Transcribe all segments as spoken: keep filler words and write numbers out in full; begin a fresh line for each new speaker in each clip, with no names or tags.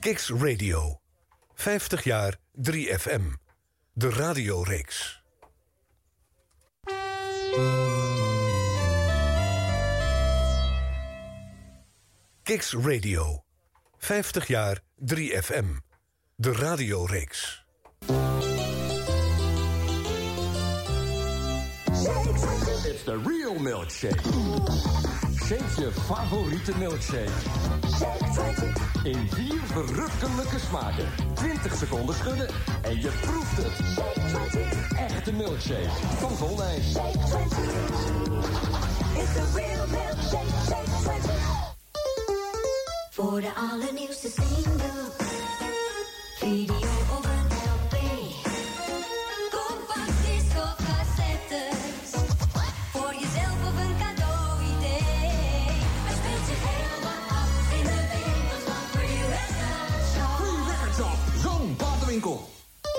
Kicks Radio. vijftig jaar drie F M. De radioreeks. Kicks Radio. vijftig jaar drie F M. De radioreeks.
It's the real milkshake. Shake je favoriete milkshake. In vier verrukkelijke smaken. twintig seconden schudden en je proeft het. Echte milkshake van Volnijn.
It's the real milkshake. Shake twintig. Voor de allernieuwste single. Video of een L P. Compact disc of cassettes. Voor jezelf of een cadeau-idee. Het speelt zich helemaal af in de winkels van Free Record Shop.
Free Record Shop, zo'n platenwinkel.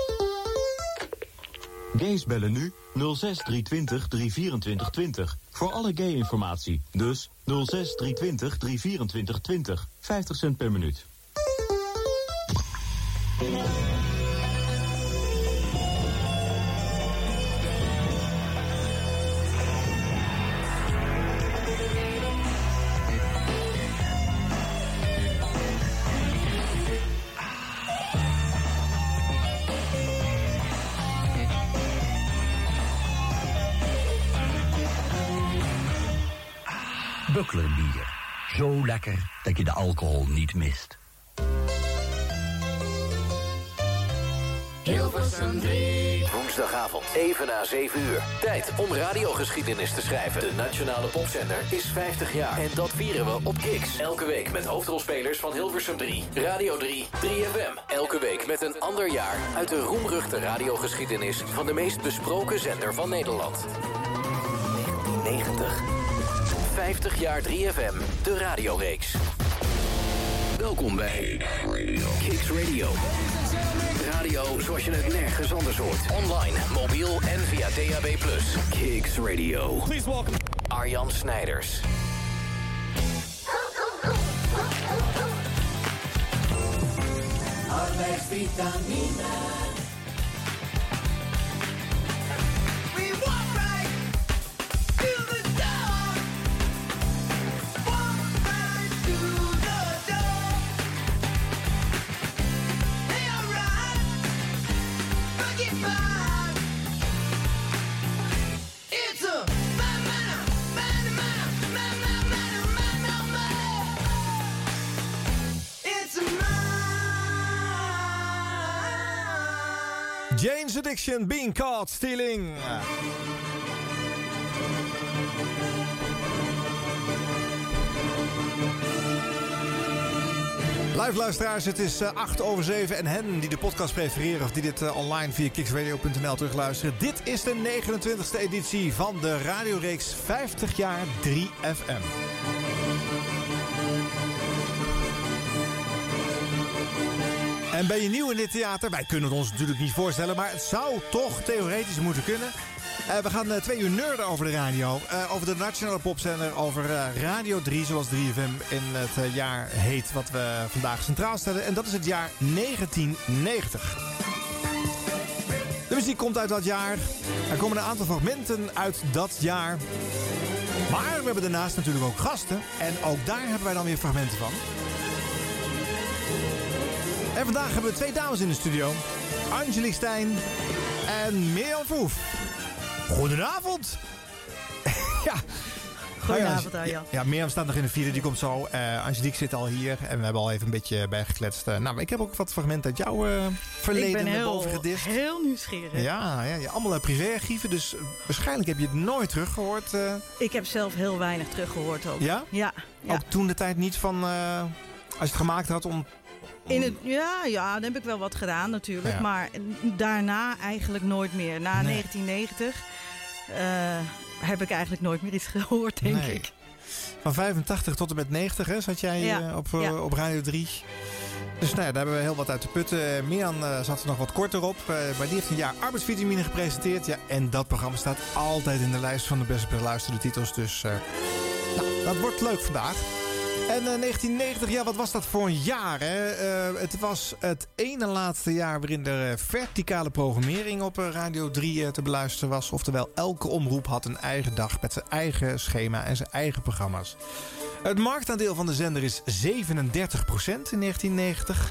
Gays bellen nu nul zes drie twintig drie vierentwintig twintig. Voor alle gay-informatie. Dus nul zes drie twintig drie vierentwintig twintig. vijftig cent per minuut.
Bucklerbier. Zo lekker dat je de alcohol niet mist.
Hilversum drie.
Woensdagavond, even na zeven uur. Tijd om radiogeschiedenis te schrijven. De nationale popzender is vijftig jaar. En dat vieren we op Kicks. Elke week met hoofdrolspelers van Hilversum drie, Radio drie, drie F M. Elke week met een ander jaar uit de roemruchte radiogeschiedenis van de meest besproken zender van Nederland. negentien negentig. vijftig jaar drie F M, de radioreeks. Welkom bij Kicks Radio. Radio zoals je het nergens anders hoort. Online, mobiel en via D A B plus. Kicks Radio. Please welcome Arjan Snijders.
Arbeidsvitamine. We walk right to the door. Walk right to the door. Hey, alright. Rock it back. It's a man, man, man, man, man, man, man, man, man, man. It's a man.
Jane's Addiction, Being Caught Stealing. Live luisteraars, het is uh, acht over zeven en hen die de podcast prefereren of die dit uh, online via kicksradio punt n l terugluisteren. Dit is de negenentwintigste editie van de radioreeks vijftig jaar drie F M. En ben je nieuw in dit theater? Wij kunnen het ons natuurlijk niet voorstellen, maar het zou toch theoretisch moeten kunnen. Uh, we gaan uh, twee uur nerden over de radio. Uh, over de nationale popzender, over uh, Radio drie, zoals drie F M in het uh, jaar heet wat we vandaag centraal stellen. En dat is het jaar negentien negentig. De muziek komt uit dat jaar. Er komen een aantal fragmenten uit dat jaar. Maar we hebben daarnaast natuurlijk ook gasten. En ook daar hebben wij dan weer fragmenten van. En vandaag hebben we twee dames in de studio. Angelique Stijn en Mirjam Verhoef. Goedenavond. ja.
Goedenavond, Arjan.
Ja, Mirjam staat nog in de vierde, die komt zo. Uh, Angelique zit al hier en we hebben al even een beetje bijgekletst. Uh, nou, ik heb ook wat fragmenten uit jouw uh, verleden naar boven gedist.
Ik ben heel nieuwsgierig.
Ja, ja, ja, allemaal privéarchieven, dus uh, waarschijnlijk heb je het nooit teruggehoord. Uh.
Ik heb zelf heel weinig teruggehoord ook.
Ja?
Ja. ja.
Ook toen de tijd niet van, uh, als je het gemaakt had om...
In het, ja, ja, dan heb ik wel wat gedaan natuurlijk.
Ja.
Maar daarna eigenlijk nooit meer. Na
nee.
negentien negentig uh, heb ik eigenlijk nooit meer iets gehoord, denk
nee.
ik.
Van vijfentachtig tot en met negentig hè, zat jij
ja.
uh, op, uh,
ja.
op Radio drie. Dus nou ja, daar hebben we heel wat uit te putten. Mirjam uh, zat er nog wat korter op. Uh, maar die heeft een jaar arbeidsvitamine gepresenteerd. Ja, en dat programma staat altijd in de lijst van de best beluisterde titels. Dus uh, nou, dat wordt leuk vandaag. En uh, negentien negentig, ja, wat was dat voor een jaar, hè? Uh, het was het ene laatste jaar waarin er uh, verticale programmering op uh, Radio drie uh, te beluisteren was. Oftewel, elke omroep had een eigen dag met zijn eigen schema en zijn eigen programma's. Het marktaandeel van de zender is zevenendertig procent in negentien negentig.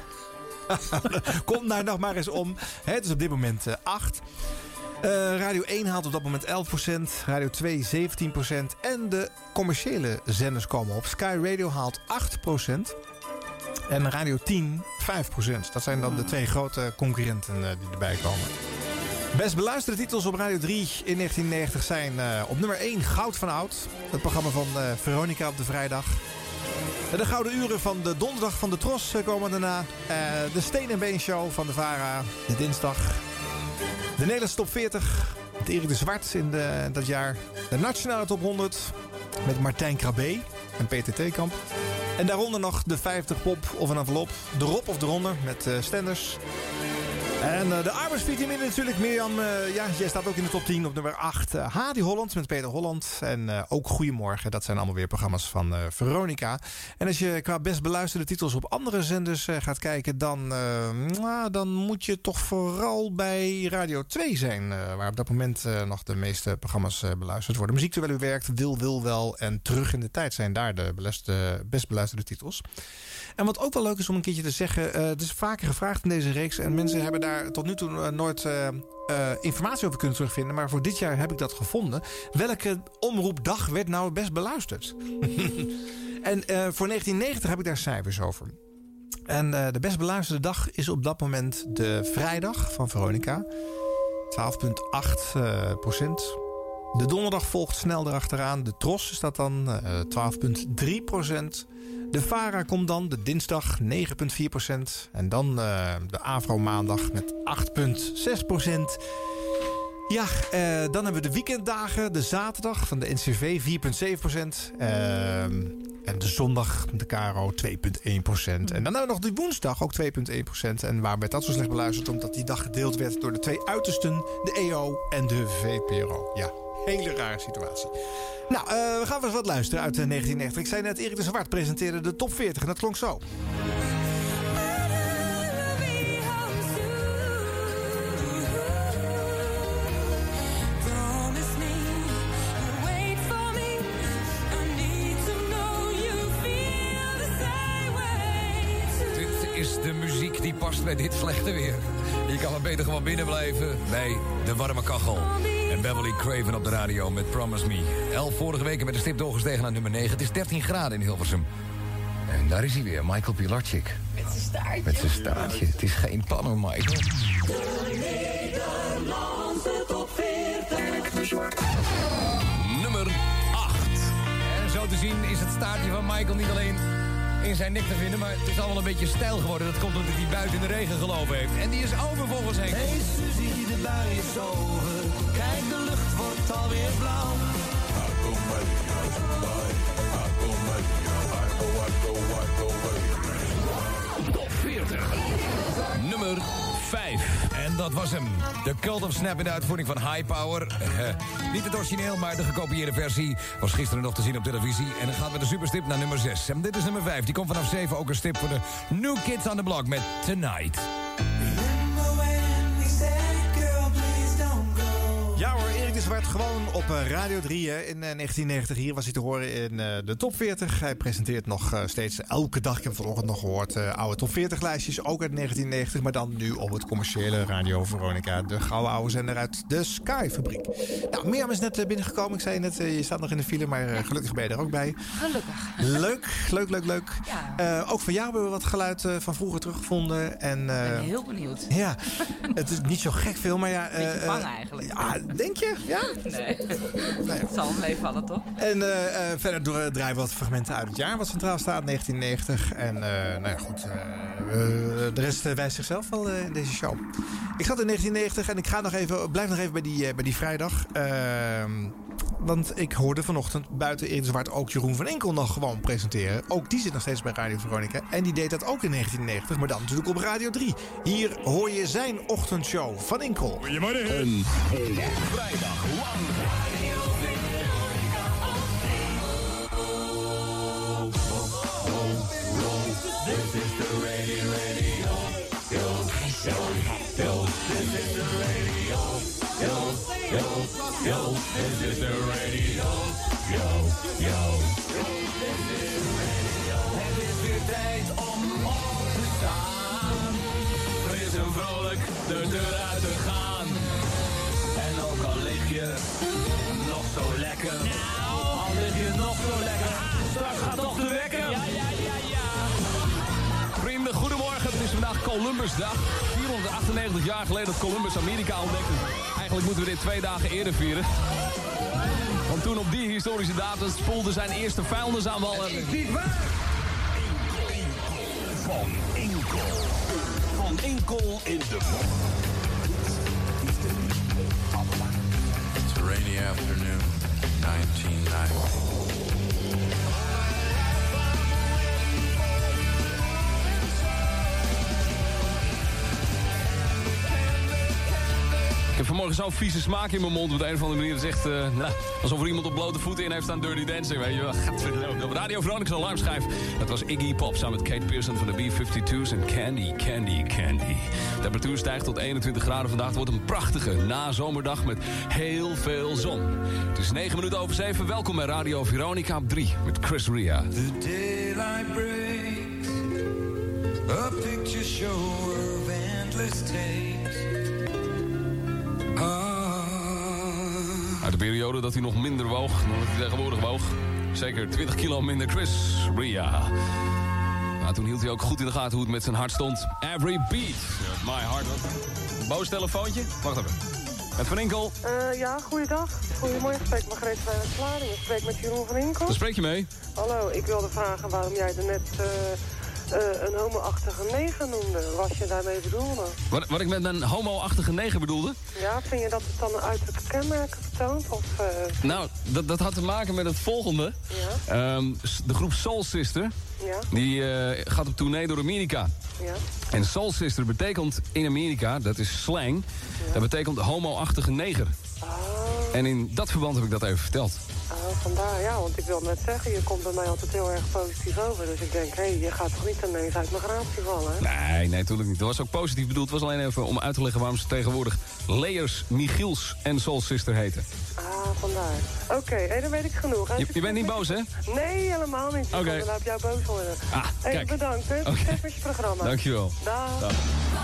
Komt daar nog maar eens om. Het is op dit moment uh, acht. Uh, Radio één haalt op dat moment elf procent, Radio twee zeventien procent... en de commerciële zenders komen op. Sky Radio haalt acht procent en Radio tien vijf procent. Dat zijn dan de twee grote concurrenten uh, die erbij komen. Best beluisterde titels op Radio drie in negentien negentig zijn uh, op nummer één Goud van Oud. Het programma van uh, Veronica op de vrijdag. De Gouden Uren van de donderdag van de Tros uh, komen daarna. Uh, de Steen en Been Show van de VARA, de dinsdag. De Nederlandse Top veertig, met Erik de Zwart in de, dat jaar. De Nationale Top honderd, met Martijn Krabbe en Peter Theekamp. En daaronder nog de vijftig Pop of een envelop. De Rob of de Ronde met uh, Stenders. En uh, de arbeidsvitamine natuurlijk. Mirjam, uh, ja, jij staat ook in de top tien op nummer acht. Uh, Hadi Holland met Peter Holland. En uh, ook Goedemorgen. Dat zijn allemaal weer programma's van uh, Veronica. En als je qua best beluisterde titels op andere zenders uh, gaat kijken... Dan, uh, nou, dan moet je toch vooral bij Radio twee zijn. Uh, waar op dat moment uh, nog de meeste programma's uh, beluisterd worden. Muziek terwijl u werkt, Wil Wil Wel en Terug in de Tijd zijn daar de beluisterde, best beluisterde titels. En wat ook wel leuk is om een keertje te zeggen... Uh, het is vaker gevraagd in deze reeks en mensen hebben daar tot nu toe uh, nooit uh, uh, informatie over kunnen terugvinden. Maar voor dit jaar heb ik dat gevonden. Welke omroepdag werd nou het best beluisterd? en uh, voor negentien negentig heb ik daar cijfers over. En uh, de best beluisterde dag is op dat moment de vrijdag van Veronica. twaalf komma acht procent. De donderdag volgt snel erachteraan. De Tros is dat dan uh, twaalf komma drie procent. De VARA komt dan de dinsdag negen komma vier procent. En dan uh, de Avro maandag met acht komma zes procent. Ja, uh, dan hebben we de weekenddagen. De zaterdag van de N C V vier komma zeven procent. Uh, en de zondag de K R O twee komma één procent. En dan hebben we nog de woensdag ook twee komma één procent. En waar werd dat zo slecht beluisterd? Omdat die dag gedeeld werd door de twee uitersten. De E O en de V P R O. Ja, hele rare situatie. Nou, uh, we gaan weer eens wat luisteren uit uh, negentien negentig. Ik zei net, Erik de Zwart presenteerde de top veertig en dat klonk zo.
Dit is de muziek die past bij dit slechte weer. Je kan maar beter gewoon binnen blijven bij de warme kachel. En Beverly Craven op de radio met Promise Me. Elf vorige weken met de stip doorgestegen naar nummer negen. Het is dertien graden in Hilversum. En daar is hij weer, Michael Pilarczyk.
Met zijn staartje.
Met zijn staartje. Het is geen pan hoor, Michael.
De Nederlandse top veertig.
Nummer acht. En zo te zien is het staartje van Michael niet alleen in zijn nek te vinden, maar het is allemaal een beetje stijl geworden. Dat komt omdat hij buiten in de regen gelopen heeft. En die is over volgens Henk.
Hey Suzie, de bui is over. Kijk, de lucht wordt alweer blauw.
Top veertig. Nummer vijf. En dat was hem. De Cult of Snap in de uitvoering van High Power. Uh, niet het origineel, maar de gekopieerde versie. Was gisteren nog te zien op televisie. En dan gaat met de superstip naar nummer zes. En dit is nummer vijf. Die komt vanaf zeven. Ook een stip voor de New Kids on the Block met Tonight.
Ja hoor, Erik de Zwart gewoon op Radio drie hè. In uh, negentien negentig. Hier was hij te horen in uh, de top veertig. Hij presenteert nog uh, steeds elke dag, ik heb vanochtend nog gehoord, uh, oude top veertig lijstjes. Ook uit negentien negentig, maar dan nu op het commerciële Radio Veronica. De gouden oude zender uit de Sky-fabriek. Nou, Mirjam is net uh, binnengekomen. Ik zei net, uh, je staat nog in de file, maar uh, gelukkig ben je er ook bij.
Gelukkig.
Leuk, leuk, leuk, leuk.
Ja.
Uh, ook van jou hebben we wat geluid uh, van vroeger teruggevonden. En, uh,
Ik ben heel benieuwd.
Ja, het is niet zo gek veel, maar ja... Uh,
Beetje bang eigenlijk.
Ja, denk je? Ja?
Nee. nee. Het zal hem meevallen, toch?
En uh, uh, verder door, draaien we wat fragmenten uit het jaar wat centraal staat, negentien negentig. En uh, nou ja, goed, uh, uh, de rest uh, wijst zichzelf wel uh, in deze show. Ik zat in negentien negentig en ik ga nog even, blijf nog even bij die, uh, bij die vrijdag. Uh, want ik hoorde vanochtend buiten Erik de Zwart ook Jeroen van Enkel nog gewoon presenteren. Ook die zit nog steeds bij Radio Veronica. En die deed dat ook in negentien negentig, maar dan natuurlijk op Radio drie. Hier hoor je zijn ochtendshow van Enkel.
Goedemorgen. Een vrijdag lang Radio Veronica op
Columbusdag. vierhonderdachtennegentig jaar geleden dat Columbus Amerika ontdekte. Eigenlijk moeten we dit twee dagen eerder vieren. Want toen op die historische datum spoelde zijn eerste vuilnisaanval.
Het is niet waar! Van Inkel. Van Inkel in de
It's a rainy afternoon, nineteen ninety.
Ik heb vanmorgen zo'n vieze smaak in mijn mond. Op de een of andere manier is echt uh, nou, alsof er iemand op blote voeten in heeft staan Dirty Dancing. Weet je wel. Op Radio Veronica alarmschijf. Dat was Iggy Pop samen met Kate Pearson van de B vijfentwintig's en Candy, Candy, Candy. De temperatuur stijgt tot eenentwintig graden vandaag. Het wordt een prachtige nazomerdag met heel veel zon. Het is negen minuten over zeven. Welkom bij Radio Veronica op drie met Chris Ria.
The daylight breaks. A picture show of endless takes.
Uit de periode dat hij nog minder woog dan dat hij tegenwoordig woog. Zeker twintig kilo minder Chris Ria. Nou, toen hield hij ook goed in de gaten hoe het met zijn hart stond. Every beat. My heart. Boos telefoontje? Wacht even. Met Van Inkel.
Uh, ja, goeiedag. Goedemorgen, ik spreek Margreet van Klaring. Ik spreek met Jeroen van Inkel.
Daar spreek je mee.
Hallo, ik wilde vragen waarom jij er net uh, uh, een homo-achtige neger noemde. Was je daarmee bedoelde?
Wat, wat ik met een homo-achtige neger bedoelde?
Ja, vind je dat het dan een uiterlijke kenmerken vertoont? Of, uh...
Nou, dat, dat had te maken met het volgende.
Ja.
Um, de groep Soul Sister,
ja.
die uh, gaat op tournee door Amerika.
Ja.
En Soul Sister betekent in Amerika, dat is slang, ja. Dat betekent homo-achtige neger.
Oh.
En in dat verband heb ik dat even verteld.
Oh, vandaar, ja, want ik wil net zeggen, je komt bij mij altijd heel erg positief over. Dus ik denk, hé, hey, je gaat toch niet ineens uit mijn gratie vallen, hè?
Nee, nee, natuurlijk niet. Dat was ook positief bedoeld. Het was alleen even om uit te leggen waarom ze tegenwoordig Leers, Michiels en Soul Sister heten.
Ah, vandaar. Oké, okay, hey, dan weet ik genoeg.
Je, je bent niet boos, hè?
Nee, helemaal niet.
Oké. Okay.
Dan heb jij boos worden.
Ah,
hey,
kijk.
Bedankt, hè. Succes okay. met je programma.
Dankjewel.
Dag. Dag.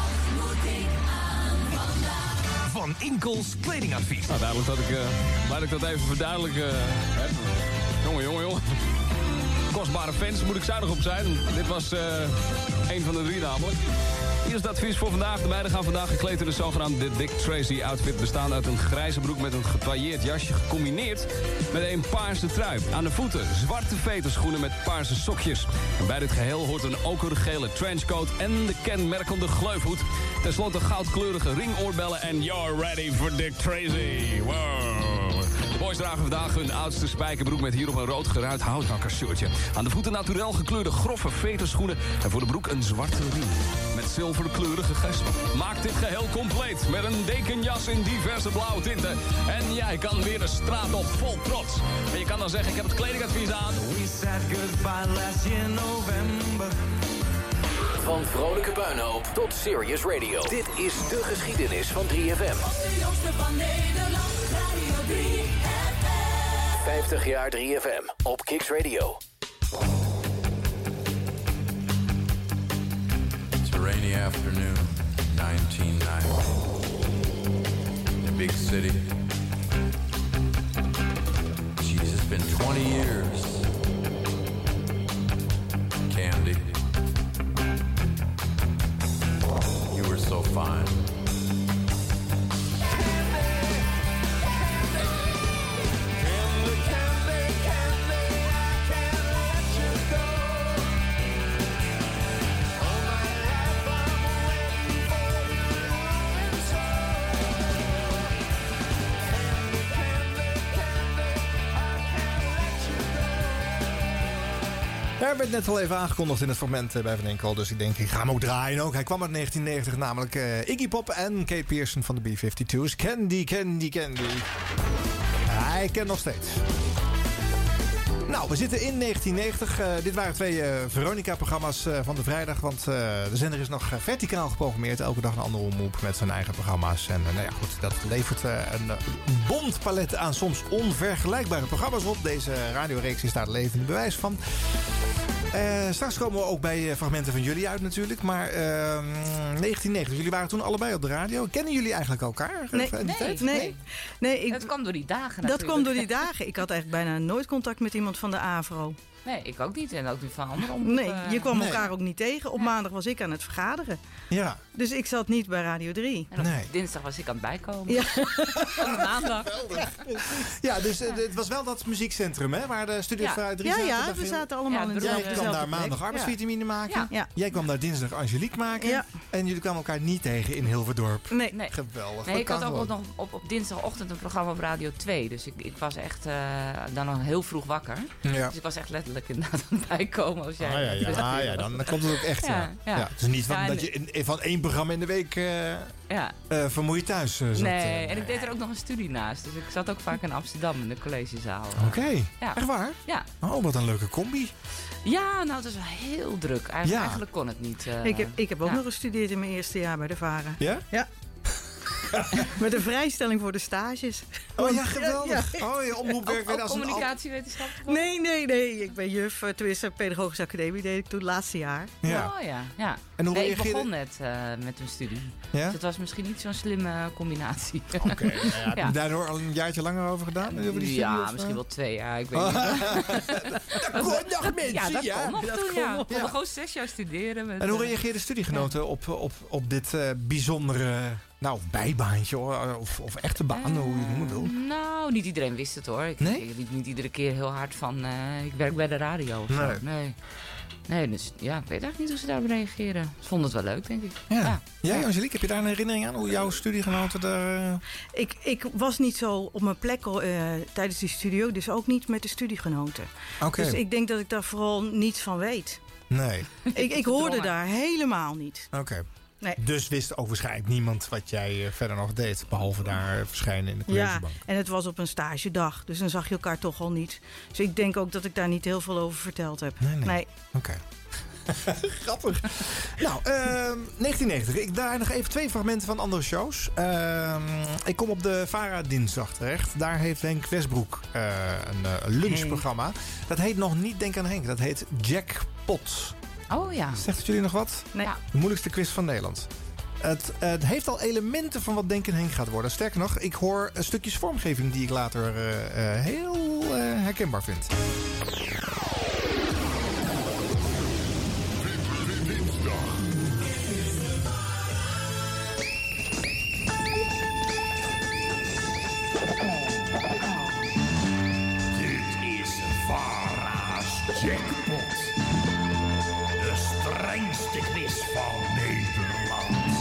Van Inkels kledingadvies.
Nou, duidelijk dat ik, uh, laat ik dat even verduidelijken. Uh, jongen, jongen, jongen. Kostbare fans, moet ik zuinig op zijn. Dit was uh, een van de drie namelijk. Hier is het advies voor vandaag. De meiden gaan vandaag gekleed in de zogenaamde Dick Tracy outfit. Bestaande uit een grijze broek met een getailleerd jasje. Gecombineerd met een paarse trui. Aan de voeten zwarte veterschoenen met paarse sokjes. En bij dit geheel hoort een okergele trenchcoat en de kenmerkende gleufhoed. Ten slotte goudkleurige ringoorbellen en you're ready for Dick Tracy. Wow. De boys dragen vandaag hun oudste spijkerbroek met hierop een rood geruit houthakkershirtje. Aan de voeten naturel gekleurde grove veterschoenen en voor de broek een zwarte riem. Met zilverkleurige gespen. Maak dit geheel compleet met een dekenjas in diverse blauwe tinten. En jij kan weer de straat op vol trots. En je kan dan zeggen, ik heb het kledingadvies aan.
We said goodbye last year November.
Van vrolijke puinhoop tot Serious Radio. Dit is de geschiedenis van drie F M.
De jongste van Nederland, Radio drie F M.
vijftig jaar drie F M op Kicks Radio.
It's a rainy afternoon, nineteen ninety. In a big city. Jeez, it's been twenty years. Candy. You were so fine.
Hij werd net al even aangekondigd in het fragment bij Van Inkel. Dus ik denk, ik ga hem ook draaien ook. Hij kwam uit negentien negentig, namelijk uh, Iggy Pop en Kate Pearson van de B vijfentwintig's. Candy, Candy, Candy. Hij kent nog steeds. Nou, we zitten in negentien negentig. Uh, dit waren twee uh, Veronica-programma's uh, van de vrijdag. Want uh, de zender is nog uh, verticaal geprogrammeerd. Elke dag een andere omroep met zijn eigen programma's. En uh, nou ja, goed, dat levert uh, een uh, bont palet aan soms onvergelijkbare programma's op. Deze radioreeks is daar het levende bewijs van. Uh, straks komen we ook bij uh, fragmenten van jullie uit natuurlijk. Maar uh, negentien negentig, jullie waren toen allebei op de radio. Kennen jullie eigenlijk elkaar?
Nee,
uh,
nee,
tijd?
nee. nee. nee ik,
dat kwam door die dagen
Dat
natuurlijk.
kwam door die dagen. Ik had eigenlijk bijna nooit contact met iemand van de AVRO.
Nee, ik ook niet. En ook niet van anderen. Om,
Nee, je kwam
Nee.
elkaar ook niet tegen. Op maandag was ik aan het vergaderen.
Ja.
Dus ik zat niet bij Radio drie.
En op
Nee.
dinsdag was ik aan het bijkomen.
Ja.
Op maandag.
Ja, dus uh, het was wel dat muziekcentrum, hè? Waar de studios
Ja.
vanuit drie
Ja,
zaten.
ja,
Daar
we
viel-
zaten allemaal
Ja,
in
Jij
Jij
dezelfde
kwam daar
plek.
maandag arbeidsvitamine maken.
Ja.
Ja.
Jij kwam daar dinsdag Angelique maken.
Ja.
En jullie kwamen elkaar niet tegen in Hilverdorp.
Nee.
Nee.
Geweldig.
Nee,
dat
ik had
kan
ook
gewoon.
nog op, op dinsdagochtend een programma op Radio twee. Dus ik, ik was echt uh, dan nog heel vroeg wakker.
Ja.
Dus ik was echt letterlijk inderdaad aan het bijkomen als jij...
Ah, ja, ja. Ah, ja, dan klopt het ook echt, ja.
Ja,
ja.
ja.
Het is niet van,
Ja, en-
dat je in, van één programma in de week uh,
Ja.
uh, vermoeid thuis uh, zat.
Nee,
uh.
en ik deed er ook nog een studie naast. Dus ik zat ook vaak in Amsterdam in de collegezaal.
Oké, okay.
Ja.
Echt waar?
Ja.
Oh, wat een leuke combi.
Ja, nou, het is wel heel druk. Eigenlijk,
Ja.
eigenlijk kon het niet. Uh,
Ik heb, ik heb ook
ja.
nog gestudeerd in mijn eerste jaar bij de VARA.
Ja?
Ja. Met een vrijstelling voor de stages.
Oh ja, geweldig.
Ja, ja.
Oh, je omroepwerk
Ook,
werd
ook
als een...
communicatiewetenschap?
Nee, nee, nee. Ik ben juf, uh, tenminste Pedagogische Academie deed ik toen het laatste jaar.
Ja.
Oh ja, ja.
En hoe
nee, ik
reageerde-
begon net uh, met een studie.
Ja?
Dus het was misschien niet zo'n slimme combinatie.
Oké, okay, nou ja, heb je
Ja.
daardoor al een jaartje langer over gedaan? Over die studie,
Ja,
of,
misschien
uh?
wel twee jaar. Ik weet niet.
Dat kon nog, mensen.
Ja, dat
ja.
kon nog
Dat
toen,
kon
ja.
nog.
We konden gewoon zes jaar studeren. Met,
En hoe
uh,
reageerden studiegenoten op, op, op dit uh, bijzondere nou, bijbaantje hoor, of, of echte baan, uh, hoe je het noemen wil?
Nou, niet iedereen wist het hoor. Ik,
Nee?
ik riep niet iedere keer heel hard van uh, ik werk bij de radio of
Nee.
zo. Nee. Nee, dus ja, ik weet eigenlijk niet hoe ze daarop reageren. Ze vonden het wel leuk, denk ik.
Ja.
Ja.
Jij, Angelique, heb je daar een herinnering aan? Hoe jouw studiegenoten daar... Uh...
Ik, ik was niet zo op mijn plek uh, tijdens die studio, dus ook niet met de studiegenoten.
Okay.
Dus ik denk dat ik daar vooral niets van weet.
Nee.
ik, ik hoorde daar helemaal niet.
Oké. Okay.
Nee.
Dus wist ook waarschijnlijk niemand wat jij uh, verder nog deed, behalve daar uh, verschijnen in de collegebank.
Ja, en het was op een stagedag, dus dan zag je elkaar toch al niet. Dus ik denk ook dat ik daar niet heel veel over verteld heb.
Nee, nee.
nee.
Oké. Okay. Grappig. Nou, uh, negentien negentig. Ik daar nog even twee fragmenten van andere shows. Uh, ik kom op de VARA dinsdag terecht. Daar heeft Henk Westbroek uh, een uh, lunchprogramma. Hey. Dat heet nog niet Denk aan Henk. Dat heet Jackpot.
Oh ja.
Zegt het jullie nog wat?
Nee. Ja.
De moeilijkste quiz van Nederland. Het, het heeft al elementen van wat Denk aan Henk gaat worden. Sterker nog, ik hoor stukjes vormgeving die ik later uh, uh, heel uh, herkenbaar vind.
Jackpot. De strengste quiz van Nederland.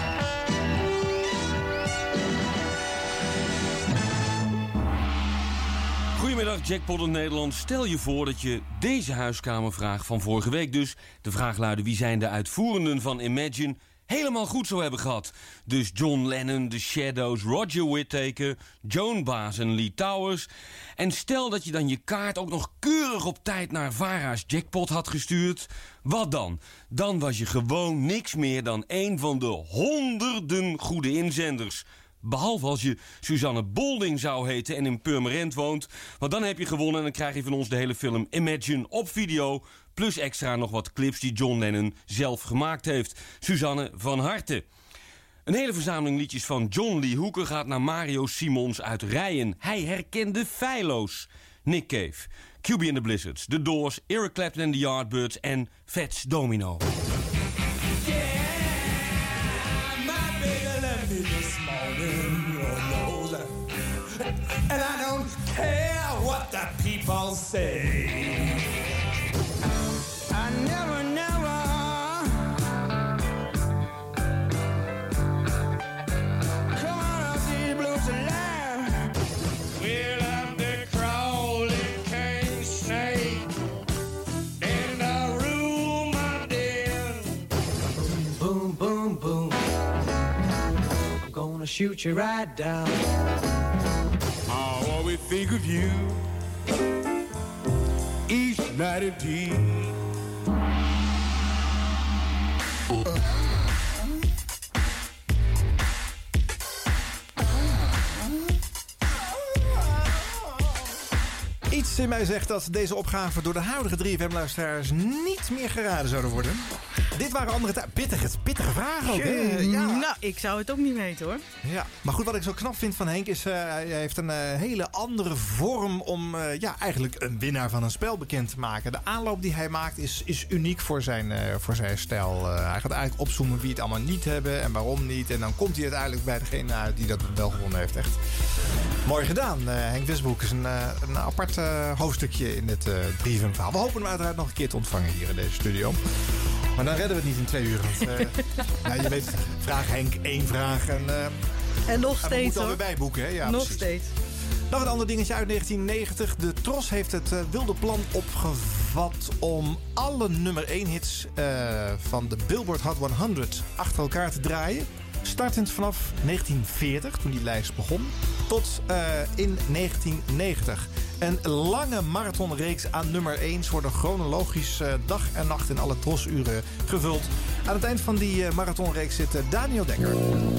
Goedemiddag, Jackpot in Nederland. Stel je voor dat je deze huiskamervraag van vorige week dus... de vraag luidde: wie zijn de uitvoerenden van Imagine... helemaal goed zou hebben gehad. Dus John Lennon, The Shadows, Roger Whittaker, Joan Baez en Lee Towers. En stel dat je dan je kaart ook nog keurig op tijd naar VARA's Jackpot had gestuurd. Wat dan? Dan was je gewoon niks meer dan een van de honderden goede inzenders. Behalve als je Suzanne Bolding zou heten en in Purmerend woont. Want dan heb je gewonnen en dan krijg je van ons de hele film Imagine op video... plus extra nog wat clips die John Lennon zelf gemaakt heeft. Suzanne, van harte. Een hele verzameling liedjes van John Lee Hooker gaat naar Mario Simons uit Rijen. Hij herkende feilloos. Nick Cave, Q B and the Blizzards, The Doors, Eric Clapton and the Yardbirds en Fats Domino.
And I don't care what the people say. I never, never come out of these blues alive. Well, I'm the crawling king snake in the room I'm in. Boom, boom, boom. I'm gonna shoot you right down. How we think of you each night indeed.
Iets in mij zegt dat deze opgave door de huidige drie F M-luisteraars niet meer geraden zouden worden. dit waren andere tijden. Pittige, pittige vragen ook, hè? Ja.
Nou, ik zou het ook niet weten, hoor.
Ja, maar goed, wat ik zo knap vind van Henk is... Uh, hij heeft een uh, hele andere vorm om uh, ja, eigenlijk een winnaar van een spel bekend te maken. De aanloop die hij maakt is, is uniek voor zijn, uh, voor zijn stijl. Uh, hij gaat eigenlijk opzoomen wie het allemaal niet hebben en waarom niet. En dan komt hij uiteindelijk bij degene uit die dat wel gewonnen heeft. Echt mooi gedaan. Uh, Henk Westbroek is een, uh, een apart uh, hoofdstukje in dit uh, drie F M-verhaal. We hopen hem uiteraard nog een keer te ontvangen hier in deze studio. Maar dan redden we het niet in twee uur. Want, uh, nou, je weet, vraag Henk, één vraag. En, uh,
en nog
en
steeds,
we moeten
hoor.
alweer bijboeken, hè? Ja,
nog
precies.
steeds.
Nog een ander dingetje uit negentien negentig. De Tros heeft het uh, wilde plan opgevat om alle nummer één hits uh, van de Billboard Hot honderd achter elkaar te draaien. Startend vanaf negentien veertig, toen die lijst begon, tot uh, in negentien negentig. Een lange marathonreeks aan nummer ééns worden chronologisch uh, dag en nacht in alle Tros-uren gevuld. Aan het eind van die uh, marathonreeks zit uh, Daniel Dekker.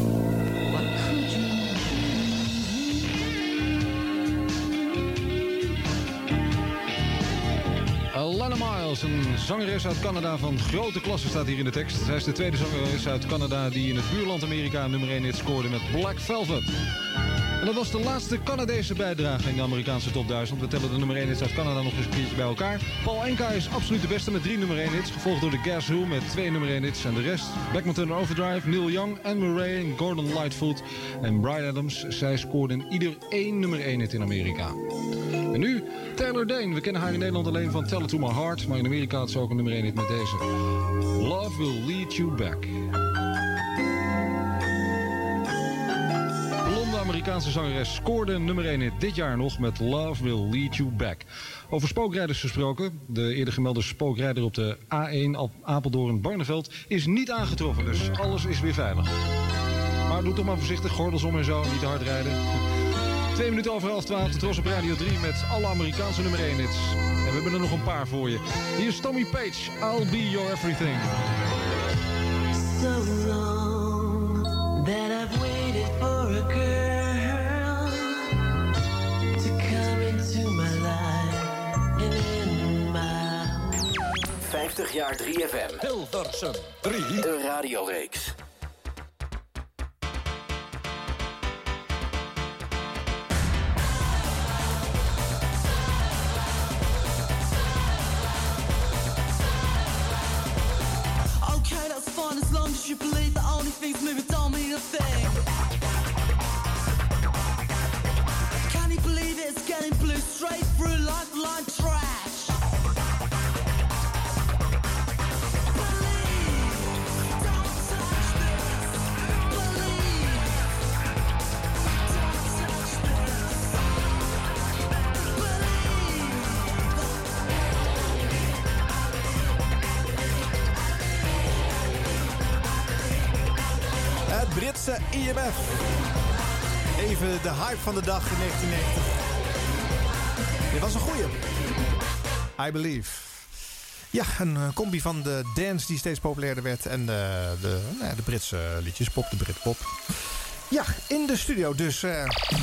Alana Miles, een zangeres uit Canada van grote klasse, staat hier in de tekst. Zij is de tweede zangeres uit Canada die in het buurland Amerika nummer één hit scoorde met Black Velvet. En dat was de laatste Canadese bijdrage in de Amerikaanse top duizend. We tellen de nummer één hits uit Canada nog eens een keertje bij elkaar. Paul Enka is absoluut de beste met drie nummer één hits. Gevolgd door de Guess Who met twee nummer één hits. En de rest, Blackmon Overdrive, Neil Young, Anne Murray, Gordon Lightfoot en Bryan Adams. Zij scoorden ieder één nummer één hit in Amerika. En nu Taylor Dayne. We kennen haar in Nederland alleen van Tell It To My Heart. Maar in Amerika had ze ook een nummer één hit met deze. Love Will Lead You Back. De Amerikaanse zangeres scoorde nummer één hit dit jaar nog met Love Will Lead You Back. Over spookrijders gesproken. De eerder gemelde spookrijder op de A één Apeldoorn-Barneveld is niet aangetroffen, dus alles is weer veilig. Maar doe toch maar voorzichtig, gordels om en zo, niet te hard rijden. Twee minuten over half twaalf, de Tros op Radio drie met alle Amerikaanse nummer één hits. En we hebben er nog een paar voor je. Hier is Tommy Page, I'll Be Your Everything.
So long that I've waited for a girl to come into my life and in my
vijftig jaar drie F M.
Hilversum drie.
De radioreeks.
Okay, that's fine as long as you believe the only things moving don't mean a thing. Can you believe it? It's getting blue straight through lifeline trash. Believe, don't touch this. Believe, don't touch this.
Het Britse I M F. Even de hype van de dag in negentien negentig. Dit was een goeie. I Believe. Ja, een combi van de dance die steeds populairder werd en de, de, nou ja, de Britse liedjes, pop, de Britpop. Ja, in de studio dus... Uh...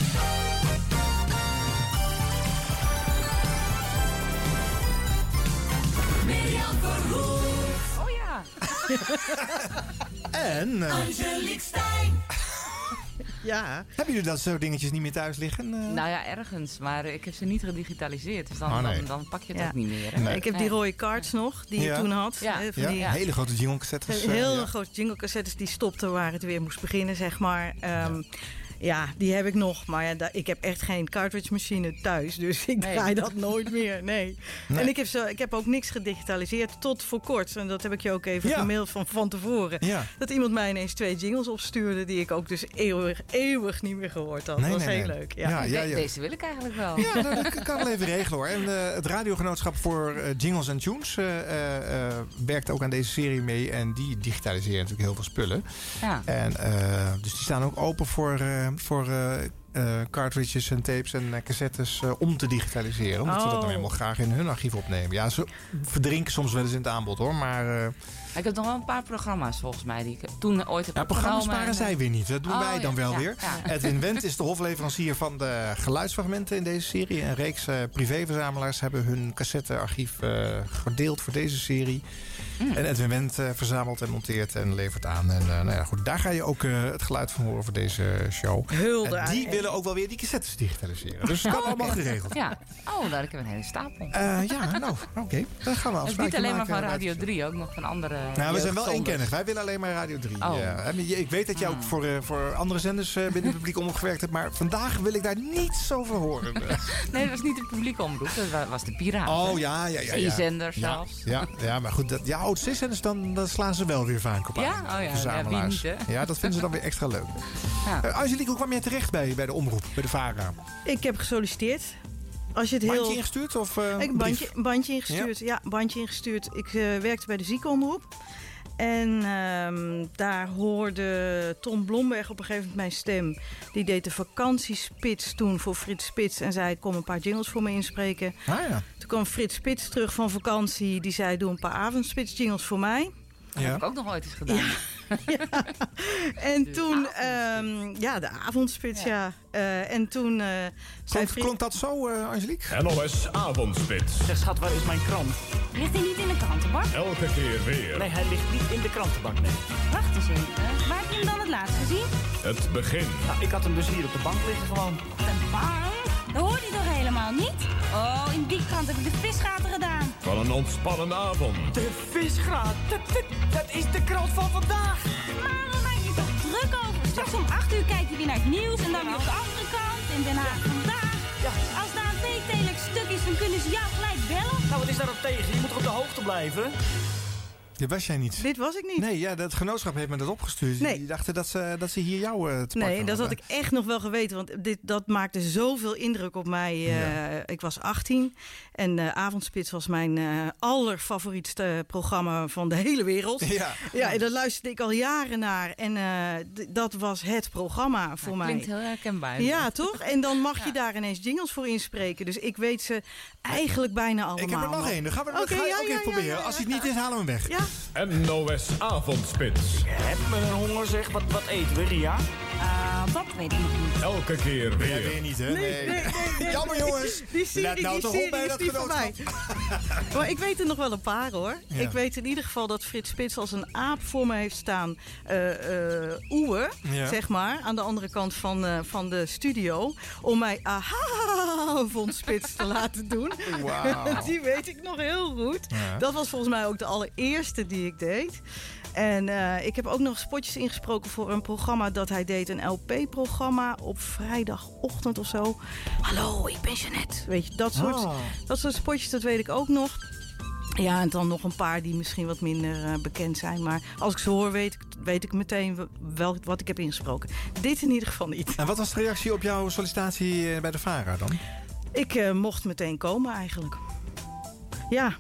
Mirjam Verhoef.
Oh ja.
En... Uh...
Angelique Stijn.
Ja.
Hebben jullie dat soort dingetjes niet meer thuis liggen? Uh...
Nou ja, ergens. Maar ik heb ze niet gedigitaliseerd. Dus dan,
Oh, nee.
dan, dan pak je het
Ja.
ook niet meer. Hè?
Nee. Ik heb die
Nee.
rode cards nog, die
Ja.
je toen had.
Ja.
hè, van
Ja,
die,
hele grote jingle-cassettes. uh,
Heel
ja.
grote jingle-cassettes die stopten waar het weer moest beginnen, zeg maar. Um, ja. ja, die heb ik nog. Maar ja, da- ik heb echt geen cartridge machine thuis. Dus ik
Nee.
draai dat nooit meer, nee.
Nee.
En ik heb, zo, ik heb ook niks gedigitaliseerd tot voor kort. En dat heb ik je ook even
Ja.
gemaild van, van tevoren.
Ja.
Dat iemand mij ineens twee jingles opstuurde... die ik ook dus eeuwig, eeuwig niet meer gehoord had.
Nee,
dat was
nee,
heel
nee.
leuk. Ja.
Ja, ja,
De-
ja.
Deze wil ik eigenlijk wel.
Ja, nou, dat kan wel even regelen hoor. En uh, het radiogenootschap voor uh, Jingles and Tunes uh, uh, uh, werkt ook aan deze serie mee. En die digitaliseren natuurlijk heel veel spullen.
Ja.
En, uh, dus die staan ook open voor, uh, voor uh, uh, cartridges en tapes en uh, cassettes uh, om te digitaliseren. Omdat
Oh.
ze dat nou helemaal graag in hun archief opnemen. Ja, ze verdrinken soms wel eens in het aanbod hoor. Maar uh,
Ik heb nog wel een paar programma's volgens mij die ik toen ooit heb
ja, programma's
opgenomen.
sparen zij weer niet. Dat doen
Oh,
wij dan
ja,
wel
ja,
weer.
ja.
Edwin Wendt is de hofleverancier van de geluidsfragmenten in deze serie. Een reeks uh, privéverzamelaars hebben hun cassettearchief uh, gedeeld voor deze serie. Mm. En Edwin Wendt uh, verzamelt en monteert en levert aan. En uh, nou ja, goed, daar ga je ook uh, het geluid van horen voor deze show.
Hulde
En die
aan-
willen ook wel weer die cassettes digitaliseren. Dus dat kan
Oh,
allemaal
oké.
geregeld.
Ja. Oh, daar heb ik een hele stapel.
Uh, ja, nou, oké. Okay. Dan gaan we
Het is
afspraken
niet alleen maar
maken
van
bij
Radio
het-
drie, ook nog van andere
Nou, we zijn wel
jeugdzenders.
eenkennig. Wij willen alleen maar Radio drie.
Oh.
Ja. En je- Ik weet dat jij ook voor, uh, voor andere zenders uh, binnen het publiek omroep gewerkt hebt. Maar vandaag wil ik daar niets over horen.
Nee, dat was niet de publieke omroep. Dat wa- was de Piraat.
Oh, ja, ja, ja. ja.
C-zender
Ja,
zelfs.
Ja, ja, maar goed. Dat, ja, oh, C-zenders, dan, dan slaan ze wel weer vaak op aan.
Ja? Oh ja, ja,
verzamelaars.
wie niet, hè?
Ja, dat vinden ze dan weer extra leuk.
Ja.
Uh, Angelique, hoe kwam jij terecht bij, bij de omroep, bij de VARA?
Ik heb gesolliciteerd. Als je het heel...
Bandje ingestuurd of uh,
Ik heb een bandje, een bandje ingestuurd. Ja, een bandje ingestuurd. Ik uh, werkte bij de ziekenomroep. En um, daar hoorde Tom Blomberg op een gegeven moment mijn stem. Die deed de vakantiespits toen voor Frits Spits. En zei, kom een paar jingles voor me inspreken.
Ah, ja.
Toen kwam Frits Spits terug van vakantie. Die zei, doe een paar avondspits jingles voor mij.
Dat
Ja.
heb ik ook nog ooit eens gedaan.
Ja. Ja. En toen, um, ja, de avondspits, ja. ja. Uh, en toen uh, zei
Klonk,
Frits...
klonk dat zo, uh, Angelique?
N O S Avondspits.
Zeg schat, waar is mijn krant?
Ligt hij niet in de krantenbak?
Elke keer weer.
Nee, hij ligt niet in de krantenbak, nee.
Wacht eens even. Waar heb je hem dan het laatst gezien?
Het begin.
Nou, ik had hem dus hier op de bank liggen gewoon.
Op de bank? Dat hoort hij toch helemaal niet? Oh, in die krant heb ik de visgaten gedaan.
Van een ontspannen avond.
De visgraat, dat, dat, dat is de krant van vandaag.
Maar waar maak je je toch druk over? Straks om acht uur kijk je weer naar het nieuws en dan weer op de andere kant in Den Haag vandaag.
Ja.
Als daar een weekdelijk stuk is, dan kunnen ze jou gelijk bellen.
Nou, wat is daarop tegen? Je moet toch op de hoogte blijven?
Dit was jij niet.
Dit was ik niet.
Nee, ja, het genootschap heeft me dat opgestuurd.
Nee.
Die dachten dat ze, dat ze hier jou uh, te pakken
Nee, dat had
hadden.
ik echt nog wel geweten. Want dit, dat maakte zoveel indruk op mij. Uh,
Ja.
Ik was achttien. En uh, Avondspits was mijn uh, allerfavorietste programma van de hele wereld.
Ja.
Ja, en daar luisterde ik al jaren naar. En uh, d- dat was het programma voor
Dat
mij.
klinkt heel herkenbaar.
Ja, toch? En dan mag je daar ineens jingles voor inspreken. Dus ik weet ze eigenlijk bijna allemaal.
Ik heb er nog één. Dan gaan we dat
Oké,
ga je
ja,
ook
ja,
even
ja,
proberen.
ja, ja.
Als hij het niet is, halen we hem weg.
Ja.
N O S Avondspits.
Heb me een honger zeg. Wat, wat eten we, Ria?
Uh, dat weet ik nog niet.
Elke keer weer.
Jij weer niet, hè?
Nee, nee, nee, nee.
Jammer, jongens.
Die serie,
Let nou
die
toch op
serie
bij
is
dat
die van mij.
genootschap.
Maar ik weet er nog wel een paar, hoor.
Ja.
Ik weet in ieder geval dat Frits Spits als een aap voor me heeft staan. Uh, uh, oewe,
Ja.
zeg maar, aan de andere kant van, uh, van de studio. Om mij aha van Spits te laten doen.
Wauw.
Die weet ik nog heel goed.
Ja.
Dat was volgens mij ook de allereerste die ik deed. En uh, ik heb ook nog spotjes ingesproken voor een programma dat hij deed. Een L P-programma op vrijdagochtend of zo. Hallo, ik ben Jeannette. Weet je, dat soort,
Oh.
dat soort spotjes, dat weet ik ook nog. Ja, en dan nog een paar die misschien wat minder uh, bekend zijn. Maar als ik ze hoor, weet ik, weet ik meteen wel wat ik heb ingesproken. Dit in ieder geval niet.
En wat was de reactie op jouw sollicitatie bij de VARA dan?
Ik uh, mocht meteen komen eigenlijk. Ja.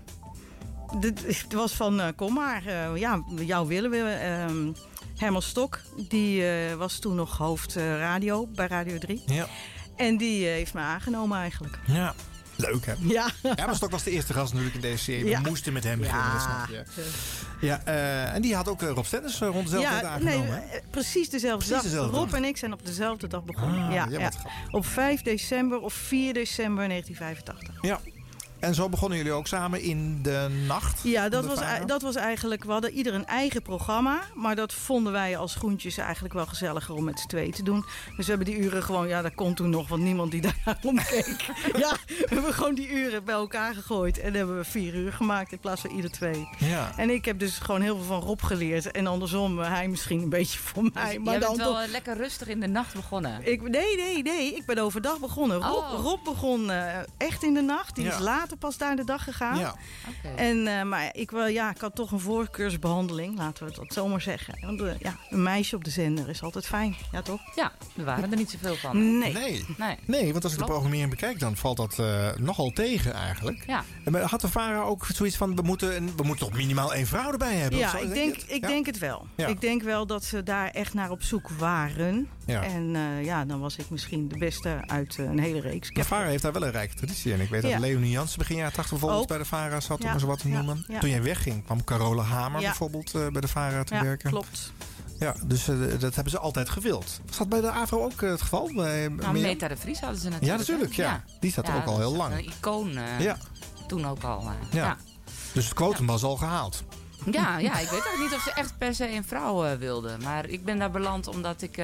Het was van, uh, kom maar, uh, ja, jou willen we. Uh, Herman Stok, die uh, was toen nog hoofd uh, radio bij Radio drie.
Ja.
En die uh, heeft me aangenomen eigenlijk.
Ja. Leuk, hè?
Ja.
Herman Stok was de eerste gast natuurlijk in deze serie. We
Ja.
moesten met hem beginnen,
Ja.
dat snap je. Ja, uh, en die had ook uh, Rob Stenders uh, rond dezelfde tijd
Ja,
aangenomen.
nee,
hè?
uh, precies dezelfde
Precies
dag.
dezelfde
Rob
dag.
en ik zijn op dezelfde dag begonnen.
Ah,
ja,
ja,
ja.
wat grappig.
Op vijf december of vier december negentien vijfentachtig.
Ja. En zo begonnen jullie ook samen in de nacht?
Ja, dat
de
was,
VARA?
ei- dat was eigenlijk... We hadden ieder een eigen programma. Maar dat vonden wij als groentjes eigenlijk wel gezelliger om met z'n tweeën te doen. Dus we hebben die uren gewoon... Ja, dat kon toen nog, want niemand die daar omkeek. Ja, we hebben gewoon die uren bij elkaar gegooid. En hebben we vier uur gemaakt in plaats van ieder twee.
Ja.
En ik heb dus gewoon heel veel van Rob geleerd. En andersom, hij misschien een beetje voor mij. Maar
Jij
dan
bent wel
toch...
uh, lekker rustig in de nacht begonnen.
Ik, nee, nee, nee. Ik ben overdag begonnen. Rob,
Oh.
Rob begon uh, echt in de nacht. Die
Ja.
is later pas daar de dag gegaan.
Ja.
Oké.
En, uh, maar ik, wel, ja, ik had toch een voorkeursbehandeling, laten we dat zo maar zeggen. Want uh, ja, een meisje op de zender is altijd fijn, ja toch?
Ja, er waren er niet zoveel van.
Nee.
Nee.
Nee.
Nee, want als ik de
Klopt.
programmering bekijk, dan valt dat uh, nogal tegen eigenlijk.
Ja.
En maar had de VARA ook zoiets van, we moeten, een- we moeten toch minimaal één vrouw erbij hebben? of
Ja,
zo?
ik
Denk
denk,
je het?
ik
Ja?
denk het wel.
Ja.
Ik denk wel dat ze daar echt naar op zoek waren.
Ja.
En uh, ja, dan was ik misschien de beste uit uh, een hele reeks.
De VARA heeft daar wel een rijke traditie in. Ik weet dat
ja.
Leonie Jansen begin jaren tachtig bijvoorbeeld
Ook.
bij de VARA zat, om
Ja.
maar zo wat te
Ja.
noemen.
Ja.
Toen jij wegging kwam Carola Hamer
Ja.
bijvoorbeeld uh, bij de VARA te
ja,
werken.
Klopt.
Ja, dus uh, dat hebben ze altijd gewild. Was dat bij de AVRO ook uh, het geval? Bij,
nou, Meta de Vries hadden ze natuurlijk.
Ja, natuurlijk. Ja. Ja. Die staat er
ja,
ook al heel lang.
Een icoon. Uh, ja. Toen ook al. Uh,
ja.
ja.
Dus het quotum ja. was al gehaald.
Ja, ja, ik weet eigenlijk niet of ze echt per se een vrouw uh, wilden. Maar ik ben daar beland omdat ik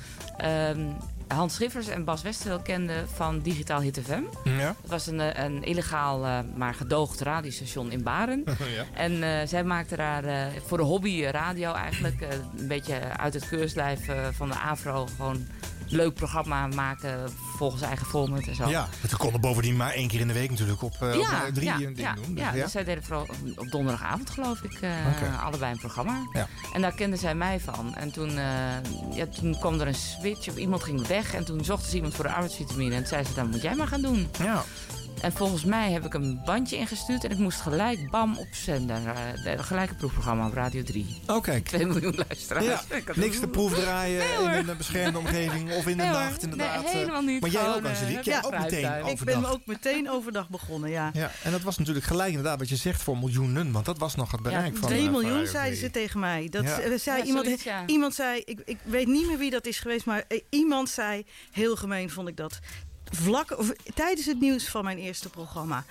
uh, um, Hans Schiffers en Bas Westerwel kende van Digitaal Hit F M.
Ja.
Dat was een, een illegaal, uh, maar gedoogd radiostation in Baren.
Ja.
En uh, zij maakte daar uh, voor de hobby radio eigenlijk uh, een beetje uit het keurslijf uh, van de AVRO gewoon leuk programma maken volgens eigen format en zo.
Ja, het konden bovendien maar één keer in de week natuurlijk op, uh,
ja,
op drie
ja,
dingen
ja,
doen. Dus,
ja,
ja,
dus zij deden vooral op donderdagavond geloof ik uh,
okay.
allebei een programma.
Ja.
En daar kenden zij mij van. En toen, uh, ja, toen kwam er een switch of iemand ging weg en toen zochten ze iemand voor de arbeidsvitamine. En toen zei ze, dan moet jij maar gaan doen.
Ja.
En volgens mij heb ik een bandje ingestuurd en ik moest gelijk bam op zender. Uh, gelijk een proefprogramma op Radio drie.
Oké. Okay.
Twee miljoen luisteraars.
Ja, niks te proefdraaien
nee,
in een beschermde omgeving of in de
nee,
nacht inderdaad.
Nee, helemaal niet.
Maar jij
gewoon,
ook, Angelique?
Ja,
ja, ook meteen
tuin.
overdag.
Ik ben ook meteen overdag begonnen, ja.
Ja, en dat was natuurlijk gelijk inderdaad wat je zegt voor miljoenen. Want dat was nog het bereik
ja,
van...
drie
uh,
miljoen zeiden ze tegen mij. Dat
ja.
uh, zei
ja,
iemand,
zoiets, ja.
iemand zei, ik, ik weet niet meer wie dat is geweest, maar uh, iemand zei, heel gemeen vond ik dat... Vlak, of, tijdens het nieuws van mijn eerste programma.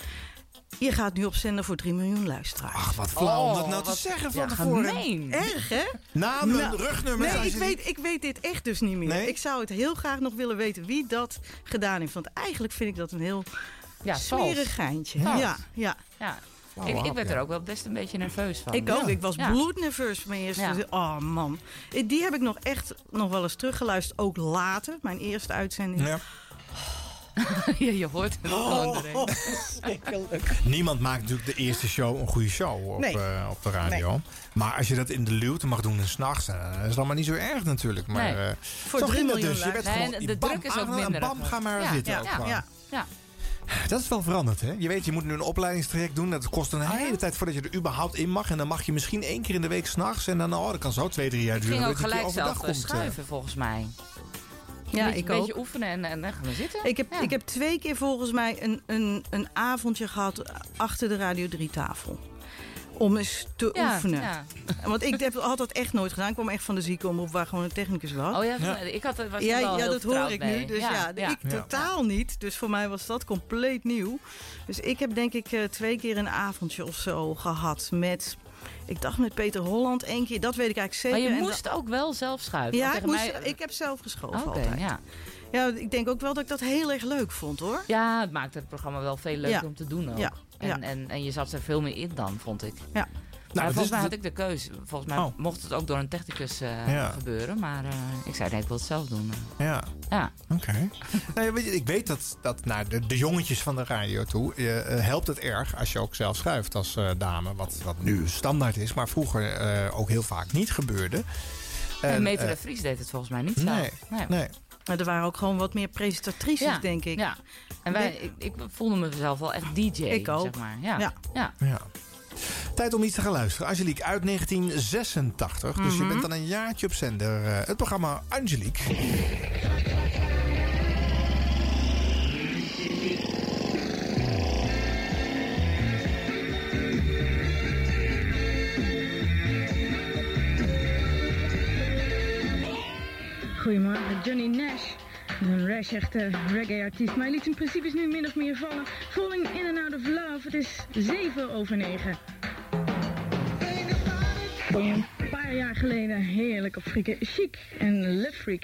Je gaat nu op zender voor drie miljoen luisteraars.
Ach, wat flauw
oh,
om dat nou
wat,
te zeggen van
ja,
tevoren.
Gemeen. Erg, hè?
Namen,
nou,
rugnummers.
Nee, ik weet, ik weet dit echt dus niet meer.
Nee?
Ik zou het heel graag nog willen weten wie dat gedaan heeft. Want eigenlijk vind ik dat een heel
ja,
smerig geintje.
Ja,
ja. ja.
ja. Ik, ik werd er ook wel best een beetje nerveus van.
Ik ook.
Ja.
Ik was
ja.
bloednerveus van mijn eerste.
Ja.
Oh man. Die heb ik nog echt nog wel eens teruggeluisterd. Ook later. Mijn eerste uitzending.
Ja.
Ja, je hoort het gewoon erin.
Oh,
Niemand maakt natuurlijk de eerste show een goede show op,
nee.
uh, op de radio. Nee. Maar als je dat in de luwte mag doen en s'nachts, uh, is dat allemaal niet zo erg natuurlijk. Maar,
nee.
uh,
voor drie miljoen
dus. Je werd
nee,
gewoon,
de
bam,
druk is ook
aan,
minder.
Bam, ga maar
ja,
zitten.
Ja,
ook
ja, ja, ja.
Dat is wel veranderd, hè? Je weet, je moet nu een opleidingstraject doen. Dat kost een hele tijd voordat je er überhaupt in mag. En dan mag je misschien één keer in de week s'nachts. En dan, oh, dat kan zo twee, drie jaar duren.
Ik ging ook
dat
gelijk zelf
komt,
schuiven, volgens mij.
Ja,
beetje,
ik
een
ook.
beetje oefenen en, en dan gaan we zitten.
Ik heb,
ja.
ik heb twee keer volgens mij een, een, een avondje gehad achter de Radio drie tafel. Om eens te
ja,
oefenen.
Ja.
Want ik heb had dat echt nooit gedaan. Ik kwam echt van de ziekenomroep waar gewoon een technicus was.
Oh ja,
ja.
ik had was
ja,
wel
ja
heel
dat hoor ik
mee.
nu. Dus ja,
ja,
ja
ja.
ik totaal niet. Dus voor mij was dat compleet nieuw. Dus ik heb denk ik uh, twee keer een avondje of zo gehad met... Ik dacht met Peter Holland één keer. Dat weet ik eigenlijk zeker.
Maar je
en
moest ook wel zelf schuiven.
Ja, ik, moest,
mij...
ik heb zelf geschoven
okay,
altijd.
Ja.
Ja, ik denk ook wel dat ik dat heel erg leuk vond, hoor.
Ja, het maakte het programma wel veel leuker
ja.
om te doen ook.
Ja.
En,
ja.
en, en je zat er veel meer in dan, vond ik.
Ja.
Maar
Nou,
volgens mij
is,
had ik de keuze. Volgens mij
oh.
mocht het ook door een technicus uh,
ja.
gebeuren. Maar uh, ik zei, nee, ik wil het zelf doen.
Ja.
Ja.
Oké. Okay. nou, weet je, ik weet dat, dat naar de, de jongetjes van de radio toe... Uh, helpt het erg als je ook zelf schuift als uh, dame. Wat, wat nu standaard is, maar vroeger uh, ook heel vaak niet gebeurde.
En Meta de Vries deed het volgens mij niet zelf.
Nee, nee. nee.
Maar er waren ook gewoon wat meer presentatrices,
ja,
denk ik.
Ja. En wij, ik, ik voelde mezelf wel echt D J.
Ik ook.
Zeg maar. Ja.
Ja.
Ja.
ja. Tijd om iets te gaan luisteren. Angelique uit negentien zesentachtig. Mm-hmm. Dus je bent dan een jaartje op zender. Uh, het programma Angelique.
Goedemorgen, Johnny Nash. Een rash-echte reggae-artiest. Maar hij liet zijn principes nu min of meer vallen. Falling in and out of love. Het is zeven over negen. Een paar jaar geleden heerlijk op frieken. Chic en Love Freak.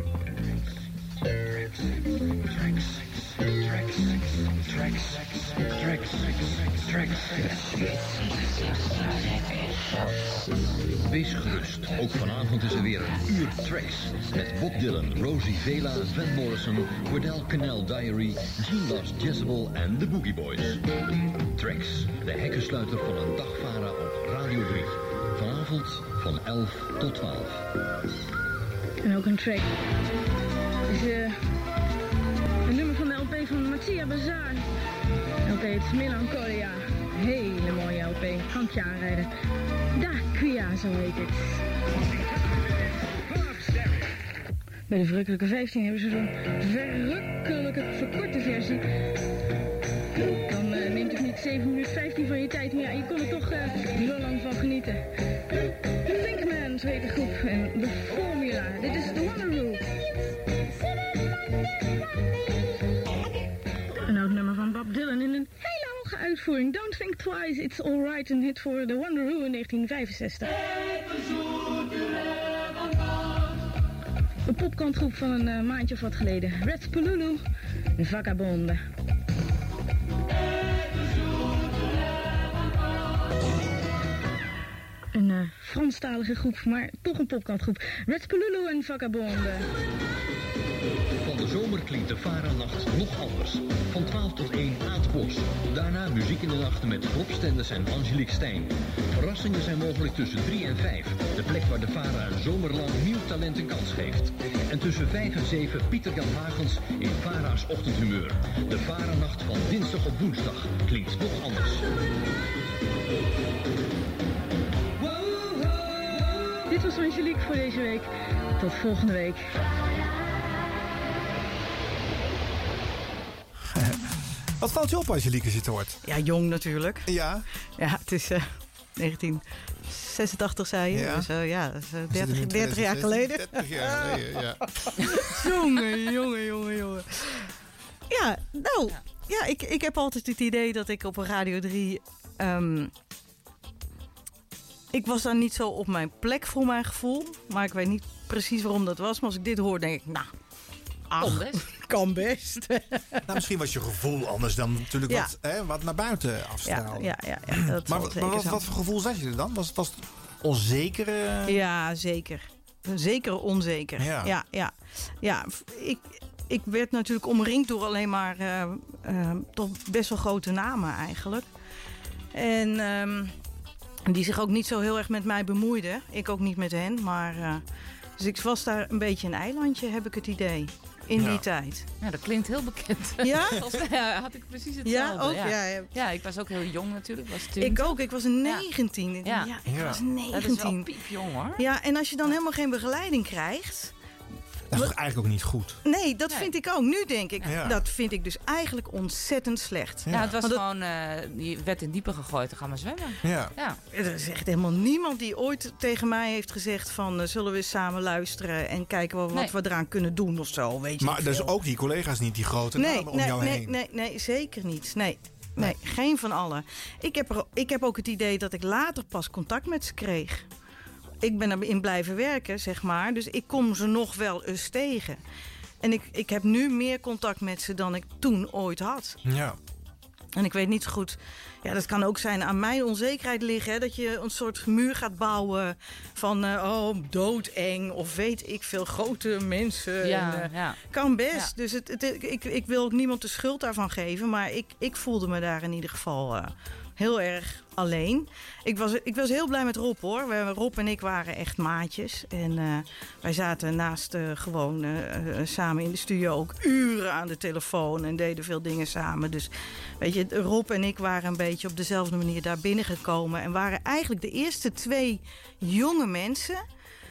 Wees gerust, ook vanavond is er weer een uur tracks. Met Bob Dylan, Rosie Vela, Van Morrison, Cordell Canal Diary, Gene Loves Jezebel en de Boogie Boys. Tracks, de hekkensluiter van een dagvara op Radio drie. Vanavond van elf tot twaalf.
En ook een track. Is uh, een nummer van de L P van Mattia Bazaar. L P het Melancholia. Hele mooie L P. Kan ik je aanrijden. Da Quia, zo heet het. Bij de Verrukkelijke vijftien hebben ze zo'n verrukkelijke verkorte versie. Dan uh, neemt het niet zeven minuten vijftien van je tijd, maar ja, je kon er toch uh, heel lang van genieten. Thinkman, zo heet de groep. En de Formula. Dit is de Wanderoo. Een oud nummer van Bob Dylan in een hele hoge uitvoering. Don't Think Twice, It's Alright. Een hit voor de Wanderoo in negentien vijfenzestig. Een popkantgroep van een uh, maandje of wat geleden. Red Polulu, Vagabonde. Een uh, Franstalige groep, maar toch een popkantgroep. Red Polulu en Vagabonde.
Van de zomer klinkt de Vara-nacht nog anders. Van twaalf tot één Aad Bos. Daarna muziek in de nacht met Rob Stenders en Angelique Stijn. Verrassingen zijn mogelijk tussen drie en vijf. De plek waar de Vara een zomerlang nieuw talent een kans geeft. En tussen vijf en zeven Pieter Jan Hagens in Vara's ochtendhumeur. De Vara-nacht van dinsdag op woensdag klinkt nog anders.
Dit was Angelique voor deze week. Tot volgende week.
Wat valt je op als je Lieke zit hoort?
Ja, jong natuurlijk.
Ja?
Ja, het is uh, negentien zesentachtig, zei je.
Ja.
Dus uh, ja, dat is uh, dertig, dertig jaar geleden.
dertig jaar geleden, ja.
jongen, jongen, jongen, jongen. Ja, nou, ja, ja ik, ik heb altijd het idee dat ik op Radio drie... Um, ik was daar niet zo op mijn plek voor mijn gevoel. Maar ik weet niet precies waarom dat was. Maar als ik dit hoor, denk ik, nou... Ach,
Kan best.
Kan best.
Nou, misschien was je gevoel anders dan natuurlijk
Ja.
wat, hè, wat naar buiten afstraalde.
Ja, ja, ja, ja, dat
maar
zal
wat,
zeker
maar wat,
zo.
wat voor gevoel zat je er dan? Was het, was het onzeker? eh?
Ja, zeker. Zeker onzeker.
Ja.
Ja, ja. ja ik, ik werd natuurlijk omringd door alleen maar uh, uh, toch best wel grote namen eigenlijk. En um, die zich ook niet zo heel erg met mij bemoeiden. Ik ook niet met hen. Maar, uh, dus ik was daar een beetje een eilandje, heb ik het idee. In
Ja.
die tijd.
Ja, dat klinkt heel bekend.
Ja?
Volgens mij had ik precies hetzelfde.
Ja, ook?
Ja.
Ja, ja.
Ja, ik was ook heel jong natuurlijk. Was
Ik ook, ik was negentien.
Ja,
ja ik
Ja.
was
Dat
negentien.
is wel piepjong hoor.
Ja, en als je dan helemaal geen begeleiding krijgt...
Dat is toch eigenlijk ook niet goed?
Nee, dat vind ik ook. Nu denk ik,
Ja.
dat vind ik dus eigenlijk ontzettend slecht.
Ja, het was
Want dat-
gewoon, uh, je werd in diepe gegooid, dan gaan we zwemmen.
Ja.
ja.
Er is echt helemaal niemand die ooit tegen mij heeft gezegd van... Uh, zullen we eens samen luisteren en kijken wat, wat
Nee.
we eraan kunnen doen of zo. Weet je
Maar
niet
dus
veel.
ook die collega's niet, die grote
nee,
namen om
nee,
jou
nee,
heen.
Nee, nee, zeker niet. Nee, nee, geen van allen. Ik heb, er, ik heb ook het idee dat ik later pas contact met ze kreeg. Ik ben erin blijven werken, zeg maar. Dus ik kom ze nog wel eens tegen. En ik, ik heb nu meer contact met ze dan ik toen ooit had.
Ja.
En ik weet niet zo goed... Ja, dat kan ook zijn aan mijn onzekerheid liggen. Hè, dat je een soort muur gaat bouwen van... Uh, oh, doodeng of weet ik veel, grote mensen.
Ja,
en, uh,
ja.
Kan best.
Ja.
Dus het, het, ik, ik wil ook niemand de schuld daarvan geven. Maar ik, ik voelde me daar in ieder geval uh, heel erg alleen. Ik was, ik was heel blij met Rob, hoor. We, Rob en ik waren echt maatjes. En uh, wij zaten naast uh, gewoon uh, uh, samen in de studio ook uren aan de telefoon. En deden veel dingen samen. Dus weet je, Rob en ik waren een beetje op dezelfde manier daar binnengekomen. En waren eigenlijk de eerste twee jonge mensen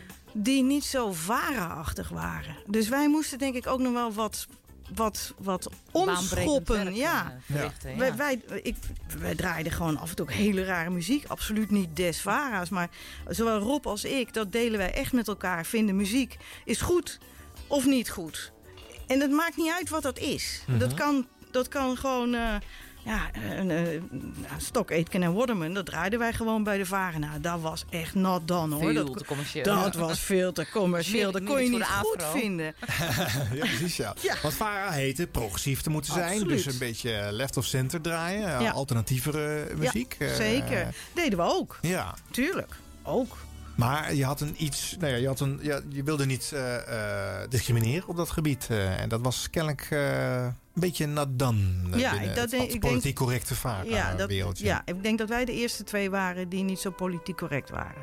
die niet zo Vara-achtig waren. Dus wij moesten denk ik ook nog wel wat... Wat, wat omschoppen.
werk,
Ja.
uh, verrichten, ja.
Wij, wij, ik, wij draaiden gewoon af en toe ook hele rare muziek. Absoluut niet des Vara's. Maar zowel Rob als ik, dat delen wij echt met elkaar. Vinden muziek is goed of niet goed. En het maakt niet uit wat dat is.
Mhm.
Dat kan, dat kan gewoon... Uh, ja, een uh, Stok, Aitken en Waterman, dat draaiden wij gewoon bij de Vara. Nou, dat was echt not done, hoor.
Veel
dat,
te commercieel.
Dat
Ja.
was veel te commercieel.
Meer-
Dat kon je
meer
niet
iets voor de
goed
afro.
vinden.
Ja, precies, ja.
Ja.
Want Vara heette progressief te moeten zijn.
Absoluut.
Dus een beetje left of center draaien. eh,
Ja.
Alternatievere muziek.
Ja,
eh,
zeker. Deden we ook.
Ja.
Tuurlijk. Ook.
Maar je had een iets... Nou ja, je, had een, ja, je wilde niet uh, uh, discrimineren op dat gebied. Uh, en dat was kennelijk uh, een beetje nat dan. Uh,
Ja,
binnen
dat
het
denk- ik
politiek
denk-
correcte
Ja, dat,
Vara-wereldje.
ja, ik denk dat wij de eerste twee waren die niet zo politiek correct waren.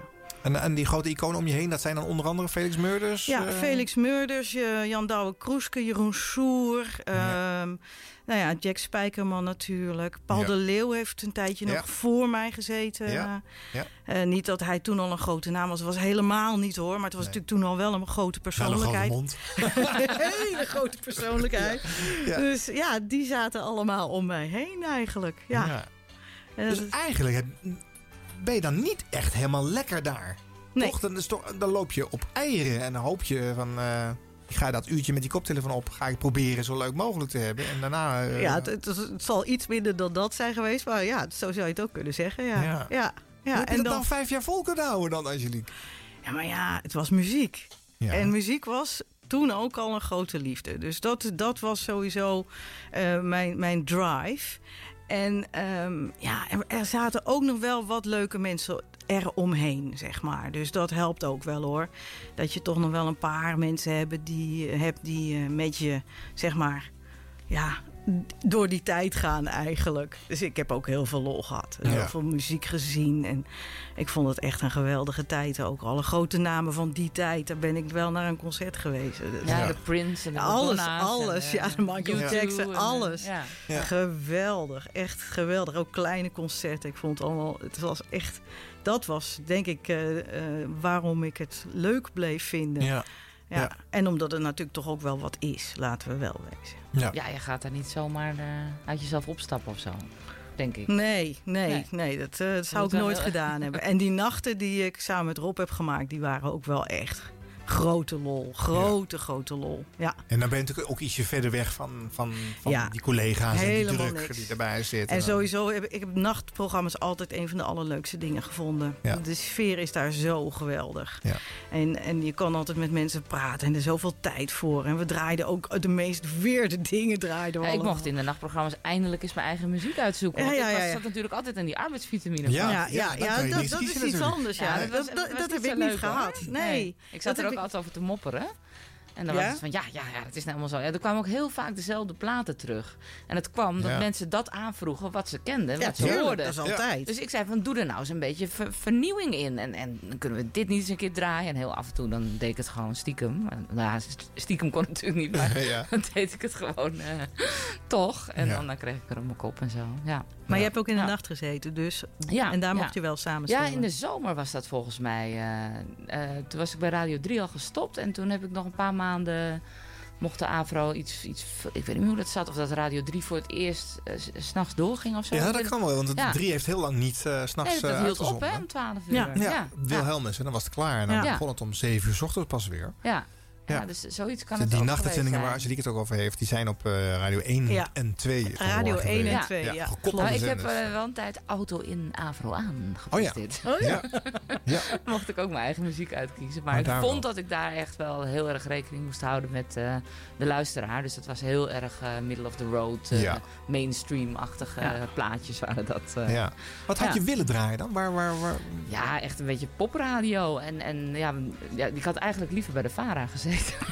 En, en die grote iconen om je heen, dat zijn dan onder andere Felix Meurders?
Ja,
uh...
Felix Meurders, uh, Jan Douwe-Kroeske, Jeroen Soer. Ja. Um, nou ja, Jack Spijkerman natuurlijk. Paul ja. de Leeuw heeft een tijdje ja. nog voor mij gezeten.
Ja. Ja.
Uh, niet dat hij toen al een grote naam was. Dat was helemaal niet hoor. Maar het was nee. natuurlijk toen al wel een grote persoonlijkheid.
Ja, een grote mond.
Een hele grote persoonlijkheid. Ja. Ja. Dus ja, die zaten allemaal om mij heen eigenlijk. Ja.
Ja. Uh, dus eigenlijk heb, ben je dan niet echt helemaal lekker daar.
Nee.
Toch? Dan, dan loop je op eieren en dan hoop je van... Uh, ik ga dat uurtje met die koptelefoon op. Ga ik proberen zo leuk mogelijk te hebben. En daarna... Uh...
Ja, het, het, het zal iets minder dan dat zijn geweest. Maar ja, zo zou je het ook kunnen zeggen. Ja.
Ja.
Ja. Ja.
Hoe heb je
en
dat
dan...
dan vijf jaar vol kunnen houden dan, Angelique?
Ja, maar ja, het was muziek. Ja. En muziek was toen ook al een grote liefde. Dus dat, dat was sowieso uh, mijn, mijn drive. En um, ja, er, er zaten ook nog wel wat leuke mensen eromheen, zeg maar. Dus dat helpt ook wel, hoor. Dat je toch nog wel een paar mensen hebben die, hebt die uh, met je, zeg maar, ja, door die tijd gaan eigenlijk. Dus ik heb ook heel veel lol gehad. Heel ja. veel muziek gezien. En ik vond het echt een geweldige tijd ook. Alle grote namen van die tijd. Daar ben ik wel naar een concert geweest. Dus
ja, ja, de Prince en de
alles,
Madonna's
alles.
En,
ja, de Michael ja. Jackson,
en,
alles.
Ja.
Ja. Geweldig. Echt geweldig. Ook kleine concerten. Ik vond het allemaal... Het was echt... Dat was, denk ik, uh, uh, waarom ik het leuk bleef vinden.
Ja.
Ja. Ja. En omdat het natuurlijk toch ook wel wat is, laten we wel wezen.
Ja, ja je gaat daar niet zomaar uh, uit jezelf opstappen of zo, denk ik.
Nee, nee, nee. nee dat, uh, dat zou dat ik nooit wel... gedaan hebben. En die nachten die ik samen met Rob heb gemaakt, die waren ook wel echt grote lol. Grote, ja. grote lol. Ja.
En dan ben je natuurlijk ook ietsje verder weg van, van, van ja. die collega's Helemaal en die druk niks. die erbij zit.
En sowieso heb ik heb nachtprogramma's altijd een van de allerleukste dingen gevonden. Ja. De sfeer is daar zo geweldig.
Ja.
En, en je kan altijd met mensen praten en er is zoveel tijd voor. En we draaiden ook de meest weerde dingen. Draaiden we
ja, ik mocht in de nachtprogramma's eindelijk eens mijn eigen muziek uitzoeken.
Ja,
want
ja, ja, ja.
ik zat natuurlijk altijd in die arbeidsvitamine.
Ja, ja, ja, ja, ja dat, dat is iets anders. Ja. Ja, dat dat, dat, dat heb ik niet gehad. Nee. nee.
Ik zat er ook altijd over te mopperen. En dan ja? was het van, ja, ja, ja, het is nou helemaal zo. Ja, er kwamen ook heel vaak dezelfde platen terug. En het kwam dat ja. mensen dat aanvroegen wat ze kenden,
ja,
wat ze
tuurlijk,
hoorden.
Dat is altijd.
Ja. Dus ik zei van, doe er nou eens een beetje ver, vernieuwing in. En, en dan kunnen we dit niet eens een keer draaien. En heel af en toe dan deed ik het gewoon stiekem. Nou, stiekem kon natuurlijk niet, maar ja. dan deed ik het gewoon uh, toch. En ja. dan, dan kreeg ik er op mijn kop en zo, ja.
Maar je hebt ook in de ja. nacht gezeten, dus. Ja, en daar mocht ja. je wel samen spelen.
Ja, in de zomer was dat volgens mij. Uh, uh, toen was ik bij Radio drie al gestopt. En toen heb ik nog een paar maanden... mocht de AVRO iets, iets... Ik weet niet meer hoe dat zat. Of dat Radio drie voor het eerst uh, 's nachts doorging of zo.
Ja, dat kan wel. Want het
ja.
drie heeft heel lang niet uh, 's nachts
nee, dat hield
uh,
op, hè, om twaalf uur.
Ja, ja. ja. Wilhelmus. En dan was het klaar. En dan ja. begon het om zeven uur 's ochtends pas weer.
Ja. Ja, ja, dus zoiets kan
dus
het
die
ook
nachtuitzendingen waar Angelique het ook over heeft, die zijn op uh, Radio één ja. en twee.
Radio één en twee, ja. ja.
Nou, ik heb uh, wel een tijd Auto in Avro aan gepresteerd.
Oh ja.
Oh, ja. ja. ja. Mocht ik ook mijn eigen muziek uitkiezen. Maar, maar ik vond wel. dat ik daar echt wel heel erg rekening moest houden met uh, de luisteraar. Dus dat was heel erg uh, middle of the road, uh, ja. mainstream-achtige ja. plaatjes waren dat. Uh,
ja. Wat had ja. je willen draaien dan? Waar, waar, waar...
Ja, echt een beetje popradio. En, en ja, ja, ik had eigenlijk liever bij de VARA gezeten.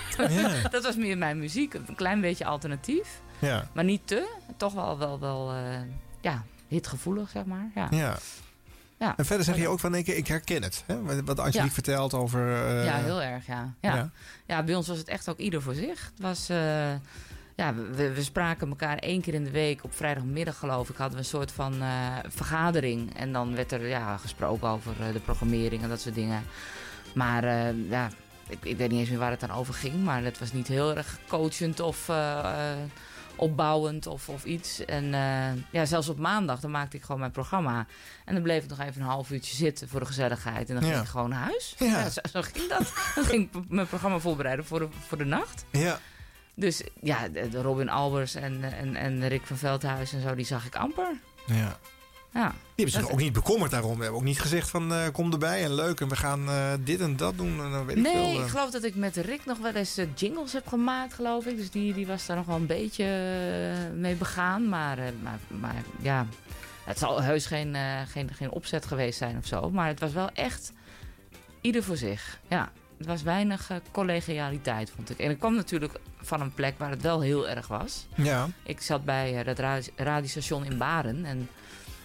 Ja. Dat was meer mijn muziek. Een klein beetje alternatief.
Ja.
Maar niet te. Toch wel, wel, wel uh, ja, hitgevoelig, zeg maar. Ja.
Ja. Ja. En verder zeg je ook van, ik, ik herken het. Hè? Wat Angelique ja. vertelt over... Uh...
Ja, heel erg, ja. Ja. ja. Ja, bij ons was het echt ook ieder voor zich. Het was... Uh, ja, we, we spraken elkaar één keer in de week. Op vrijdagmiddag, geloof ik, hadden we een soort van uh, vergadering. En dan werd er ja, gesproken over uh, de programmering en dat soort dingen. Maar uh, ja... Ik, ik weet niet eens meer waar het dan over ging. Maar het was niet heel erg coachend of uh, uh, opbouwend of, of iets. En uh, ja, zelfs op maandag, dan maakte ik gewoon mijn programma. En dan bleef ik nog even een half uurtje zitten voor de gezelligheid. En dan ging ja. ik gewoon naar huis.
Ja.
Ja, zo, zo ging dat. Dan ging ik mijn programma voorbereiden voor de, voor de nacht.
Ja.
Dus ja, de Robin Albers en, en, en Rick van Veldhuis en zo, die zag ik amper.
Ja.
Ja,
die hebben zich ook niet bekommerd daarom. We hebben ook niet gezegd van uh, kom erbij en leuk en we gaan uh, dit en dat doen. En dan weet
nee,
ik, veel, uh...
ik geloof dat ik met Rick nog wel eens uh, jingles heb gemaakt, geloof ik. Dus die, die was daar nog wel een beetje uh, mee begaan. Maar, uh, maar, maar ja, het zal heus geen, uh, geen, geen opzet geweest zijn of zo. Maar het was wel echt ieder voor zich. Ja, het was weinig uh, collegialiteit, vond ik. En ik kwam natuurlijk van een plek waar het wel heel erg was.
Ja.
Ik zat bij uh, dat radi- radiostation in Baren en...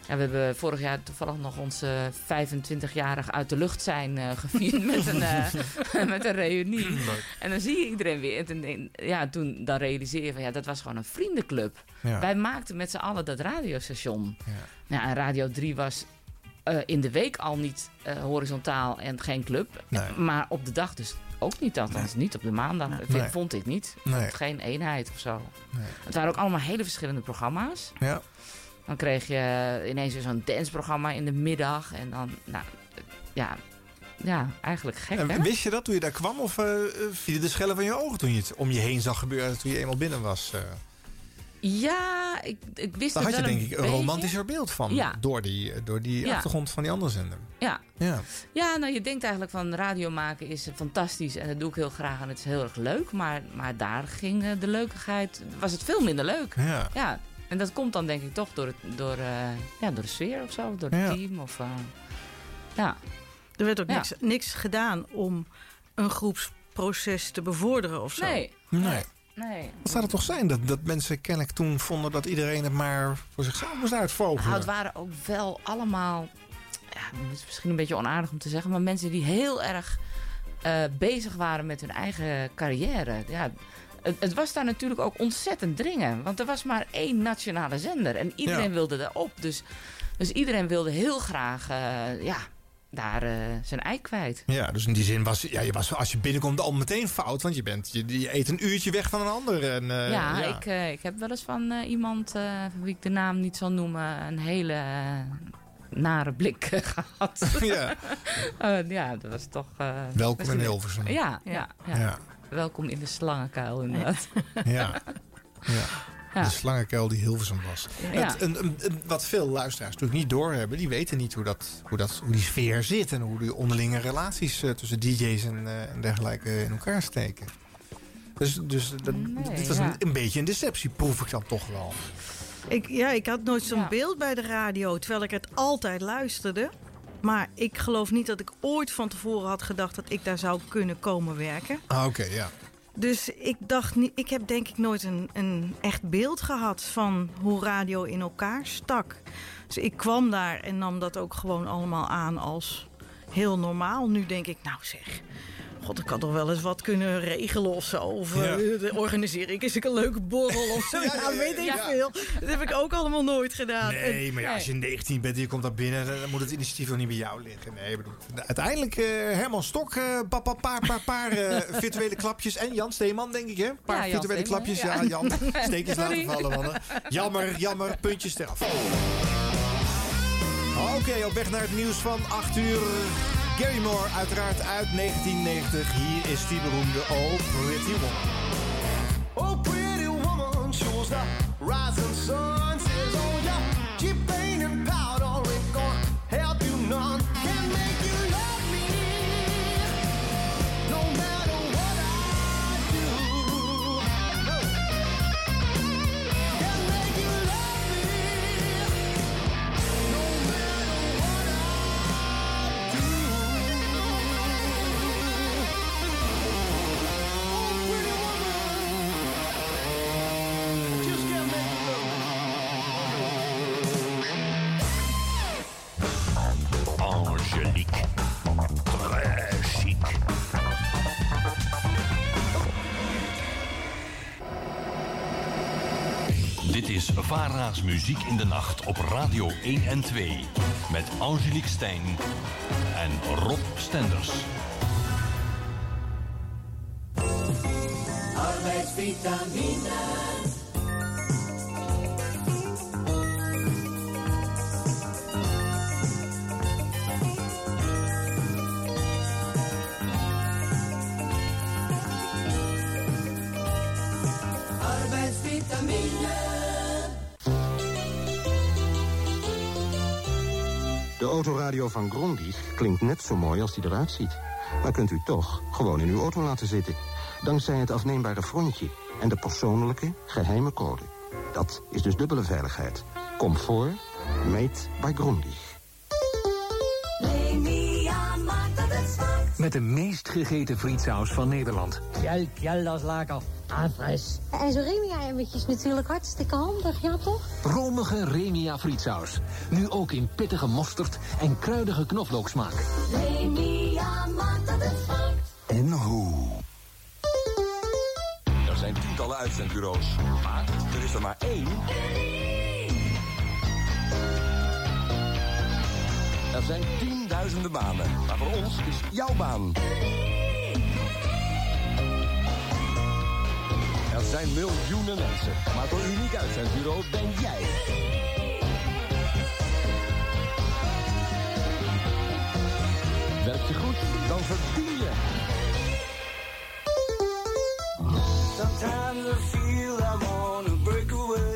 Ja, we hebben vorig jaar toevallig nog onze vijfentwintigjarig uit de lucht zijn uh, gevierd met een, uh, met een reunie. En dan zie je iedereen weer. En toen, ja, toen dan realiseer je van ja, dat was gewoon een vriendenclub. Ja. Wij maakten met z'n allen dat radiostation. Ja. Nou, en Radio drie was uh, in de week al niet uh, horizontaal en geen club. Nee. Maar op de dag dus ook niet. Althans, nee. niet op de maandag. Nee. Vond ik niet. Nee. Geen eenheid of zo. Nee. Het waren ook allemaal hele verschillende programma's. Ja. Dan kreeg je ineens weer zo'n danceprogramma in de middag. En dan, nou, ja, ja eigenlijk gek,
en
hè?
Wist je dat toen je daar kwam? Of uh, vielen de schellen van je ogen toen je het om je heen zag gebeuren toen je eenmaal binnen was? Uh...
Ja, ik, ik wist
Daar
het
had je
wel
denk ik
een
een
beetje.
romantischer beeld van. Ja. Door die, door die ja. achtergrond van die andere zender.
Ja.
Ja.
ja, nou je denkt eigenlijk van radio maken is fantastisch. En dat doe ik heel graag en het is heel erg leuk. Maar, maar daar ging de leukigheid, was het veel minder leuk. Ja. ja. En dat komt dan denk ik toch door, het, door, uh, ja, door de sfeer of zo, door het ja. team. Of, uh, ja.
Er werd ook
ja.
niks, niks gedaan om een groepsproces te bevorderen of zo.
Nee.
Nee.
nee.
Wat zou het toch zijn dat, dat mensen kennelijk toen vonden dat iedereen het maar voor zichzelf moest uitvogelen?
Nou, het waren ook wel allemaal, ja, het is misschien een beetje onaardig om te zeggen, maar mensen die heel erg uh, bezig waren met hun eigen carrière. Ja. Het, het was daar natuurlijk ook ontzettend dringen. Want er was maar één nationale zender. En iedereen ja. wilde daarop. Dus, dus iedereen wilde heel graag uh, ja, daar uh, zijn ei kwijt.
Ja, dus in die zin was, ja, je was als je binnenkomt al meteen fout. Want je, bent, je, je eet een uurtje weg van een ander. En, uh,
ja,
ja.
Ik, uh, ik heb wel eens van uh, iemand, uh, van wie ik de naam niet zal noemen, een hele uh, nare blik uh, gehad. Ja. uh, ja, dat was toch... Uh,
Welkom in Hilversum.
Ja, ja, ja. ja. ja. Welkom in de slangenkuil, inderdaad.
Ja, ja. ja. De slangenkuil die Hilversum was. Ja. Het, een, een, een, wat veel luisteraars natuurlijk niet doorhebben, die weten niet hoe, dat, hoe, dat, hoe die sfeer zit en hoe die onderlinge relaties uh, tussen D J's en, uh, en dergelijke in elkaar steken. Dus, dus dat, nee, dit was ja. een, een beetje een deceptie, proef ik dan toch wel.
Ik, ja, ik had nooit zo'n ja. beeld bij de radio, terwijl ik het altijd luisterde. Maar ik geloof niet dat ik ooit van tevoren had gedacht dat ik daar zou kunnen komen werken.
Ah, oké, okay, ja.
Dus ik dacht niet, ik heb denk ik nooit een, een echt beeld gehad van hoe radio in elkaar stak. Dus ik kwam daar en nam dat ook gewoon allemaal aan als heel normaal. Nu denk ik, nou zeg, god, ik had toch wel eens wat kunnen regelen of zo. Of ja. uh, organiseer ik eens een leuke borrel of zo. Ja, ja, ja, ja, weet ik ja. veel. Dat heb ik ook allemaal nooit gedaan.
Nee,
en,
maar ja, als je negentien bent en je komt daar binnen, dan moet het initiatief nog niet bij jou liggen. Nee, bedoel, uiteindelijk uh, Herman Stok, uh, paar, paar, paar, paar, paar uh, virtuele klapjes. En Jan Steeman, denk ik, hè? Een paar ja, virtuele
Steeman,
klapjes.
Ja,
ja Jan, steekjes laten vallen. Mannen. Jammer, jammer, puntjes eraf. Oké, okay, op weg naar het nieuws van acht uur. Gary Moore, uiteraard uit negentien negentig. Hier is die beroemde Oh Pretty Woman.
Oh pretty woman, shows the rising sun. Says oh yeah, cheap paint and powder ain't gonna help you none. Can make you love me, no matter what I do. No. Can make you love me, no matter what I do.
Angelique. Très chic. Dit is Vara's Muziek in de Nacht op Radio één en twee. Met Angelique Stijn en Rob Stenders.
Arbeidsvitamine.
De autoradio van Grundig klinkt net zo mooi als die eruit ziet. Maar kunt u toch gewoon in uw auto laten zitten. Dankzij het afneembare frontje en de persoonlijke geheime code. Dat is dus dubbele veiligheid. Comfort, made by Grundig.
Lemia maakt dat het smaakt.
met de meest gegeten frietsaus van Nederland.
Jel, jel, dat is lekker. Afres.
En zo'n Remia-emmertjes natuurlijk hartstikke handig, ja toch?
Romige Remia frietsaus. Nu ook in pittige mosterd en kruidige knoflooksmaak.
Remia maakt dat het smaakt.
En hoe?
Er zijn tientallen uitzendbureaus, maar er is er maar één. Er zijn tienduizenden banen, maar voor ons is jouw baan. Er zijn miljoenen mensen, maar voor uniek uitzendbureau ben jij. Werk je goed, dan verdien je.
Sometimes I feel I wanna break away.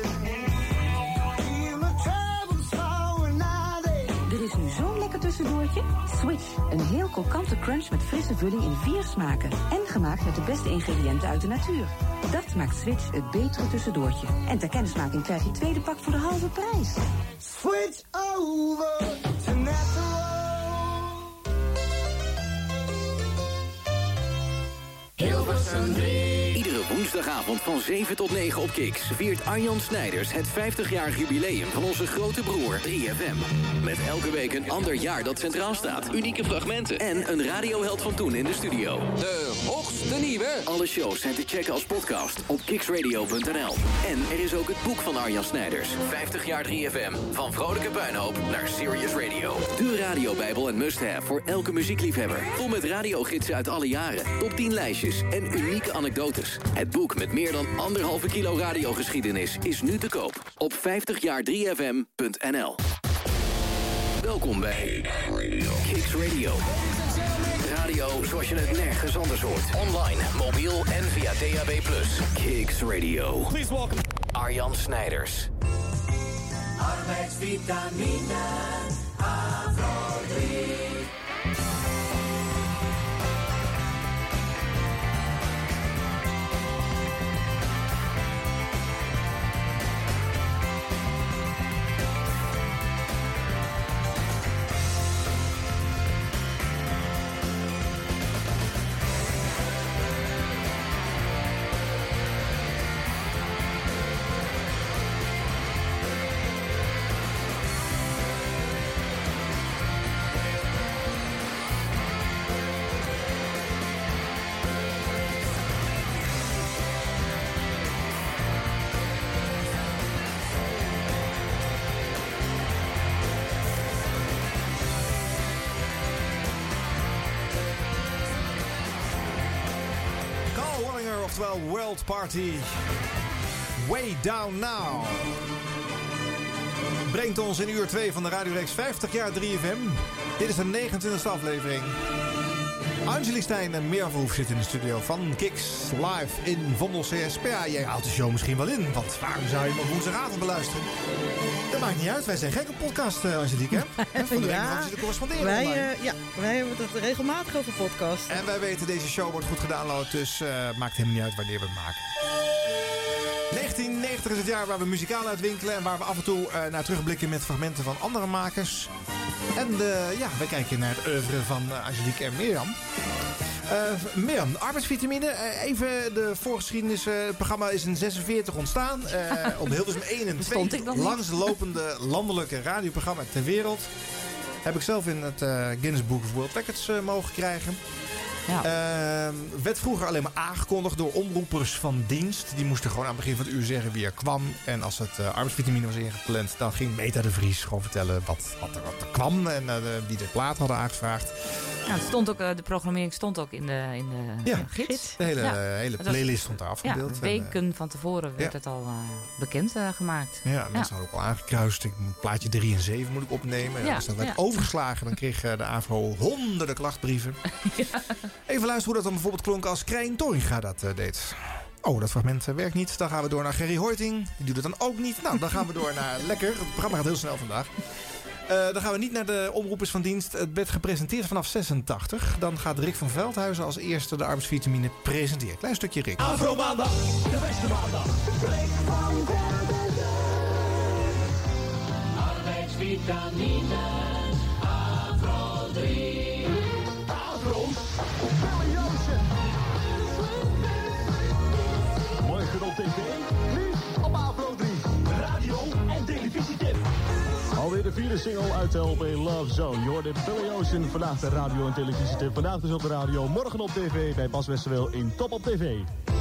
Er is nu zo'n lekker tussendoortje. Switch, een heel krokante crunch met frisse vulling in vier smaken. En gemaakt met de beste ingrediënten uit de natuur. Dat maakt Switch het betere tussendoortje. En ter kennismaking krijg je het tweede pak voor de halve prijs.
Switch over to natural.
Hilversum drie. Iedere woensdagavond van zeven tot negen op Kix viert Arjan Snijders het vijftigjarig jubileum van onze grote broer drie F M. Met elke week een ander jaar dat centraal staat, unieke fragmenten en een radioheld van toen in de studio. De hoogste nieuwe. Alle shows zijn te checken als podcast op kiksradio punt n l. En er is ook het boek van Arjan Snijders, vijftig jaar drie F M. Van vrolijke puinhoop naar Serious Radio. De radiobijbel en must-have voor elke muziekliefhebber. Vol met radiogidsen uit alle jaren, top tien lijstjes en unieke anekdotes. Het boek met meer dan anderhalve kilo radiogeschiedenis is nu te koop op vijftig jaar drie F M punt n l. Welkom bij Kicks Radio. Radio zoals je het nergens anders hoort. Online, mobiel en via D A B plus. Kicks Radio. Please welcome Arjan Snijders.
Arbeidsvitamine, Afro drie.
Oftewel World Party. Way Down Now. Brengt ons in uur twee van de radioreeks vijftig jaar drie F M. Dit is de negenentwintigste aflevering. Angelique Stijn en Mirjam Verhoef zitten in de studio van Kicks live in Vondel C S P A. Jij haalt de show misschien wel in, want waarom zou je hem op woensdagavond beluisteren? Dat maakt niet uit, wij zijn gek op podcast, uh, Angelique, hè? Van de
ja,
week de corresponderen
wij, uh, ja, wij hebben het regelmatig over podcast.
En wij weten, deze show wordt goed gedownload, dus uh, maakt helemaal niet uit wanneer we het maken. negentien negentig is het jaar waar we muzikaal uitwinkelen en waar we af en toe uh, naar terugblikken met fragmenten van andere makers. En uh, ja, we kijken naar het oeuvre van uh, Angelique en Mirjam. Uh, Mirjam, arbeidsvitamine. Uh, even de voorgeschiedenis. Uh, het programma is in zesenveertig ontstaan. Uh, op Hilversum één en twee. Langslopende landelijke radioprogramma ter wereld. Heb ik zelf in het uh, Guinness Book of World Records uh, mogen krijgen. Ja. Uh, werd vroeger alleen maar aangekondigd door omroepers van dienst. Die moesten gewoon aan het begin van het uur zeggen wie er kwam. En als het uh, arbeidsvitamine was ingepland, dan ging Meta de Vries gewoon vertellen wat, wat, er, wat er kwam. En uh, de, die de plaat hadden aangevraagd.
Ja, het stond ook, de programmering stond ook in de, in de
ja,
gids.
De hele,
ja.
hele playlist stond daar afgebeeld.
Ja, weken en, uh, van tevoren werd
ja.
het al uh, bekend uh, gemaakt.
Ja, mensen
ja.
hadden ook al aangekruist. Ik, plaatje drie en zeven moet ik opnemen. Ja, als dat werd ja. overgeslagen, dan kreeg uh, de AVRO honderden klachtbrieven. Ja. Even luisteren hoe dat dan bijvoorbeeld klonk als Krijn Torringa dat uh, deed. Oh, dat fragment uh, werkt niet. Dan gaan we door naar Gerry Hoiting. Die doet het dan ook niet. Nou, dan gaan we door naar Lekker. Het programma gaat heel snel vandaag. Uh, dan gaan we niet naar de omroepers van dienst. Het werd gepresenteerd vanaf zesentachtig. Dan gaat Rick van Veldhuizen als eerste de arbeidsvitamine presenteren. Klein stukje Rick.
Afro maandag, de beste maandag. Rick van Veldhuizen. Arbeidsvitamine, Afro drie. Afro,
vierde single uit de L P Love Zone. Je hoorde Billy Ocean, vandaag de radio- en televisietip. Vandaag dus op de radio, morgen op tv bij Bas Westerweel in Top op T V.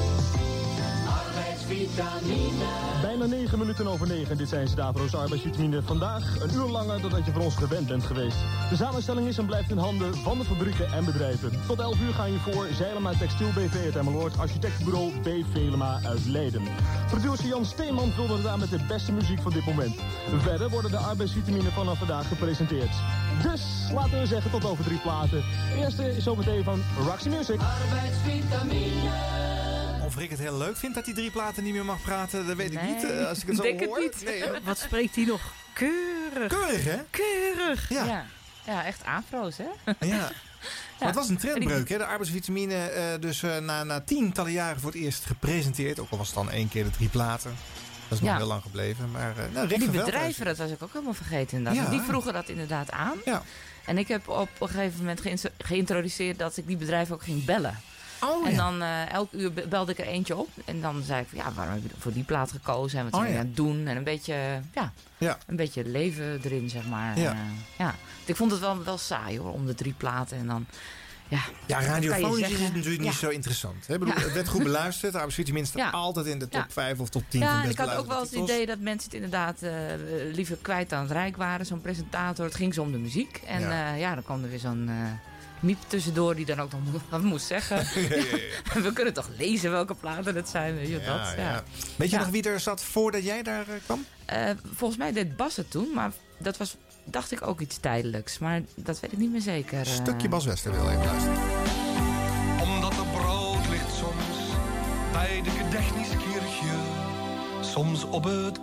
Arbeidsvitamine.
Bijna negen minuten over negen. Dit zijn Stavro's arbeidsvitamine. Vandaag een uur langer dan dat je van ons gewend bent geweest. De samenstelling is en blijft in handen van de fabrieken en bedrijven. Tot elf uur gaan je voor Zeilema Textiel B V uit Emmeloord, architectenbureau B. Velema uit Leiden. Producer Jan Steeman vulde het aan met de beste muziek van dit moment. Verder worden de arbeidsvitamine vanaf vandaag gepresenteerd. Dus laten we zeggen tot over drie platen. Eerste is zometeen van Roxy Music.
Arbeidsvitamine.
Of Rick het heel leuk vindt dat hij drie platen niet meer mag praten, dat weet ik
Nee,
niet. Uh, als ik het zo
denk
hoor.
het niet.
Nee, hè?
Wat spreekt hij nog keurig.
Keurig, hè?
Keurig.
Ja.
Ja, ja echt afro's, hè?
Ja. Maar het was een trendbreuk, hè? De arbeidsvitamine, uh, dus uh, na, na tientallen jaren voor het eerst gepresenteerd. Ook al was het dan één keer de drie platen. Dat is nog
Ja.
heel lang gebleven. Maar, uh, nou, Rick
die
van
bedrijven,
Veldhuizen.
dat was ik ook helemaal vergeten inderdaad.
Ja.
Die vroegen dat inderdaad aan.
Ja.
En ik heb op een gegeven moment geïnst- geïntroduceerd dat ik die bedrijven ook ging bellen.
Oh,
en
ja.
dan uh, elk uur be- belde ik er eentje op. En dan zei ik van, ja, waarom heb je voor die plaat gekozen? En wat
Oh,
zijn we
ja.
aan het doen? En een beetje, ja,
Ja.
een beetje leven erin, zeg maar.
Ja.
Uh, ja. Ik vond het wel, wel saai hoor, om de drie platen. En dan, ja,
Ja,
wat kan je
radiofonisch is
zeggen?
het natuurlijk niet
Ja.
zo interessant. Hè? Ik bedoel,
Ja.
Het werd goed beluisterd. De arbeidsvitamine staat
Ja.
altijd in de top
Ja.
vijf of top tien
Ja,
van
en
de
ik
best
had ook wel eens
beluisterde
het idee dat mensen het inderdaad uh, liever kwijt dan rijk waren. Zo'n presentator, het ging zo om de muziek. En
Ja.
ja, uh, ja dan kwam er weer zo'n uh, miep tussendoor die dan ook nog mo- wat moest zeggen.
ja, ja, ja.
We kunnen toch lezen welke platen het zijn, weet je
Ja,
dat?
ja.
Ja.
Weet je
Ja.
nog wie er zat voordat jij daar uh, kwam?
Uh, volgens mij deed Bas het toen, maar dat was, dacht ik, ook iets tijdelijks. Maar dat weet ik niet meer zeker.
Een
uh.
stukje Bas Wester wil even luisteren.
Omdat er brood ligt soms bij de Gedächtniskirche, soms op het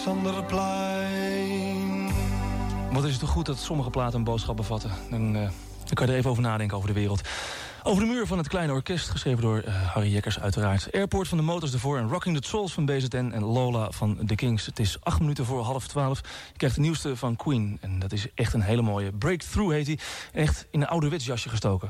Alexanderplein.
Wat is het toch goed dat sommige platen een boodschap bevatten. Dan, uh, dan kan je er even over nadenken over de wereld. Over de muur van het kleine orkest, geschreven door uh, Harry Jekkers uiteraard. Airport van de Motors ervoor en Rocking the Souls van B Z N en Lola van The Kings. Het is acht minuten voor half twaalf. Je krijgt de nieuwste van Queen. En dat is echt een hele mooie. Breakthrough heet hij. Echt in een ouderwets jasje gestoken.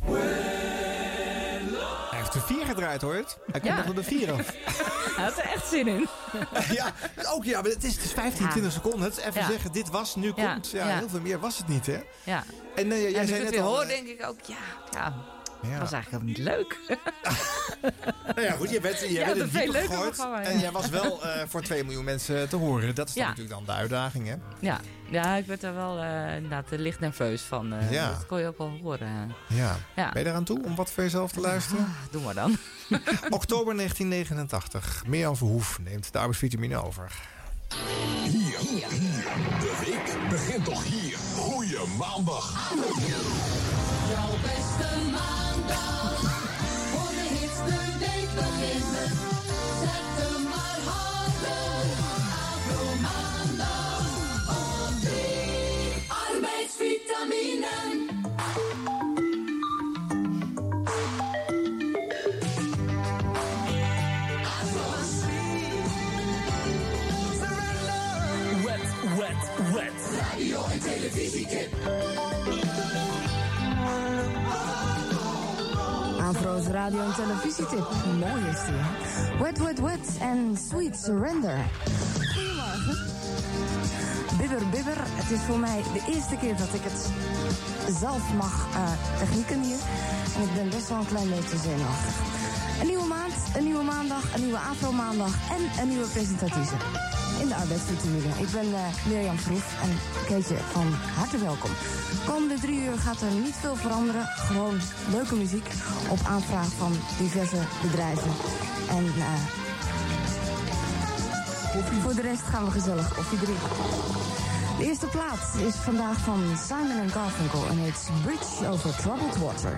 Hij heeft de vier gedraaid, hoor. Hij komt
Ja.
nog naar de vier af.
Hij had er echt zin in.
ja, ook ja, maar het is, het is vijftien,
Ja.
twintig seconden. Het is even
Ja.
zeggen, dit was, nu
Ja,
komt. Ja,
ja.
heel veel meer was het niet, hè?
Ja.
En uh, jij
en als
zei
ik het
net
weer
al...
hoor,
uh,
denk ik ook, ja, ja,
Ja.
was eigenlijk helemaal niet leuk.
Nou ja, goed, je bent, je
Ja,
bent
dat
in
veel
het diepe
leuker
gegooid.
programma, ja.
En jij was wel uh, voor twee miljoen mensen te horen. Dat is dan
Ja.
natuurlijk dan de uitdaging, hè?
Ja, ja ik werd er wel uh, inderdaad licht nerveus van. Uh,
Ja.
Dat kon je ook wel horen.
Ja.
Ja.
Ben je eraan toe om wat voor jezelf te luisteren?
Ah, doe maar dan.
Oktober negentien negenentachtig. Mirjam Verhoef neemt de arbeidsvitamine over.
Hier, hier, de week begint toch hier. Goeie maandag.
Jouw beste maandag. Voor de hipste week beginnen. Zet hem maar harder. Afro maandag. Op drie. Arbeidsvitamine.
Wet, wet, wet.
Radio en televisietip.
Afro's radio- en televisietip. Mooi is die, hè? Wet, wet, wet en Sweet Surrender. Goedemorgen. Bibber, bibber. Het is voor mij de eerste keer dat ik het zelf mag uh, technieken hier. En ik ben best wel een klein beetje zenuwachtig. Een nieuwe maand, een nieuwe maandag, een nieuwe Afro-maandag en een nieuwe presentatrice. In de arbeidsvitamine. Ik ben uh, Mirjam Verhoef en Keetje van harte welkom. Komende drie uur gaat er niet veel veranderen. Gewoon leuke muziek op aanvraag van diverse bedrijven. En uh, voor de rest gaan we gezellig koffie drinken. De eerste plaat is vandaag van Simon en Garfunkel en heet Bridge Over Troubled Water.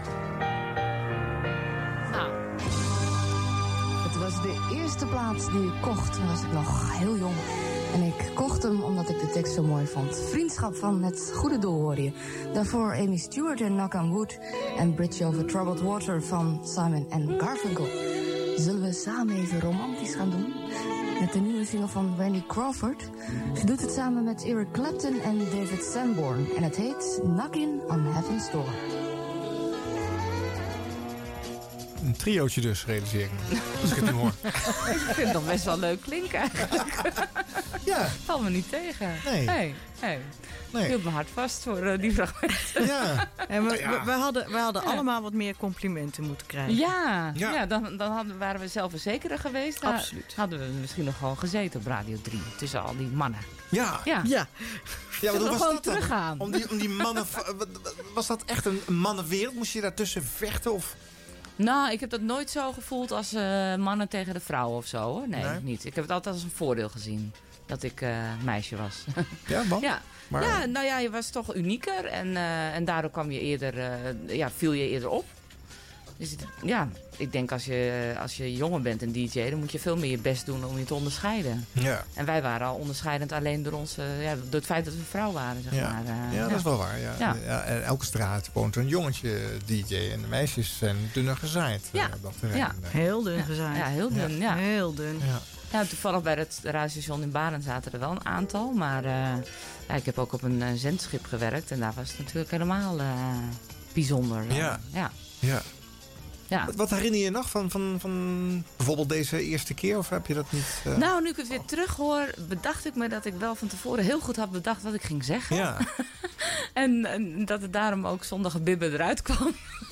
Het was de eerste plaat die ik kocht. Toen was ik nog heel jong. En ik kocht hem omdat ik de tekst zo mooi vond. Vriendschap van het goede doel hoor je. Daarvoor Amy Stewart en Knock on Wood. En Bridge Over Troubled Water van Simon en Garfunkel. Zullen we samen even romantisch gaan doen? Met de nieuwe single van Randy Crawford. Ze doet het samen met Eric Clapton en David Sanborn. En het heet Knockin' on Heaven's Door.
Een triootje dus, realiseer ik me. Als ik het nu hoor.
Ik vind het nog best wel leuk klinken eigenlijk.
Ja.
Val me niet tegen.
Nee.
Nee. nee.
Nee.
Ik hield me hard vast voor uh, die fragmenten.
Ja.
En we,
Ja.
we, we hadden, we hadden
Ja.
allemaal wat meer complimenten moeten krijgen.
Ja,
Ja.
ja. dan, dan hadden, waren we zelfverzekerder geweest. Dan
Absoluut.
hadden we misschien nog gewoon gezeten op Radio drie. Tussen al die mannen.
Ja.
Ja.
Ja.
Ja,
Zullen we
was
gewoon
dat dan?
teruggaan?
Om die, om die mannen... Was dat echt een mannenwereld? Moest je daartussen vechten? Of...
Nou, ik heb dat nooit zo gevoeld als uh, mannen tegen de vrouwen of zo. Hoor. Nee,
Nee?
niet. Ik heb het altijd als een voordeel gezien. Dat ik uh, meisje was.
Ja, want?
Ja.
Maar...
ja, nou ja, je was toch unieker. En, uh, en daardoor kwam je eerder, uh, ja, viel je eerder op. Dus het- ja, ik denk als je, als je jonger bent, een D J, dan moet je veel meer je best doen om je te onderscheiden.
Ja.
En wij waren al onderscheidend alleen door, onze, ja, door het feit dat we vrouw waren, zeg
Ja.
maar. Uh,
ja, dat is wel waar. Ja.
Ja.
Ja, en elke straat woont een jongetje D J. En de meisjes zijn dunner gezaaid.
Ja.
uh, op dat terrein.
Ja.
Heel dun gezaaid.
Ja, heel dun, ja.
Heel dun.
Ja.
Ja, toevallig bij het radiostation in Baren zaten er wel een aantal. Maar uh, ja, ik heb ook op een uh, zendschip gewerkt. En daar was het natuurlijk helemaal uh, bijzonder. Uh,
Ja.
Ja.
Ja.
Ja.
Wat, wat herinner je nog van, van, van bijvoorbeeld deze eerste keer? Of heb je dat niet... Uh...
Nou, nu ik het weer terug hoor, bedacht ik me dat ik wel van tevoren heel goed had bedacht wat ik ging zeggen.
Ja.
en, en dat het daarom ook zonder gebibber eruit kwam.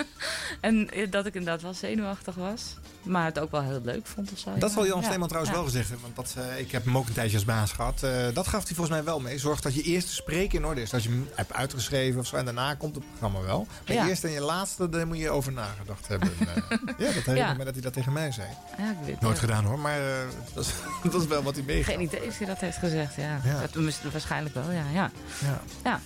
en dat ik inderdaad wel zenuwachtig was. Maar het ook wel heel leuk vond of zo.
Dat zal Jan
Ja.
Steeman trouwens
Ja.
wel gezegd hebben. Want dat, uh, ik heb hem ook een tijdje als baas gehad. Uh, dat gaf hij volgens mij wel mee. Zorg dat je eerste spreken in orde is. Als je hem hebt uitgeschreven of zo. En daarna komt het programma wel. Maar
Ja.
eerst en je laatste, daar moet je over nagedacht hebben. Uh, ja, dat herinner
Ja.
ik me dat hij dat tegen mij zei.
Ja, ik weet
Nooit
het.
gedaan hoor. Maar uh, dat, is, dat is wel wat hij meegaf.
Geen idee of hij dat heeft gezegd, ja.
Ja.
Dat, mis- waarschijnlijk wel, ja. ja.
Ja.
ja.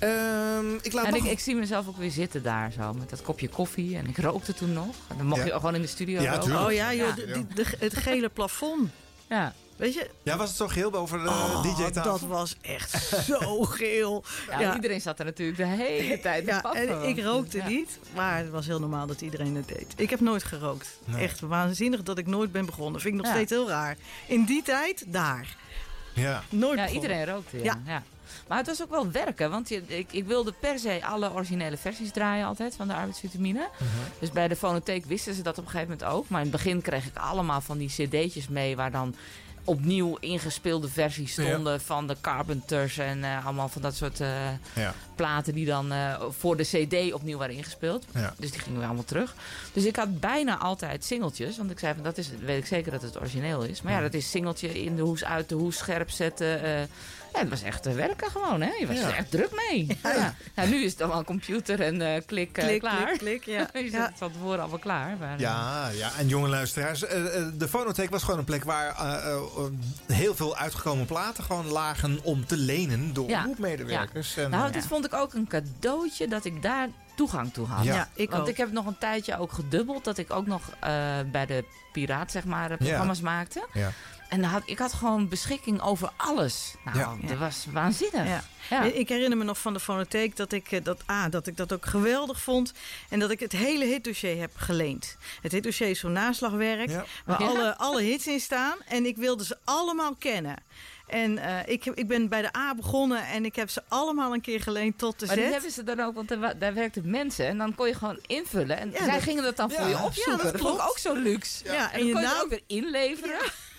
Um, ik laat
en
nog...
ik, ik zie mezelf ook weer zitten daar zo, met dat kopje koffie. En ik rookte toen nog. En dan mocht
Ja.
je gewoon in de studio
Ja,
roken.
tuurlijk.
Oh ja, joh,
Ja.
de- die- de- het gele plafond.
Ja.
Weet je?
Ja, was het zo geel boven de
Oh,
D J-tafel?
dat was echt zo geel.
Ja, iedereen zat er natuurlijk de hele tijd te
Ja,
paffen.
en ik rookte
Ja.
niet, maar het was heel normaal dat iedereen het deed. Ik heb nooit gerookt.
Nee.
Echt waanzinnig dat ik nooit ben begonnen. Vind ik nog
Ja.
steeds heel raar. In die tijd, daar.
Ja.
Nooit
Ja,
begonnen.
iedereen rookte, ja.
Ja.
ja. Maar het was ook wel werken, want je, ik, ik wilde per se alle originele versies draaien altijd van de arbeidsvitamine. Dus bij de fonotheek wisten ze dat op een gegeven moment ook. Maar in het begin kreeg ik allemaal van die cd'tjes mee waar dan opnieuw ingespeelde versies stonden van de Carpenters en uh, allemaal van dat soort uh,
Ja.
platen die dan uh, voor de cd opnieuw waren ingespeeld.
Ja.
Dus die gingen weer allemaal terug. Dus ik had bijna altijd singeltjes, want ik zei van dat is, weet ik zeker dat het origineel is. Maar ja, dat is singeltje in de hoes, uit de hoes, scherp zetten. Uh, ja, het was echt uh, werken gewoon, hè. Je was
Ja.
er echt druk mee. Ja. Ja. Nou, nu is het allemaal computer en uh, klik, uh,
Klik,
klaar.
klik, klik, ja.
Je zet
Ja.
het van tevoren allemaal klaar. Maar, uh,
Ja, ja, en jonge luisteraars. uh, uh, de fonotheek was gewoon een plek waar uh, uh, heel veel uitgekomen platen gewoon lagen om te lenen door
Ja.
groepmedewerkers.
Ja.
En,
Nou,
uh,
dit vond ik ook een cadeautje dat ik daar toegang toe had.
Ja. Ja,
ik
Want
ook.
ik heb nog een tijdje ook gedubbeld dat ik ook nog uh, bij de Piraat, zeg maar, uh, programma's maakte.
Ja.
En dan had, ik had gewoon beschikking over alles. Nou,
Ja.
dat was waanzinnig.
Ja.
Ja.
Ik herinner me nog van de fonotheek dat ik, eh, dat, ah, dat ik dat ook geweldig vond. En dat ik het hele hitdossier heb geleend. Het hitdossier is zo'n naslagwerk
Ja.
waar
Ja.
alle, alle hits in staan. En ik wilde ze allemaal kennen. En uh, ik, heb- ik ben bij de A begonnen en ik heb ze allemaal een keer geleend tot de
Maar
Z.
die hebben ze dan ook, want er wa- daar werkten mensen. En dan kon je gewoon invullen. En
Ja,
zij
dat-
gingen dat dan
ja.
voor je
Ja,
opzoeken.
dat
dat vond ik
klopt.
ook zo luxe.
Ja,
en,
en
dan
je
kon je
naam-
het ook weer inleveren.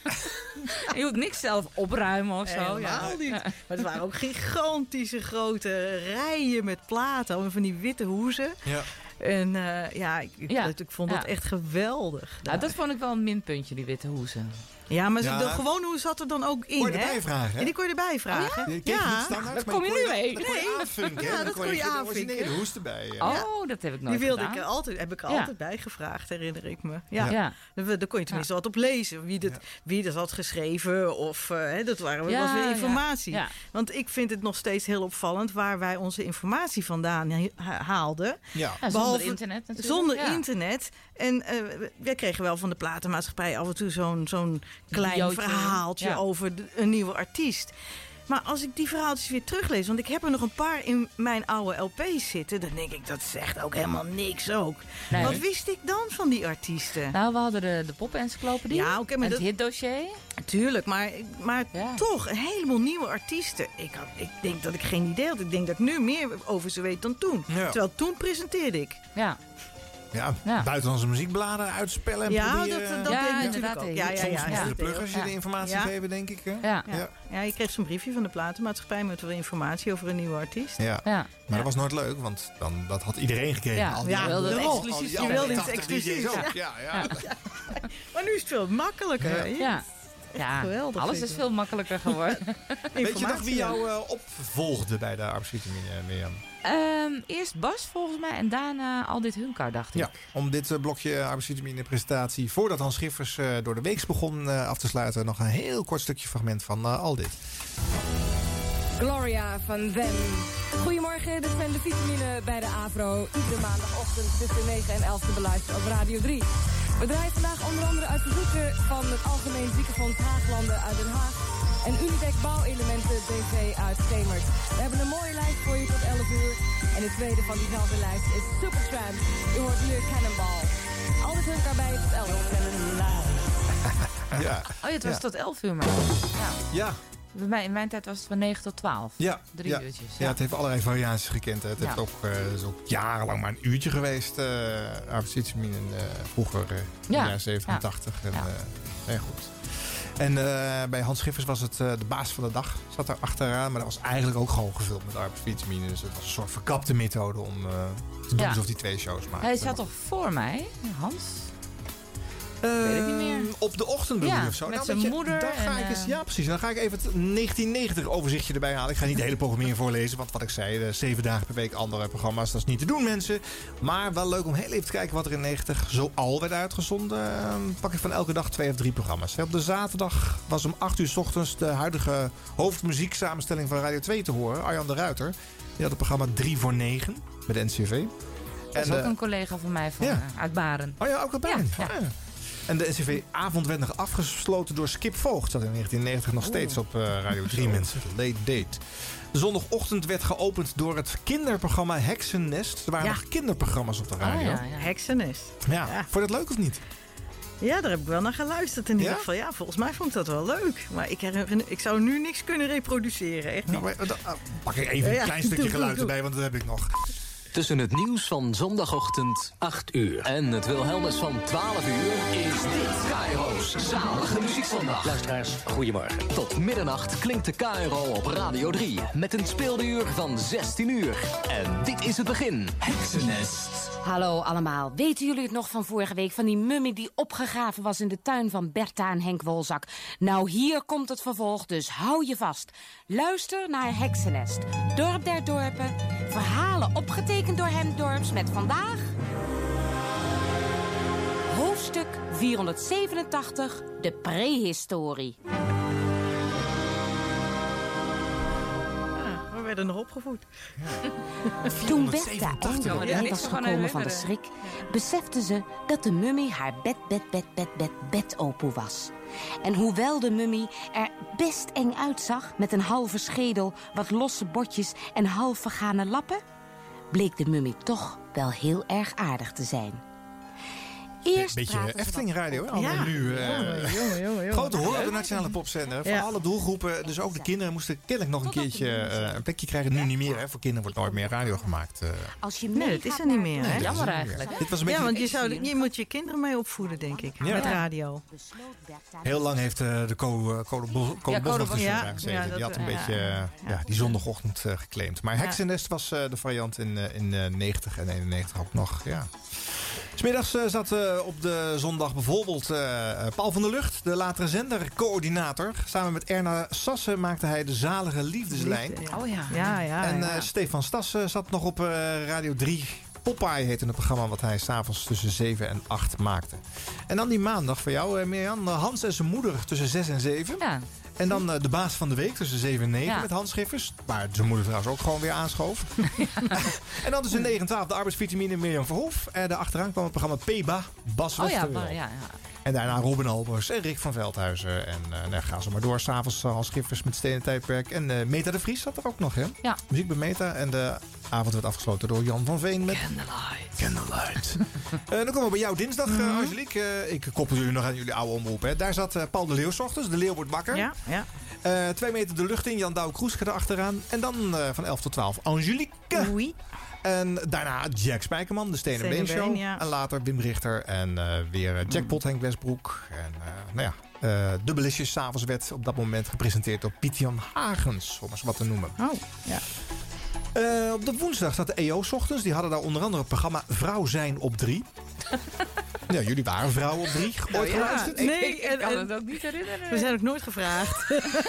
En je hoeft niks zelf opruimen of zo.
Helemaal
Ja.
niet.
Ja.
Maar het waren ook gigantische grote rijen met platen. Allemaal van die witte hoezen.
Ja.
En uh, ja, ik, ik,
Ja.
ik vond
Ja.
dat echt geweldig.
Nou,
daar.
dat vond ik wel een minpuntje, die witte hoezen.
Ja, maar
Ja.
de gewone hoes zat er dan ook in,
Kon je
hè?
erbij vragen, hè?
Ja, die kon je erbij vragen.
Je kreeg niet standaard,
dat
maar
kom je nu
kon
mee.
Dat kon je
Nee.
aanfunken.
Ja,
hè? Dan
dat kon je
de
aanfunken.
originele hoes erbij. Ja.
Oh, dat heb ik nooit
Die wilde
gedaan.
ik er altijd, heb ik er
Ja.
altijd bij gevraagd, herinner ik me. Ja.
Ja. Ja.
Daar, daar kon je tenminste wat op lezen. Wie dat, wie dat had geschreven of uh, hè, dat waren,
Ja,
was weer
ja.
informatie.
Ja.
Want ik vind het nog steeds heel opvallend waar wij onze informatie vandaan ha- haalden.
Ja.
Ja, zonder
Behalve-
internet natuurlijk.
Zonder
Ja.
internet. En uh, wij kregen wel van de platenmaatschappij af en toe zo'n zo'n klein
Idiootje.
verhaaltje
Ja.
over de- een nieuwe artiest. Maar als ik die verhaaltjes weer teruglees, want ik heb er nog een paar in mijn oude L P's zitten, dan denk ik, dat zegt ook helemaal niks ook.
Nee.
Wat wist ik dan van die artiesten?
Nou, we hadden de, de pop-encyclopedie.
Ja, oké, maar
en het
dat-
hitdossier.
Tuurlijk, maar, maar
Ja.
toch een heleboel nieuwe artiesten. Ik, had, ik denk dat ik geen idee had. Ik denk dat ik nu meer over ze weet dan toen.
Ja.
Terwijl toen presenteerde ik.
Ja.
Ja,
Ja.
buitenlandse muziekbladen uitspellen en
Ja,
proberen.
dat, dat
Ja,
deed ik
inderdaad,
natuurlijk ook.
deed
Ja,
ik.
ja,
Soms
ja,
moesten
ja.
de pluggers je
Ja.
de informatie
Ja.
geven, denk ik. Hè?
Ja.
Ja. Ja, je kreeg zo'n briefje van de platenmaatschappij met wat informatie over een nieuwe artiest.
Ja.
Ja.
Maar dat was nooit leuk, want dan, dat had iedereen gekregen.
Ja,
Al die-
ja, wilde het
al die-
exclusief.
al die
Je
andere
wilde iets
tachtig D J's
exclusiefs.
ook. Ja, ja.
Maar nu is het veel makkelijker.
Ja.
hè?
Ja. Ja,
geweldig,
alles
vind
is
ik.
veel makkelijker geworden.
Weet je nog wie jou uh, opvolgde bij de arbeidsvitamine, Mirjam?
um, eerst Bas volgens mij en daarna al dit Hunkar, dacht ik.
Ja, om dit uh, blokje arbeidsvitamine presentatie, voordat Hans Schiffers uh, door de weeks begon uh, af te sluiten, nog een heel kort stukje fragment van uh, al dit.
Gloria van Them. Goedemorgen, dit zijn de vitamine bij de AVRO. Iedere maandagochtend tussen negen en elf te beluisteren op Radio drie. We draaien vandaag onder andere uit verzoeken van het Algemeen Ziekenfonds Haaglanden uit Den Haag en Unitec Bouwelementen B V uit Gemert. We hebben een mooie lijst voor je tot elf uur. En de tweede van diezelfde lijst is Supertramp. U hoort hier Cannonball. Altijd hun daarbij tot elf uur.
Ja.
Oh ja, het was
Ja.
tot elf uur maar. Ja.
Ja.
Bij mij, in mijn tijd was het van negen tot twaalf.
Ja,
Drie
ja.
uurtjes.
Ja, het heeft allerlei variaties gekend. Hè. Het
Ja.
heeft ook, uh, het is ook jarenlang maar een uurtje geweest. Uh, arbeidsvitamine uh, vroeger, uh, in de
Ja.
jaren zeventig en
Ja.
tachtig. En,
Ja.
uh, heel goed. En uh, bij Hans Schiffers was het uh, de baas van de dag. Zat daar achteraan. Maar dat was eigenlijk ook gewoon gevuld met arbeidsvitamine. Dus het was een soort verkapte methode om uh, te doen
Ja.
alsof die twee shows maakten.
Hij zat toch voor mij, Hans?
Uh,
Weet ik niet meer.
Op de ochtend bedoel
Ja,
je of zo?
met
Nou,
zijn
weet je,
moeder
daar ga
en,
ik eens,
uh,
ja, precies. Dan ga ik even het negentien negentig overzichtje erbij halen. Ik ga niet de hele programmering voorlezen. Want wat ik zei, de zeven dagen per week andere programma's. Dat is niet te doen, mensen. Maar wel leuk om heel even te kijken wat er in negentig zoal werd uitgezonden. Uh, pak ik van elke dag twee of drie programma's. Op de zaterdag was om acht uur 's ochtends de huidige hoofdmuzieksamenstelling van Radio twee te horen. Arjan de Ruiter. Die had het programma drie voor negen bij de N C V.
Dat is
En,
ook
uh,
een collega van mij van,
ja.
uh, uit Baren.
Oh ja, ook uit Baren.
Ja,
Oh, ja. En de N C V-avond werd nog afgesloten door Skip Voogd. Dat in negentien negentig nog steeds op uh, Radio drie, mensen. Late date. De zondagochtend werd geopend door het kinderprogramma Heksennest. Er waren
Ja.
nog kinderprogramma's op de radio.
Oh, ja, ja. Heksennest.
Ja. Vond je dat leuk of niet?
Ja, daar heb ik wel naar geluisterd in ieder
Ja?
geval. Ja, volgens mij vond ik dat wel leuk. Maar ik, herinner, ik zou nu niks kunnen reproduceren, echt niet.
Nou, maar, uh, pak ik even een
Ja,
klein
doe,
stukje
doe,
geluid
doe.
erbij, want dat heb ik nog.
Tussen het nieuws van zondagochtend acht uur en het Wilhelmus van twaalf uur is dit K R O's zalige muziekzondag. Luisteraars, goedemorgen. Tot middernacht klinkt de K R O op Radio drie met een speelduur van zestien uur. En dit is het begin. Heksennest.
Hallo allemaal. Weten jullie het nog van vorige week? Van die mummie die opgegraven was in de tuin van Bertha en Henk Wolzak. Nou, hier komt het vervolg, dus hou je vast. Luister naar Heksennest. Dorp der dorpen. Verhalen opgetekend door Hem Dorps met vandaag... Hoofdstuk vierhonderdzevenentachtig. De prehistorie.
We werden nog opgevoed.
Toen Bertha eindelijk
Ja,
bij
niks
was
ervan
gekomen van de
herinneren.
schrik, besefte ze dat de mummie haar bed, bed, bed, bed, bed, bed open was. En hoewel de mummie er best eng uitzag met een halve schedel, wat losse botjes en half vergane lappen, bleek de mummie toch wel heel erg aardig te zijn. Eerst
Beetje
praten ze
Efteling
wat-
Radio, hè? Allemaal
Ja.
nu. uh,
Jongen, jongen, jongen, jongen.
Grote hoor op de nationale popzender. Voor
Ja.
alle doelgroepen. Dus ook de kinderen moesten kennelijk nog een keertje uh, een plekje krijgen. Nu niet meer, hè? Voor kinderen wordt nooit meer radio gemaakt. Uh.
Als je
Nee, dat is er niet meer.
Nee,
Hè?
dat is er niet meer. Dit was een beetje
Ja, want je,
een
zou, je moet je kinderen mee opvoeden, denk ik.
Ja.
Met
Ja.
radio.
Heel lang heeft uh, de Co, uh, Code Bos, Code
Ja,
Bos
Code
nog
Bos,
tussen
ja.
daar gezeten.
Ja, dat-
Die had een
ja,
beetje
ja.
uh, ja, die zondagochtend uh, geclaimd. Maar
Ja.
Heksennest was uh, de variant in, uh, in uh, negentig en eenennegentig ook nog. Ja. 'Smiddags uh, zat uh, op de zondag bijvoorbeeld uh, Paul van der Lucht, de latere zendercoördinator. Samen met Erna Sassen maakte hij de zalige liefdeslijn.
Liefde, ja. Oh ja. Ja, ja,
En uh,
ja.
Stefan Stas uh, zat nog op uh, Radio drie. Popeye heette het programma wat hij s'avonds tussen zeven en acht maakte. En dan die maandag voor jou, uh, Mirjam. Hans en zijn moeder tussen zes en zeven.
Ja.
En dan uh, de baas van de week tussen zeven en negen
Ja.
met Hans Schiffers. Waar zijn moeder trouwens ook gewoon weer aanschoof. En dan tussen negen en twaalf de arbeidsvitamine Mirjam Verhoef. En daarachteraan kwam het programma Peba, Bas
Oh ja,
Westerwel.
maar, ja, ja.
En daarna Robin Albers en Rick van Veldhuizen. En uh, nou, gaan ze maar door. S'avonds uh, Hans Schiffers met Stenen Tijdperk. En uh, Meta de Vries zat er ook nog, hè?
Ja.
Muziek bij Meta. En de avond werd afgesloten door Jan van Veen met... Candlelight. Candlelight. uh, dan komen we bij jou dinsdag, uh, Angelique. Uh, ik koppel jullie nog aan jullie oude omroep. Hè. Daar zat uh, Paul de Leeuw 's ochtends. De Leeuw wordt wakker.
Ja, ja.
Uh, twee meter de lucht in. Jan Douw Kroeske erachteraan. En dan uh, van elf tot twaalf Angelique.
Oui.
En daarna Jack Spijkerman, de Steen en Been
Steen en Been,
Show.
ja.
En later Wim Richter en uh, weer uh, Jackpot, Henk Westbroek. En uh, nou ja, uh, de Belisjes. 's Avonds werd op dat moment gepresenteerd door Piet-Jan Hagens, om eens wat te noemen.
Oh, ja.
Uh, op de woensdag zat de E O 's ochtends. Die hadden daar onder andere het programma Vrouw zijn op drie. Ja, jullie waren vrouw op drie. Ooit
Nou ja,
geluisterd?
ik-
Nee,
ik, ik
en-
kan
en-
het ook niet herinneren.
We zijn ook nooit gevraagd.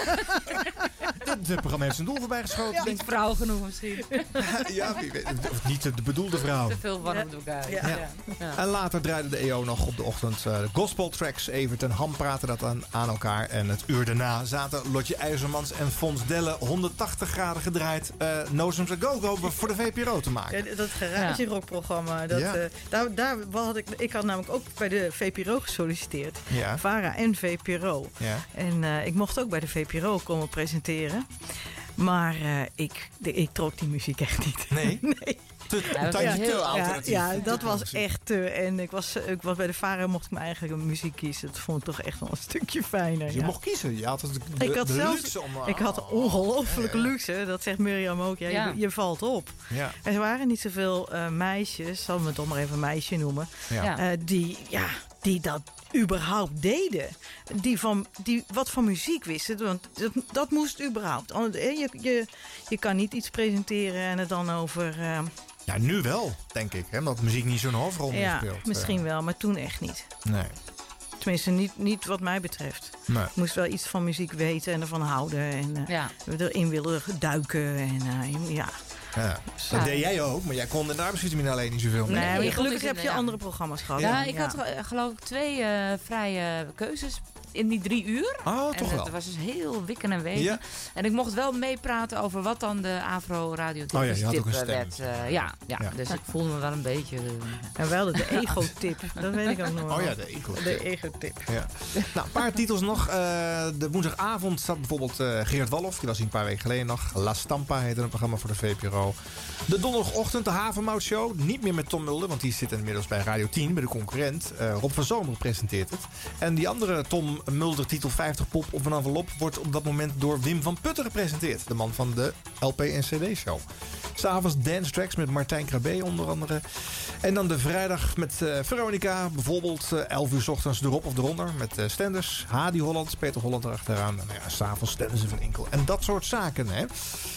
Het programma heeft zijn doel voorbij geschoten.
Ja,
denk
niet
ik.
vrouw genoeg misschien.
Ja, wie weet. Of niet de bedoelde vrouw.
Te veel van op elkaar.
Ja.
Ja. Ja.
En later draaide de E O nog op de ochtend uh, de gospel tracks. Evert en Ham praten dat aan, aan elkaar. En het uur daarna zaten Lotje IJzermans en Fons Delle honderdtachtig graden gedraaid uh, Nozems a Go-Go voor de V P R O te maken.
Ja, dat garage-rockprogramma. Dat,
Ja.
uh, daar, daar had ik, ik had namelijk ook bij de V P R O gesolliciteerd.
Ja.
VARA en V P R O.
Ja.
En uh, ik mocht ook bij de V P R O komen presenteren. Maar uh, ik, de, ik trok die muziek echt niet.
Nee?
nee.
Te,
Ja, dat
tandje
is heel
te
Ja,
alternatief.
ja,
Te
dat was
progressief.
echt te. En ik was, ik was bij de VARA mocht ik me eigenlijk een muziek kiezen. Dat vond ik toch echt wel een stukje fijner.
Je
ja.
mocht kiezen. Je had het, de,
Ik had
de
zelfs,
luxe om... uh,
ik had ongelooflijke
ja, ja.
luxe. Dat zegt Mirjam ook. Ja,
Ja.
Je, je valt op.
Ja.
En er waren niet zoveel uh, meisjes, zal me toch maar even meisje noemen,
Ja.
Ja.
uh, die, ja, die dat überhaupt deden. Die, van, die wat van muziek wisten. Want dat, dat moest überhaupt. Anders- eh, Je, je, je kan niet iets presenteren en het dan over... Uh,
Ja, nu wel, denk ik. Hè, omdat muziek niet zo'n hoofdrol meer
ja,
speelt.
misschien
Uh,
wel, maar toen echt niet.
Nee.
Tenminste, niet, niet wat mij betreft.
nee.
Ik moest wel iets van muziek weten en ervan houden. En uh,
Ja.
erin willen duiken. En uh, ja.
Ja. Dat deed jij ook, maar jij kon de arbeidsvitamine alleen niet zoveel mee.
Nee, maar
ik
gelukkig
vond
heb
het
je
in- ja.
andere programma's gehad.
Ja, ik had uh, geloof ik twee uh, vrije keuzes in die drie uur.
Oh,
en
toch
het
wel.
was dus heel wikken en wegen.
Ja.
En ik mocht wel meepraten over wat dan de Afro Radio
Oh ja, je had
tip
ook een stem.
werd. Uh, ja, ja,
Ja.
dus ik voelde me wel een beetje... Uh,
En wel de ego-tip. Dat weet ik ook nog wel.
Oh ja, de ego.
De ego-tip.
Ja. Nou, een paar titels nog. Uh, de woensdagavond zat bijvoorbeeld uh, Geert Walhoff. Die was hier een paar weken geleden nog. La Stampa heette een programma voor de V P R O. De donderdagochtend, de Havermout Show. Niet meer met Tom Mulder, want die zit inmiddels bij Radio tien, bij de concurrent. Uh, Rob van Zomer presenteert het. En die andere Tom Mulder titel vijftig pop op een envelop wordt op dat moment door Wim van Putten gepresenteerd. De man van de L P en C D show. S'avonds dance tracks met Martijn Krabbe onder andere. En dan de vrijdag met uh, Veronica. Bijvoorbeeld uh, elf uur 's ochtends erop of eronder. Met uh, Stenders, Hadi Holland, Peter Holland erachteraan. En nou ja, s'avonds Stenders en Van Inkel. En dat soort zaken, hè.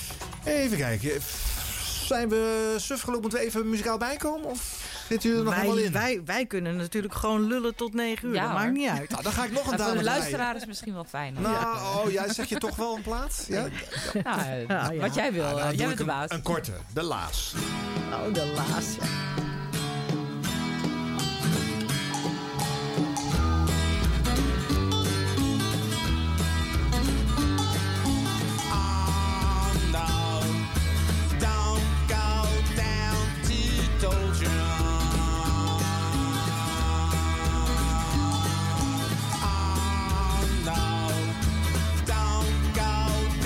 Even kijken. Zijn we suf gelopen? Moeten we even muzikaal bijkomen? Of zitten jullie er nog helemaal
Wij,
in?
wij, wij kunnen natuurlijk gewoon lullen tot negen uur.
Ja,
dat
hoor.
maakt niet uit.
Nou, dan ga ik nog een
maar voor
dame
de
draaien.
luisteraar is het misschien wel fijn. hoor.
Nou, oh, jij zeg je toch wel een plaat? Ja?
Nou, uh,
Ja, ja.
Wat jij wil.
Ah,
uh,
nou, doe
jij
ik
bent de
een,
baas.
een korte, de Laas.
Oh, de laatste.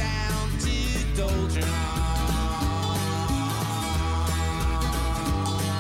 Doja.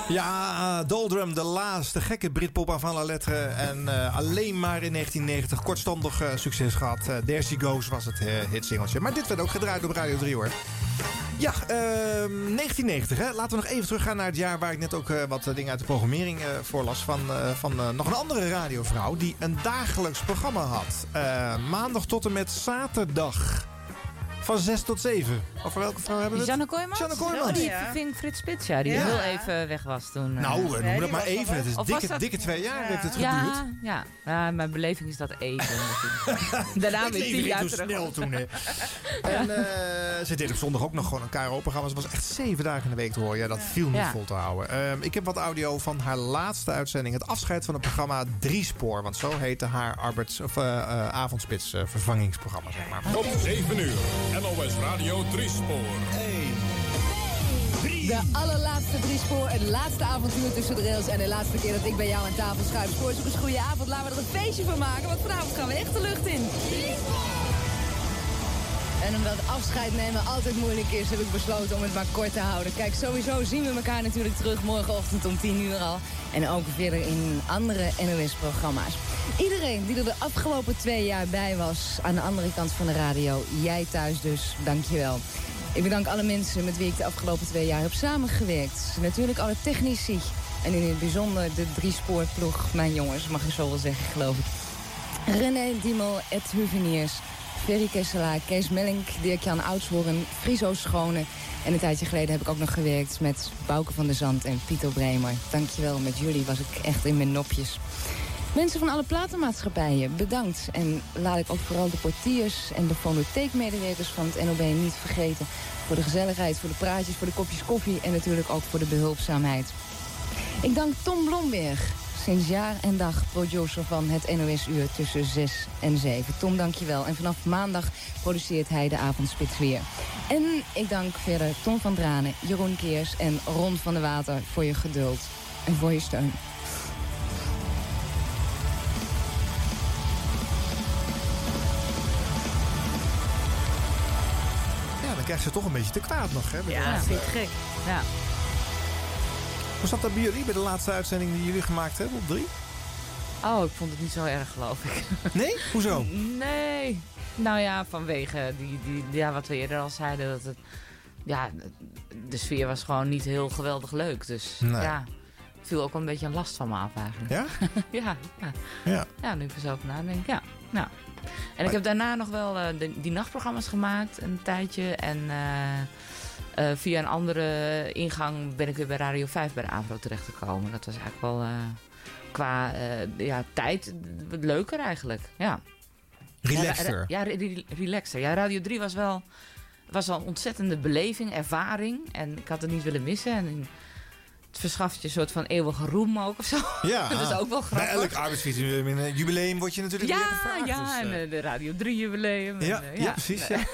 Ja, Doldrum, de laatste gekke Britpop avant la lettre. En uh, alleen maar in negentien negentig kortstondig uh, succes gehad. Uh, There She Goes was het uh, hitsingeltje. Maar dit werd ook gedraaid op Radio drie, hoor. Ja, uh, negentien negentig, hè. Laten we nog even teruggaan naar het jaar waar ik net ook uh, wat uh, dingen uit de programmering uh, voorlas. Van, uh, van uh, nog een andere radiovrouw die een dagelijks programma had. Uh, maandag tot en met zaterdag. Van zes tot zeven. Over welke vrouw hebben we het?
Janne Kooijmans?
Janne Kooijmans.
Oh, die ving Frits Spits, ja. Die
Ja.
heel even weg was toen.
Nou, uh, noem
ja,
dat maar even. Het is dikke,
dat...
dikke twee jaar ja. heeft het
ja,
geduurd.
Ja, ja, mijn beleving is dat even. Daarna weer tien jaar
zo
terug.
snel toen, hè. En uh, ze deed op zondag ook nog gewoon een K R O-programma. Ze was echt zeven dagen in de week te horen. Ja, dat viel niet
Ja.
vol te houden. Uh, ik heb wat audio van haar laatste uitzending. Het afscheid van het programma Driespoor. Want zo heette haar arbeids- of uh, uh, avondspits uh, vervangingsprogramma, zeg maar.
Tot zeven uur. N O S Radio Driespoor.
De allerlaatste Driespoor, het laatste avontuur tussen de rails en de laatste keer dat ik bij jou aan tafel schuif. Spoorzoekers, goeie avond, laten we er een feestje van maken, want vanavond gaan we echt de lucht in. En omdat afscheid nemen altijd moeilijk is, heb ik besloten om het maar kort te houden. Kijk, sowieso zien we elkaar natuurlijk terug morgenochtend om tien uur al. En ook verder in andere N O S-programma's. Iedereen die er de afgelopen twee jaar bij was aan de andere kant van de radio, jij thuis dus, dankjewel. Ik bedank alle mensen met wie ik de afgelopen twee jaar heb samengewerkt. Natuurlijk alle technici. En in het bijzonder de driespoorploeg, mijn jongens, mag ik zo wel zeggen, geloof ik. René Diemel, Ed Huveniers, Ferry Kesselaar, Kees Mellink, Dirk-Jan Oudshoorn, Friso Schone. En een tijdje geleden heb ik ook nog gewerkt met Bouke van der Zand en Pieter Bremer. Dankjewel, met jullie was ik echt in mijn nopjes. Mensen van alle platenmaatschappijen, bedankt. En laat ik ook vooral de portiers en de fonotheekmedewerkers van het N O B niet vergeten. Voor de gezelligheid, voor de praatjes, voor de kopjes koffie en natuurlijk ook voor de behulpzaamheid. Ik dank Tom Blomberg, sinds jaar en dag producer van het N O S-uur tussen zes en zeven. Tom, dankjewel. En vanaf maandag produceert hij de avondspits weer. En ik dank verder Tom van Dranen, Jeroen Keers en Ron van der Water voor je geduld en voor je steun.
Dan krijgt ze toch een beetje te kwaad nog, hè?
Ja, dat vind ik gek.
Ja.
Hoe zat dat bij jullie, bij de laatste uitzending die jullie gemaakt hebben op drie?
Oh, ik vond het niet zo erg, geloof ik.
Nee? Hoezo?
Nee. Nou ja, vanwege die, die, ja, wat we eerder al zeiden. Dat het, ja, de sfeer was gewoon niet heel geweldig leuk. Dus
Nee.
ja, viel ook wel een beetje een last van me af eigenlijk.
Ja?
ja, ja.
Ja.
Ja, nu ik er zo over nadenk. Ja, nou. En ik heb daarna nog wel uh, de, die nachtprogramma's gemaakt, een tijdje. En uh, uh, via een andere ingang ben ik weer bij Radio vijf bij de AVRO terechtgekomen. Dat was eigenlijk wel uh, qua uh, ja, tijd wat leuker eigenlijk. Ja.
Relaxter.
Ja, ra- ja re- relaxter. Ja, Radio drie was wel, was wel een ontzettende beleving, ervaring. En ik had het niet willen missen. En het verschaft je een soort van eeuwige roem ook of zo.
Ja.
Dat is ook wel grappig.
Bij elk arbeidsjubileum word je natuurlijk
ja,
weer gevraagd.
Ja,
dus, uh...
en uh, de Radio drie jubileum.
Ja,
en, uh,
ja, ja, precies. Ja.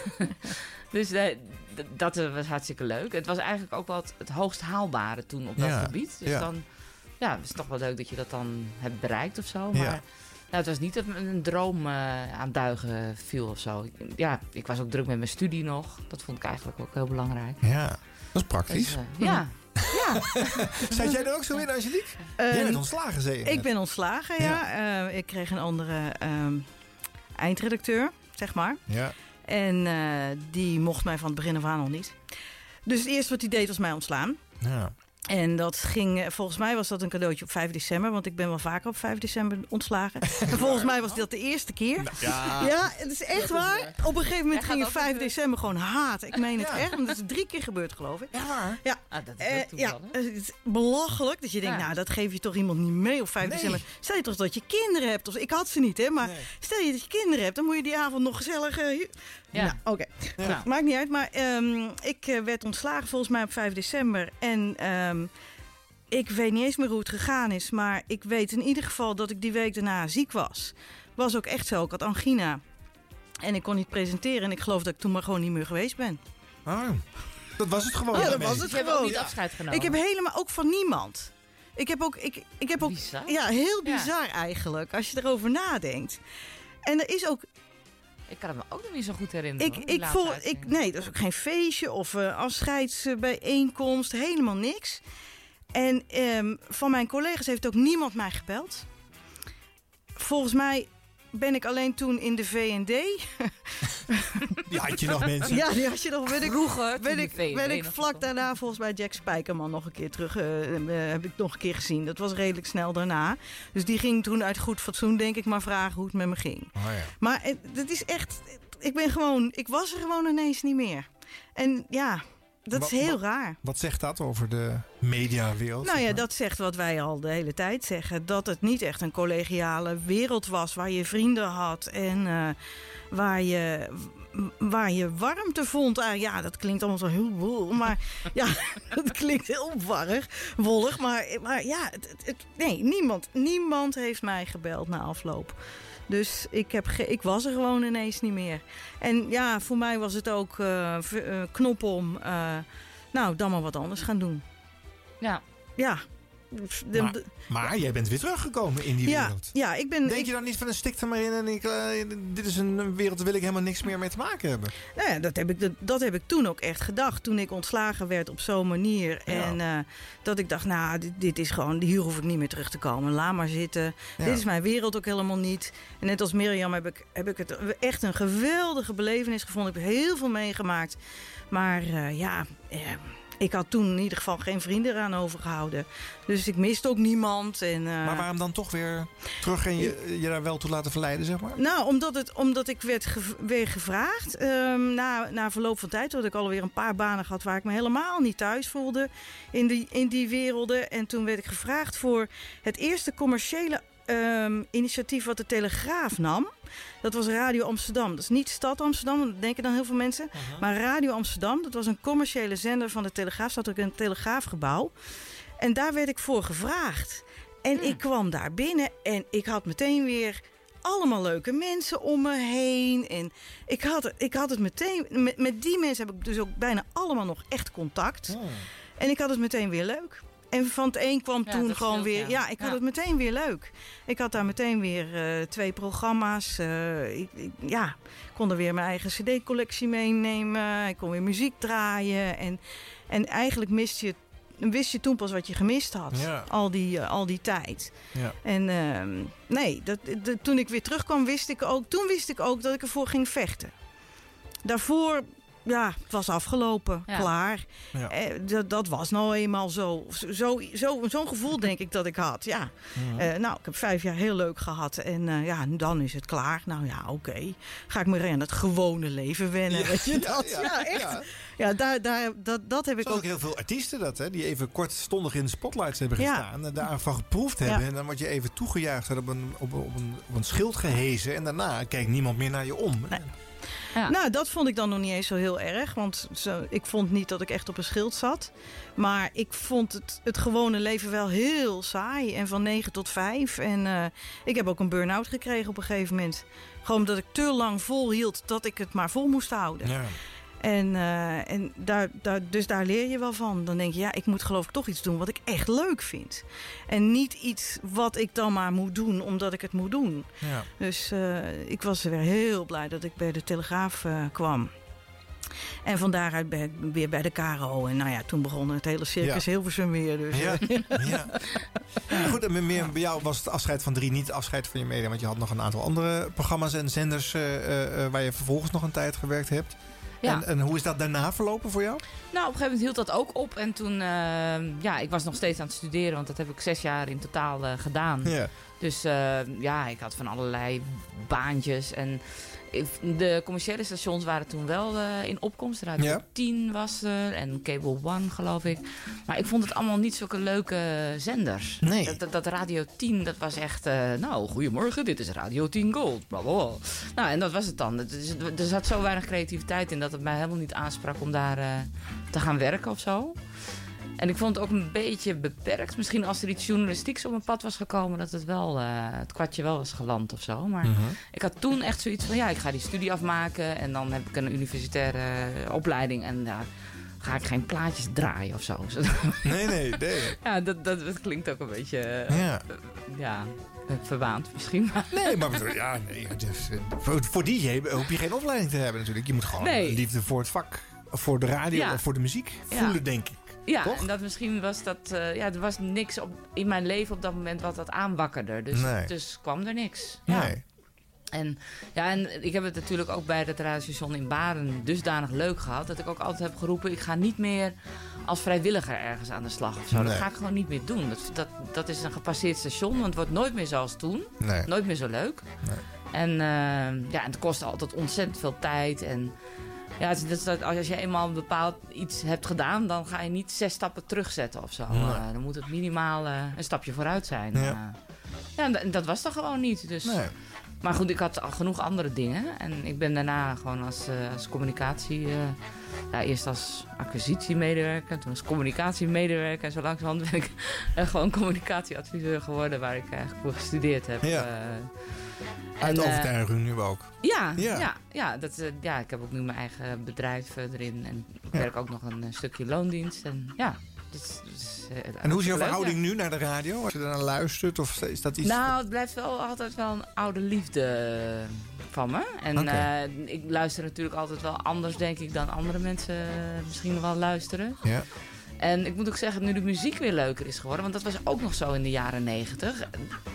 Dus uh, d- dat uh, was hartstikke leuk. Het was eigenlijk ook wel het, het hoogst haalbare toen op dat
ja.
gebied. Dus
ja.
dan ja, het is toch wel leuk dat je dat dan hebt bereikt of zo. Maar
Ja.
nou, het was niet dat me een droom uh, aan duigen viel of zo. Ja, ik was ook druk met mijn studie nog. Dat vond ik eigenlijk ook heel belangrijk.
Ja, dat is praktisch.
Dus, uh, ja. Ja.
Zat jij er ook zo in, Angelique?
Uh,
jij bent ontslagen, zei je.
Ik ben ontslagen, ja. ja. Uh, ik kreeg een andere uh, eindredacteur, zeg maar.
Ja.
En uh, die mocht mij van het begin af aan al niet. Dus het eerste wat hij deed was mij ontslaan.
Ja.
En dat ging, volgens mij was dat een cadeautje op vijf december. Want ik ben wel vaker op vijf december ontslagen. En volgens mij was dat de eerste keer.
Ja,
ja het is echt waar. Op een gegeven moment ging je vijf december gewoon haten. Ik meen het
Ja.
echt. Want dat is drie keer gebeurd, geloof ik.
Ja, waar?
Ja,
Ah, dat is
Eh,
ook
ja,
toevallig.
het is belachelijk dat je denkt,
Ja.
nou, dat geef je toch iemand niet mee op vijf
Nee.
december. Stel je toch dat je kinderen hebt. Of, ik had ze niet, hè. Maar
Nee.
stel je dat je kinderen hebt, dan moet je die avond nog gezellig... eh, hu-
Ja.
Nou, oké.
Ja.
Goed, maakt niet uit. Maar ehm, ik eh, werd ontslagen volgens mij op vijf december. En ehm, ik weet niet eens meer hoe het gegaan is. Maar ik weet in ieder geval dat ik die week daarna ziek was. Was ook echt zo. Ik had angina. En ik kon niet presenteren. En ik geloof dat ik toen maar gewoon niet meer geweest ben.
Oh, dat was het gewoon.
Ja, dat
daarmee.
was het
Je hebt ook
gewoon.
niet afscheid genomen.
Ik heb helemaal ook van niemand. Ik heb ook, ik, ik heb ook,
Bizar.
ja, heel
Ja.
bizar eigenlijk, als je erover nadenkt. En er is ook,
Ik kan het me ook nog niet zo goed herinneren.
ik,
hoor, die
ik
laatste
voel, ik,
uitzending.
nee, dat is ook geen feestje of uh, afscheidsbijeenkomst, helemaal niks. En um, van mijn collega's heeft ook niemand mij gebeld. Volgens mij ben ik alleen toen in de V en D.
Die had je nog, mensen.
Ja, die had je nog. Ben ik,
Vroeger,
ben ik,
V en D
ben ik
nog
vlak daarna volgens mij Jack Spijkerman nog een keer terug. Uh, uh, heb ik nog een keer gezien. Dat was redelijk snel daarna. Dus die ging toen uit goed fatsoen, denk ik, maar vragen hoe het met me ging.
Oh ja.
Maar het, het is echt... Ik ben gewoon... Ik was er gewoon ineens niet meer. En ja... Dat
Wat-
is heel
wat-
raar.
Wat zegt dat over de mediawereld?
Nou ja, dat zegt wat wij al de hele tijd zeggen. Dat het niet echt een collegiale wereld was waar je vrienden had en uh, waar, je, waar je warmte vond. Uh, ja, dat klinkt allemaal zo heel wol, maar ja, dat klinkt heel warrig, wollig. Maar, maar ja, het, het, het- nee, niemand, niemand heeft mij gebeld na afloop. Dus ik, heb ge- ik was er gewoon ineens niet meer. En ja, voor mij was het ook uh, v- uh, knop om... Uh, nou, dan maar wat anders gaan doen.
Ja.
Ja. De-
Maar,
de-
maar jij bent weer teruggekomen in die
ja,
wereld.
ja, ik ben...
Denk
ik,
je dan niet van een stik er maar in en ik, uh, dit is een wereld, daar wil ik helemaal niks meer mee te maken hebben?
nou ja, dat, heb ik, dat, dat heb ik toen ook echt gedacht. Toen ik ontslagen werd op zo'n manier.
Ja.
En uh, dat ik dacht, nou, dit, dit is gewoon... Hier hoef ik niet meer terug te komen. Laat maar zitten.
Ja.
Dit is mijn wereld ook helemaal niet. En net als Mirjam heb ik, heb ik het echt een geweldige belevenis gevonden. Ik heb heel veel meegemaakt. Maar uh, ja... Uh, ik had toen in ieder geval geen vrienden eraan overgehouden. Dus ik miste ook niemand. En, uh,
Maar waarom dan toch weer terug en je, je daar wel toe laten verleiden, zeg maar?
Nou, omdat, het, omdat ik werd gev- weer gevraagd. Um, na, na verloop van tijd had ik alweer een paar banen gehad... waar ik me helemaal niet thuis voelde in die, in die werelden. En toen werd ik gevraagd voor het eerste commerciële um, initiatief... wat de Telegraaf nam. Dat was Radio Amsterdam. Dat is niet Stad Amsterdam, dat denken dan heel veel mensen. Uh-huh. Maar Radio Amsterdam, dat was een commerciële zender van de Telegraaf. Zat ook in het Telegraafgebouw. En daar werd ik voor gevraagd. En hmm. ik kwam daar binnen en ik had meteen weer allemaal leuke mensen om me heen. En ik had het, ik had het meteen... Met, met die mensen heb ik dus ook bijna allemaal nog echt contact. Hmm. En ik had het meteen weer leuk. En van het een kwam
ja,
toen gewoon
scheelt,
weer...
Ja,
ja ik had
ja.
het meteen weer leuk. Ik had daar meteen weer uh, twee programma's. Uh, ik, ik, ja, ik kon er weer mijn eigen cd-collectie meenemen. Ik kon weer muziek draaien. En, en eigenlijk miste je, wist je toen pas wat je gemist had.
Ja.
Al, die, uh, al die tijd.
Ja.
En uh, nee, dat, de, toen ik weer terugkwam, wist ik ook... Toen wist ik ook dat ik ervoor ging vechten. Daarvoor... Ja, het was afgelopen. Ja. Klaar.
Ja.
Eh, dat, dat was nou eenmaal zo. zo, zo Zo'n gevoel denk ik dat ik had. Ja. Mm-hmm. Uh, nou, ik heb vijf jaar heel leuk gehad. En uh, ja, dan is het klaar. Nou ja, oké. Okay. Ga ik me aan het gewone leven wennen. Ja, weet je dat? Ja, ja, ja echt. Ja, ja daar, daar, dat, dat heb ik ook.
ook heel veel artiesten dat, hè? Die even kortstondig in de spotlights hebben gestaan. Ja. En daarvan geproefd hebben. Ja. En dan word je even toegejuicht. Op een, op, op, een, op een schild gehezen. En daarna kijkt niemand meer naar je om.
Nee. Ja. Nou, dat vond ik dan nog niet eens zo heel erg. Want zo, ik vond niet dat ik echt op een schild zat. Maar ik vond het, het gewone leven wel heel saai. En van negen tot vijf. En uh, ik heb ook een burn-out gekregen op een gegeven moment. Gewoon omdat ik te lang volhield dat ik het maar vol moest houden. Ja. En, uh, en daar, daar, dus daar leer je wel van. Dan denk je, ja, ik moet geloof ik toch iets doen wat ik echt leuk vind. En niet iets wat ik dan maar moet doen omdat ik het moet doen. Ja. Dus uh, ik was weer heel blij dat ik bij de Telegraaf uh, kwam. En van daaruit ben ik weer bij de K R O. En nou ja, toen begon het hele circus ja. Hilversum weer. Dus.
Ja. ja. Ja, goed, en meer, bij jou was het afscheid van drie niet afscheid van je media. Want je had nog een aantal andere programma's en zenders uh, uh, waar je vervolgens nog een tijd gewerkt hebt. Ja. En, en hoe is dat daarna verlopen voor jou?
Nou, op een gegeven moment hield dat ook op. En toen, uh, ja, ik was nog steeds aan het studeren. Want dat heb ik zes jaar in totaal uh, gedaan. Ja. Dus uh, ja, ik had van allerlei baantjes. En de commerciële stations waren toen wel uh, in opkomst. Radio ja. tien was er en Cable One, geloof ik. Maar ik vond het allemaal niet zulke leuke zenders.
Nee.
Dat, dat, dat Radio tien, dat was echt... Uh, nou, goedemorgen, dit is Radio tien Gold. Blablabla. Nou, en dat was het dan. Dus, er zat zo weinig creativiteit in dat het mij helemaal niet aansprak om daar uh, te gaan werken of zo. En ik vond het ook een beetje beperkt. Misschien als er iets journalistieks op mijn pad was gekomen... dat het wel uh, het kwartje wel was geland of zo. Maar uh-huh. ik had toen echt zoiets van... ja, ik ga die studie afmaken... en dan heb ik een universitaire uh, opleiding... en daar uh, ga ik geen plaatjes draaien of zo.
Nee, nee, nee.
Ja, dat, dat, dat klinkt ook een beetje... Uh, ja. Uh, ja, verwaand misschien.
Nee, maar ja, nee, dus, uh, voor, voor D J hoef je geen opleiding te hebben natuurlijk. Je moet gewoon nee. liefde voor het vak... voor de radio ja. of voor de muziek voelen, ja. denk ik.
Ja,
toch?
en dat misschien was dat... Uh, ja, er was niks op, in mijn leven op dat moment wat dat aanwakkerde. Dus,
nee.
dus kwam er niks. Ja.
Nee.
En, ja, en ik heb het natuurlijk ook bij het radiostation in Baren dusdanig leuk gehad... dat ik ook altijd heb geroepen... ik ga niet meer als vrijwilliger ergens aan de slag of zo. Nee. Dat ga ik gewoon niet meer doen. Dat, dat, dat is een gepasseerd station, want het wordt nooit meer zoals toen.
Nee.
Nooit meer zo leuk.
Nee.
En, uh, ja, en het kost altijd ontzettend veel tijd. En ja, dat, dat, als je eenmaal een bepaald iets hebt gedaan... dan ga je niet zes stappen terugzetten of zo. Nee. Uh, dan moet het minimaal uh, een stapje vooruit zijn. Ja, uh, ja en, en dat was er gewoon niet. Dus...
Nee.
Maar goed, ik had al genoeg andere dingen. En ik ben daarna gewoon als, uh, als communicatie... Uh, ja, eerst als acquisitiemedewerker, toen als communicatiemedewerker. En zo langzamerhand ben ik uh, gewoon communicatieadviseur geworden... waar ik eigenlijk voor gestudeerd heb.
Ja.
Uh,
Uit
en,
overtuiging uh, nu ook.
Ja, ja. ja, ja, dat, uh, ja, ik heb ook nu mijn eigen bedrijf uh, erin. En ik ja. werk ook nog een uh, stukje loondienst. En ja... Dus, dus, uh,
en hoe is jouw
leuk,
verhouding
ja.
nu naar de radio? Als je daar naar luistert, of is dat iets...
Nou, het blijft wel altijd wel een oude liefde van me. En okay. uh, ik luister natuurlijk altijd wel anders, denk ik, dan andere mensen misschien wel luisteren.
Ja.
En ik moet ook zeggen, nu de muziek weer leuker is geworden... want dat was ook nog zo in de jaren negentig.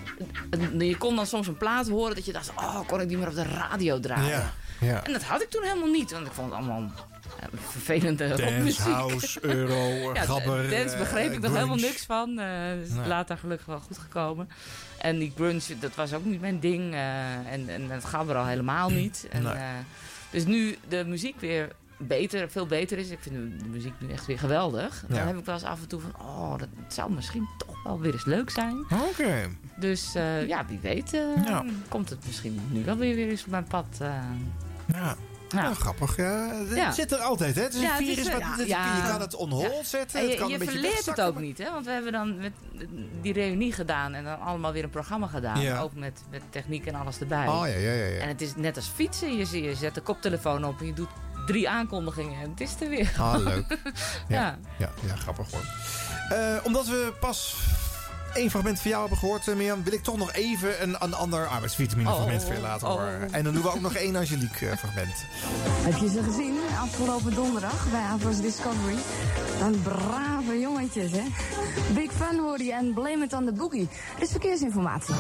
Je kon dan soms een plaat horen dat je dacht... oh, kon ik die maar op de radio draaien?
Ja. Ja.
En dat had ik toen helemaal niet, want ik vond het allemaal... vervelende rockmuziek.
Dance, house, euro,
ja,
gabber.
Dance begreep ik
uh,
nog helemaal niks van. Uh, dus
nee.
later gelukkig wel goed gekomen. En die grunge, dat was ook niet mijn ding. Uh, en, en het gabber al helemaal niet. En,
nee.
uh, dus nu de muziek weer beter, veel beter is. Ik vind de muziek nu echt weer geweldig. Ja. Dan heb ik wel eens af en toe van... oh, dat zou misschien toch wel weer eens leuk zijn.
Oké. Okay.
Dus uh, ja, wie weet uh, ja. komt het misschien nu wel weer, weer eens op mijn pad. Uh,
ja. Ja, nou, grappig. Ja. Het ja. zit er altijd, hè? Het is een ja, virus. Het is, wat, ja, het, ja. Je kan het on hold ja. zetten.
Je,
het kan
je
een beetje
verleert het ook niet, hè? Want we hebben dan met die reunie gedaan en dan allemaal weer een programma gedaan. Ja. Ook met, met techniek en alles erbij.
Oh, ja, ja, ja, ja.
En het is net als fietsen. Je, je zet de koptelefoon op en je doet drie aankondigingen en het is er weer.
Ah, leuk. Ja,
ja.
ja, ja grappig hoor. Uh, omdat we pas... één fragment van jou hebben gehoord, uh, Mirjam, wil ik toch nog even een, een ander arbeidsvitamine fragment oh, voor je laten horen. Oh. En dan doen we ook nog één Angelique uh, fragment.
Heb je ze gezien afgelopen donderdag bij Avro's Discovery? Dan brave jongetjes, hè? Big Fun hoor je en blame it on the boogie. Er is verkeersinformatie.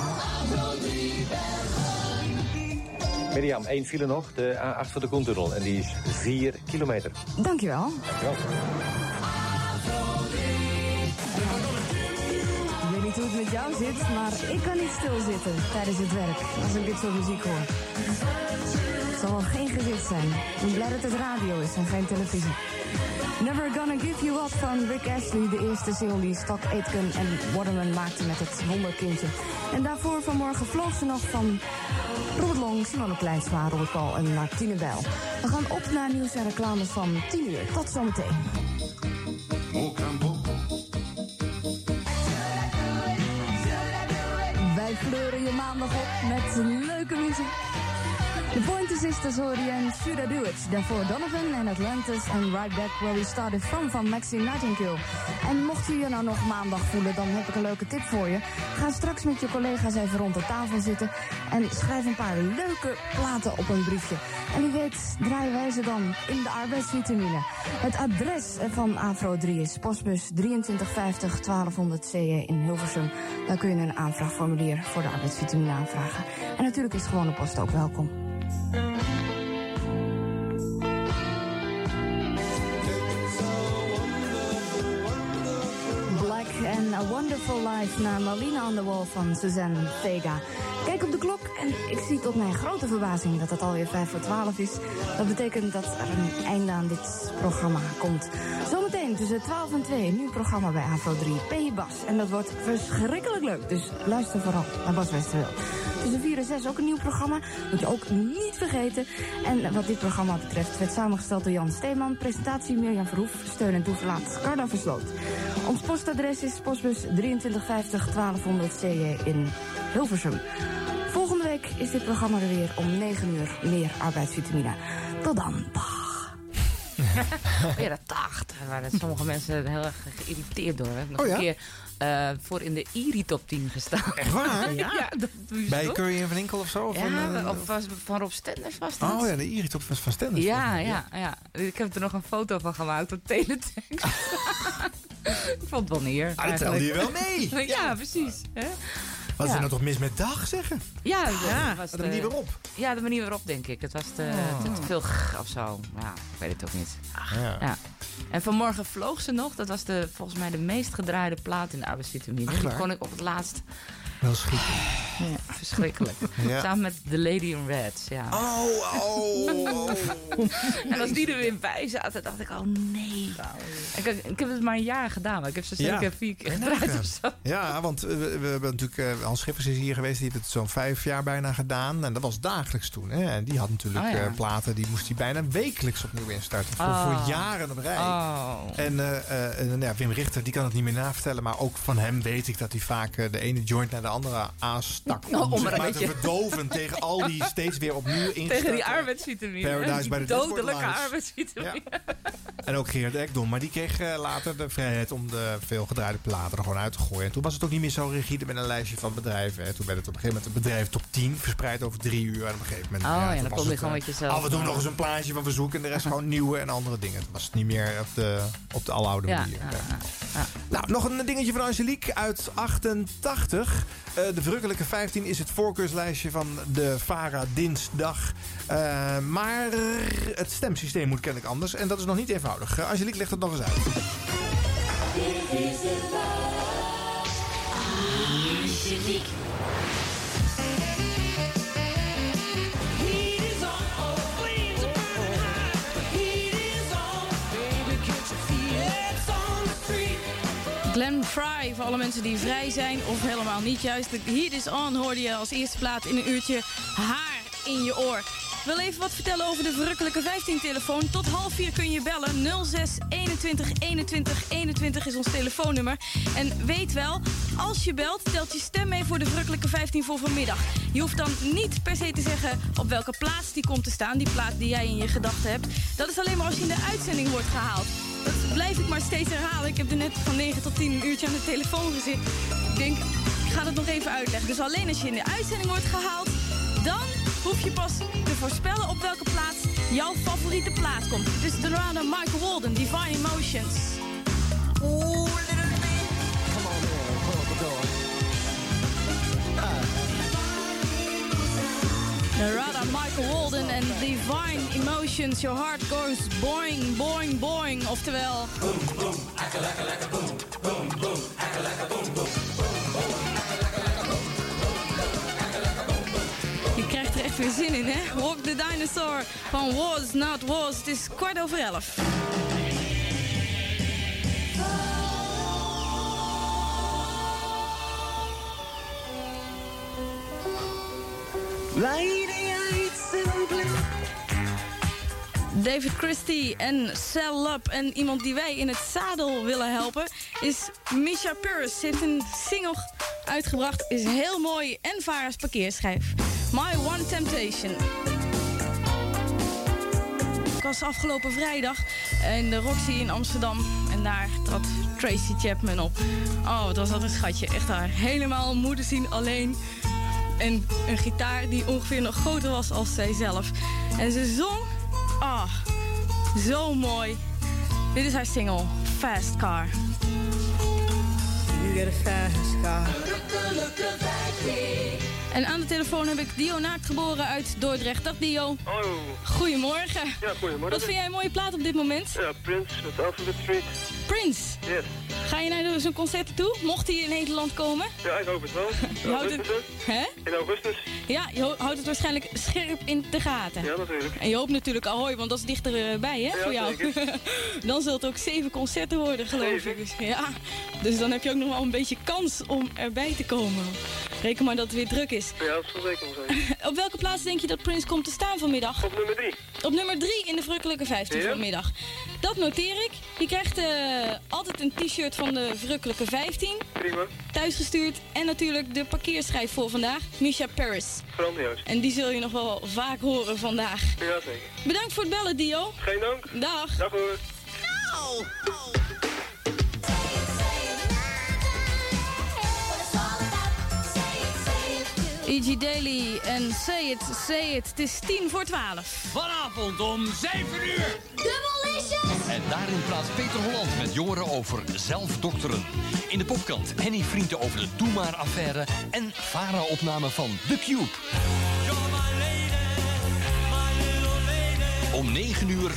Mirjam, één file nog, de A acht voor de Koentunnel. En die is vier kilometer.
Dankjewel.
Dankjewel.
Ik weet niet hoe het met jou zit, maar ik kan niet stilzitten tijdens het werk als ik dit soort muziek hoor. Het zal wel geen gezicht zijn. Ik ben blij dat het radio is en geen televisie. Never Gonna Give You Up van Rick Astley, de eerste single die Stock Aitken en Waterman maakten met het wonderkindje. En daarvoor vanmorgen vloog ze nog van Robert Long, Simone Kleinsma, Robert Paul en Martine Bijl. We gaan op naar nieuws en reclames van tien uur. Tot zometeen. Wij kleuren je maandag op met leuke muziek. De Pointer Sisters hoor je en Should I Do It. Daarvoor Donovan en Atlantis en Right Back Where We Started From van Maxine Nightingale. En mocht je je nou nog maandag voelen, dan heb ik een leuke tip voor je. Ga straks met je collega's even rond de tafel zitten en schrijf een paar leuke platen op een briefje. En wie weet draaien wij ze dan in de arbeidsvitamine. Het adres van Afro drie is postbus drieëntwintig vijftig twaalfhonderd C E in Hilversum. Daar kun je een aanvraagformulier voor de arbeidsvitamine aanvragen. En natuurlijk is gewone post ook welkom. Black and A Wonderful Life naar Malina on the Wall van Suzanne Vega. Kijk op de klok en ik zie tot mijn grote verbazing dat het alweer vijf voor twaalf is. Dat betekent dat er een einde aan dit programma komt. Zometeen tussen twaalf en twee, een nieuw programma bij Afro drie. Ben je Bas? En dat wordt verschrikkelijk leuk. Dus luister vooral naar Bas Westerwel. Tussen vier en zes ook een nieuw programma. Moet je ook niet vergeten. En wat dit programma betreft werd samengesteld door Jan Steeman. Presentatie Mirjam Verhoef. Steun en toeverlaat Carla Versloot. Ons postadres is postbus drieëntwintig vijftig twaalfhonderd C E in Hilversum. Volgende week is dit programma er weer om negen uur. Meer arbeidsvitamine. Tot dan. Dag.
Ja, dat dacht. Daar waren sommige mensen heel erg geïrriteerd door. Ik heb nog
oh, ja?
een keer uh, voor in de I R I top tien gestaan.
Echt waar?
Ja. Ja, dat doe je
bij
zo.
Curry en Van Inkel of zo? Of
ja,
van, uh,
of was, van Rob Stenders was dat.
Oh ja, de I R I top van Stenders.
Ja, ja, ja, ja. Ik heb er nog een foto van gemaakt op teletext. Ik vond het wel neer.
Ah, dat telde je wel mee.
ja, ja, precies. Hè?
Wat is
ja.
er nou toch mis met dag, zeggen?
Ja, dat
ja.
was
de,
de
manier waarop.
Ja, de manier waarop, denk ik. Het was te,
oh.
te, te veel g of zo. Ja, ik weet het ook niet. Ach,
ja.
ja. En vanmorgen vloog ze nog. Dat was de, volgens mij de meest gedraaide plaat in de arbeidsvitamine. Die kon ik op het laatst...
Wel schieten.
Ja, verschrikkelijk. Ja. Samen met The Lady in Red. Ja.
Oh, oh, oh.
En als die er weer bij zaten, dacht ik, oh nee. Ik, ik heb het maar een jaar gedaan, maar ik heb ze zeker ja. vier keer gedraaid of zo.
Ja, want we, we hebben natuurlijk... Uh, Hans Schippers is hier geweest, die heeft het zo'n vijf jaar bijna gedaan. En dat was dagelijks toen. Hè? En die had natuurlijk oh, ja. uh, platen, die moest hij bijna wekelijks opnieuw instarten. Voor,
oh.
voor jaren op rij.
Oh.
En uh, uh, uh, ja, Wim Richter, die kan het niet meer navertellen. Maar ook van hem weet ik dat hij vaak uh, de ene joint naar de andere aanstak. Om,
oh, om
zeg maar
beetje...
te verdoven tegen al die steeds weer opnieuw instarten.
Tegen die arbeidsvitamine.
Paradise bij de
dodelijke arbeidsvitamine.
Ja. En ook Gerard Ekdom. Maar die kreeg uh, later de vrijheid om de veel gedraaide platen er gewoon uit te gooien. En toen was het ook niet meer zo rigide met een lijstje van bedrijven. Hè. Toen werd het op een gegeven moment een bedrijf top tien verspreid over drie uur. En op een gegeven moment...
Oh
ja,
ja, dan kom je gewoon met jezelf.
Af en toe nog eens een plaatje van verzoek. En de rest gewoon nieuwe en andere dingen. Het was niet meer op de, op de aloude manier.
Ja, ja, ja.
Nou, nog een dingetje van Angelique uit achtentachtig. Uh, de verrukkelijke vijftien is het voorkeurslijstje van de VARA dinsdag. Uh, maar het stemsysteem moet kennelijk anders. En dat is nog niet eenvoudig. Uh, Angelique legt het nog eens uit.
Dit is de Angelique.
Glenn Fry, voor alle mensen die vrij zijn of helemaal niet juist. De Heat is On hoorde je als eerste plaat in een uurtje haar in je oor. Ik wil even wat vertellen over de verrukkelijke vijftien-telefoon. Tot half vier kun je bellen. nul zes eenentwintig eenentwintig eenentwintig is ons telefoonnummer. En weet wel, als je belt, telt je stem mee voor de verrukkelijke vijftien voor vanmiddag. Je hoeft dan niet per se te zeggen op welke plaats die komt te staan. Die plaats die jij in je gedachten hebt. Dat is alleen maar als je in de uitzending wordt gehaald. Dat blijf ik maar steeds herhalen. Ik heb er net van negen tot tien een uurtje aan de telefoon gezeten. Ik denk, ik ga het nog even uitleggen. Dus alleen als je in de uitzending wordt gehaald, dan hoef je pas te voorspellen op welke plaats jouw favoriete plaats komt. Dus de Rana Michael Walden, Divine Emotions.
Ooh, little bit. Come on, man. Pull up the door.
Narada, Michael Walden en Divine Emotions. Your heart goes boing, boing, boing. Oftewel...
Boom, boom, akka laka laka boom. Boom, boom, akka laka boom, boom.
Je krijgt er echt weer zin in, hè? Walk the Dinosaur van Was Not Was. Het is kwart over elf. David Christie en Cell Up. En iemand die wij in het zadel willen helpen is Misha Purse. Ze heeft een single uitgebracht. Is heel mooi en Vara's parkeerschijf. My One Temptation. Ik was afgelopen vrijdag in de Roxy in Amsterdam. En daar trad Tracy Chapman op. Oh, het was altijd een schatje. Echt haar. Helemaal moeder zien alleen. En een gitaar die ongeveer nog groter was als zijzelf. En ze zong... Ah, oh, zo mooi. Dit is haar single, Fast Car.
You get a fast car.
En aan de telefoon heb ik Dio Naaktgeboren uit Dordrecht. Dag Dio.
Hallo.
Goedemorgen.
Ja, goedemorgen.
Wat vind jij een mooie plaat op dit moment?
Ja, Prince met Alphabet Street.
Prince?
Yes.
Ga je naar zo'n concert toe? Mocht hij in Nederland komen?
Ja, ik hoop het wel.
Je houdt het... Hè?
In augustus.
Ja, je houdt het waarschijnlijk scherp in de gaten.
Ja, natuurlijk.
En je hoopt natuurlijk Ahoy, want dat is dichterbij, hè,
ja,
voor jou. Dan zult het ook zeven concerten worden, geloof
zeven.
ik. Dus, ja, dus dan heb je ook nog wel een beetje kans om erbij te komen. Reken maar dat het weer druk is.
Ja, dat zal zeker wel zijn.
Op welke plaats denk je dat Prince komt te staan vanmiddag?
Op nummer drie.
Op nummer drie in de verrukkelijke vijftien
ja.
vanmiddag. Dat noteer ik. Je krijgt uh, altijd een t-shirt van de verrukkelijke vijftien.
Prima.
Thuisgestuurd. En natuurlijk de parkeerschijf voor vandaag. Misha Paris.
Grandioos.
En die zul je nog wel vaak horen vandaag.
Ja, zeker.
Bedankt voor het bellen, Dio.
Geen dank.
Dag.
Dag hoor.
No!
E G Daily en Say It, Say It. Het is tien voor twaalf.
Vanavond om zeven uur.
Double-licious!
En daarin praat Peter Holland met jongeren over zelfdokteren. In de popkrant Henny Vrienden over de Doe Maar-affaire en Vara-opname van The Cube. Om negen uur...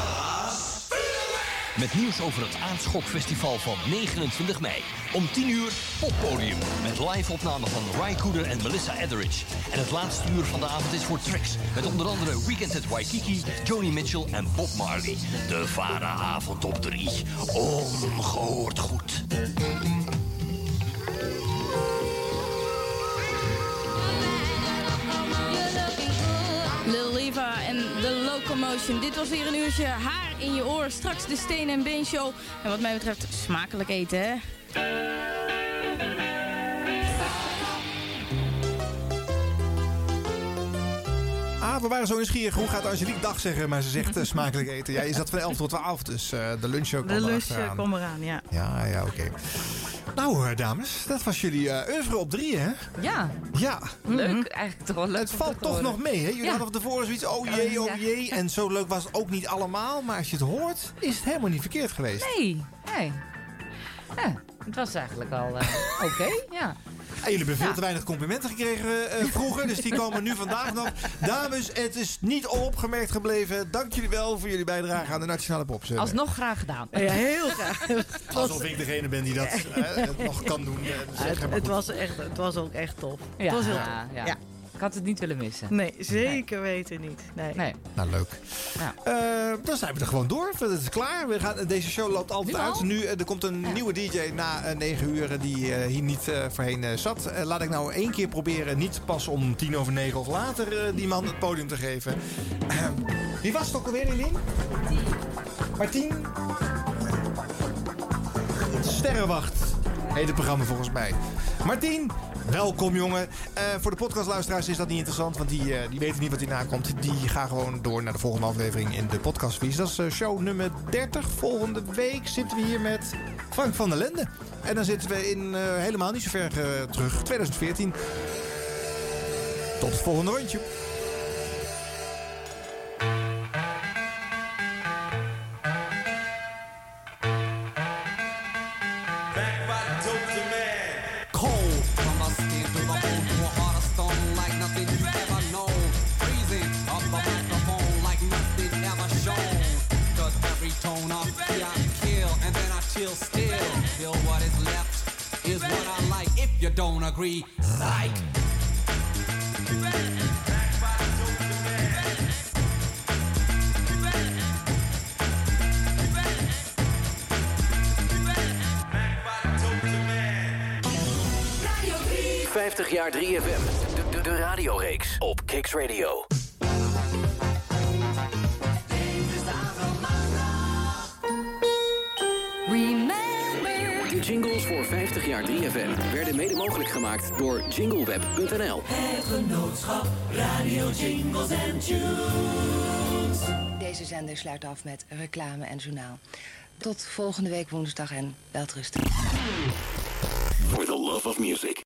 Met nieuws over het Aardschokfestival van negenentwintig mei. Om tien uur Poppodium. Met live-opname van Ry Cooder en Melissa Etheridge. En het laatste uur van de avond is voor Tracks. Met onder andere Weekend at Waikiki, Joni Mitchell en Bob Marley. De Vara-avond op drie. Ongehoord goed.
Lil Leva en The Locomotion. Dit was weer een uurtje haar in je oor. Straks de Steen en Been Show. En wat mij betreft smakelijk eten, hè?
Ah, we waren zo nieuwsgierig. Hoe gaat Angelique dag zeggen? Maar ze zegt uh, smakelijk eten. Ja, je zat van elf tot twaalf, dus uh, de lunch ook.
De lunch uh, kom eraan, ja.
Ja, ja, oké. Okay. Nou, uh, dames, dat was jullie uh, oeuvre op drie, hè?
Ja.
Ja.
Leuk, mm-hmm. Eigenlijk toch wel leuk.
Het valt toch nog mee, hè? Jullie
ja.
hadden tevoren zoiets, oh jee, oh jee. En zo leuk was het ook niet allemaal. Maar als je het hoort, is het helemaal niet verkeerd geweest.
Nee, nee. Ja, het was eigenlijk al uh, oké, okay, ja.
En jullie hebben veel ja. te weinig complimenten gekregen uh, vroeger, dus die komen nu vandaag nog. Dames, het is niet onopgemerkt gebleven. Dank jullie wel voor jullie bijdrage aan de Nationale Popzender.
Alsnog graag gedaan.
Ja, heel graag.
Alsof ik degene ben die dat uh, nog kan doen. Uh,
het, het, was echt, het was ook echt tof.
Ja,
het was heel
ja,
tof.
Ja.
Ja.
Ik had het niet willen missen.
Nee, zeker nee. weten niet. Nee.
nee.
Nou, leuk.
Ja.
Uh, dan zijn we er gewoon door. Het is klaar. We gaan, deze show loopt altijd
nu
uit.
Al?
Nu, uh, er komt een ja. nieuwe D J na uh, negen uur die uh, hier niet uh, voorheen uh, zat. Uh, laat ik nou één keer proberen. Niet pas om tien over negen of later uh, die man het podium te geven. Uh, wie was het ook alweer, Eline? Martien. Sterrenwacht heet het programma volgens mij. Martien. Welkom, jongen. Uh, voor de podcastluisteraars is dat niet interessant, want die, uh, die weten niet wat hierna komt. Die gaan gewoon door naar de volgende aflevering in de podcastvies. Dat is uh, show nummer dertig. Volgende week zitten we hier met Frank van der Lende. En dan zitten we in uh, helemaal niet zo ver uh, terug, twintig veertien. Tot het volgende rondje.
You don't agree, psych.
vijftig jaar drie F M, de, de, de radioreeks op Kicks Radio. De jingles voor vijftig jaar drie F M werden mede mogelijk gemaakt door jingleweb punt n l.
Het genootschap Radio Jingles and Tunes.
Deze zender sluit af met reclame en journaal. Tot volgende week woensdag en welterusten.
For the love of music.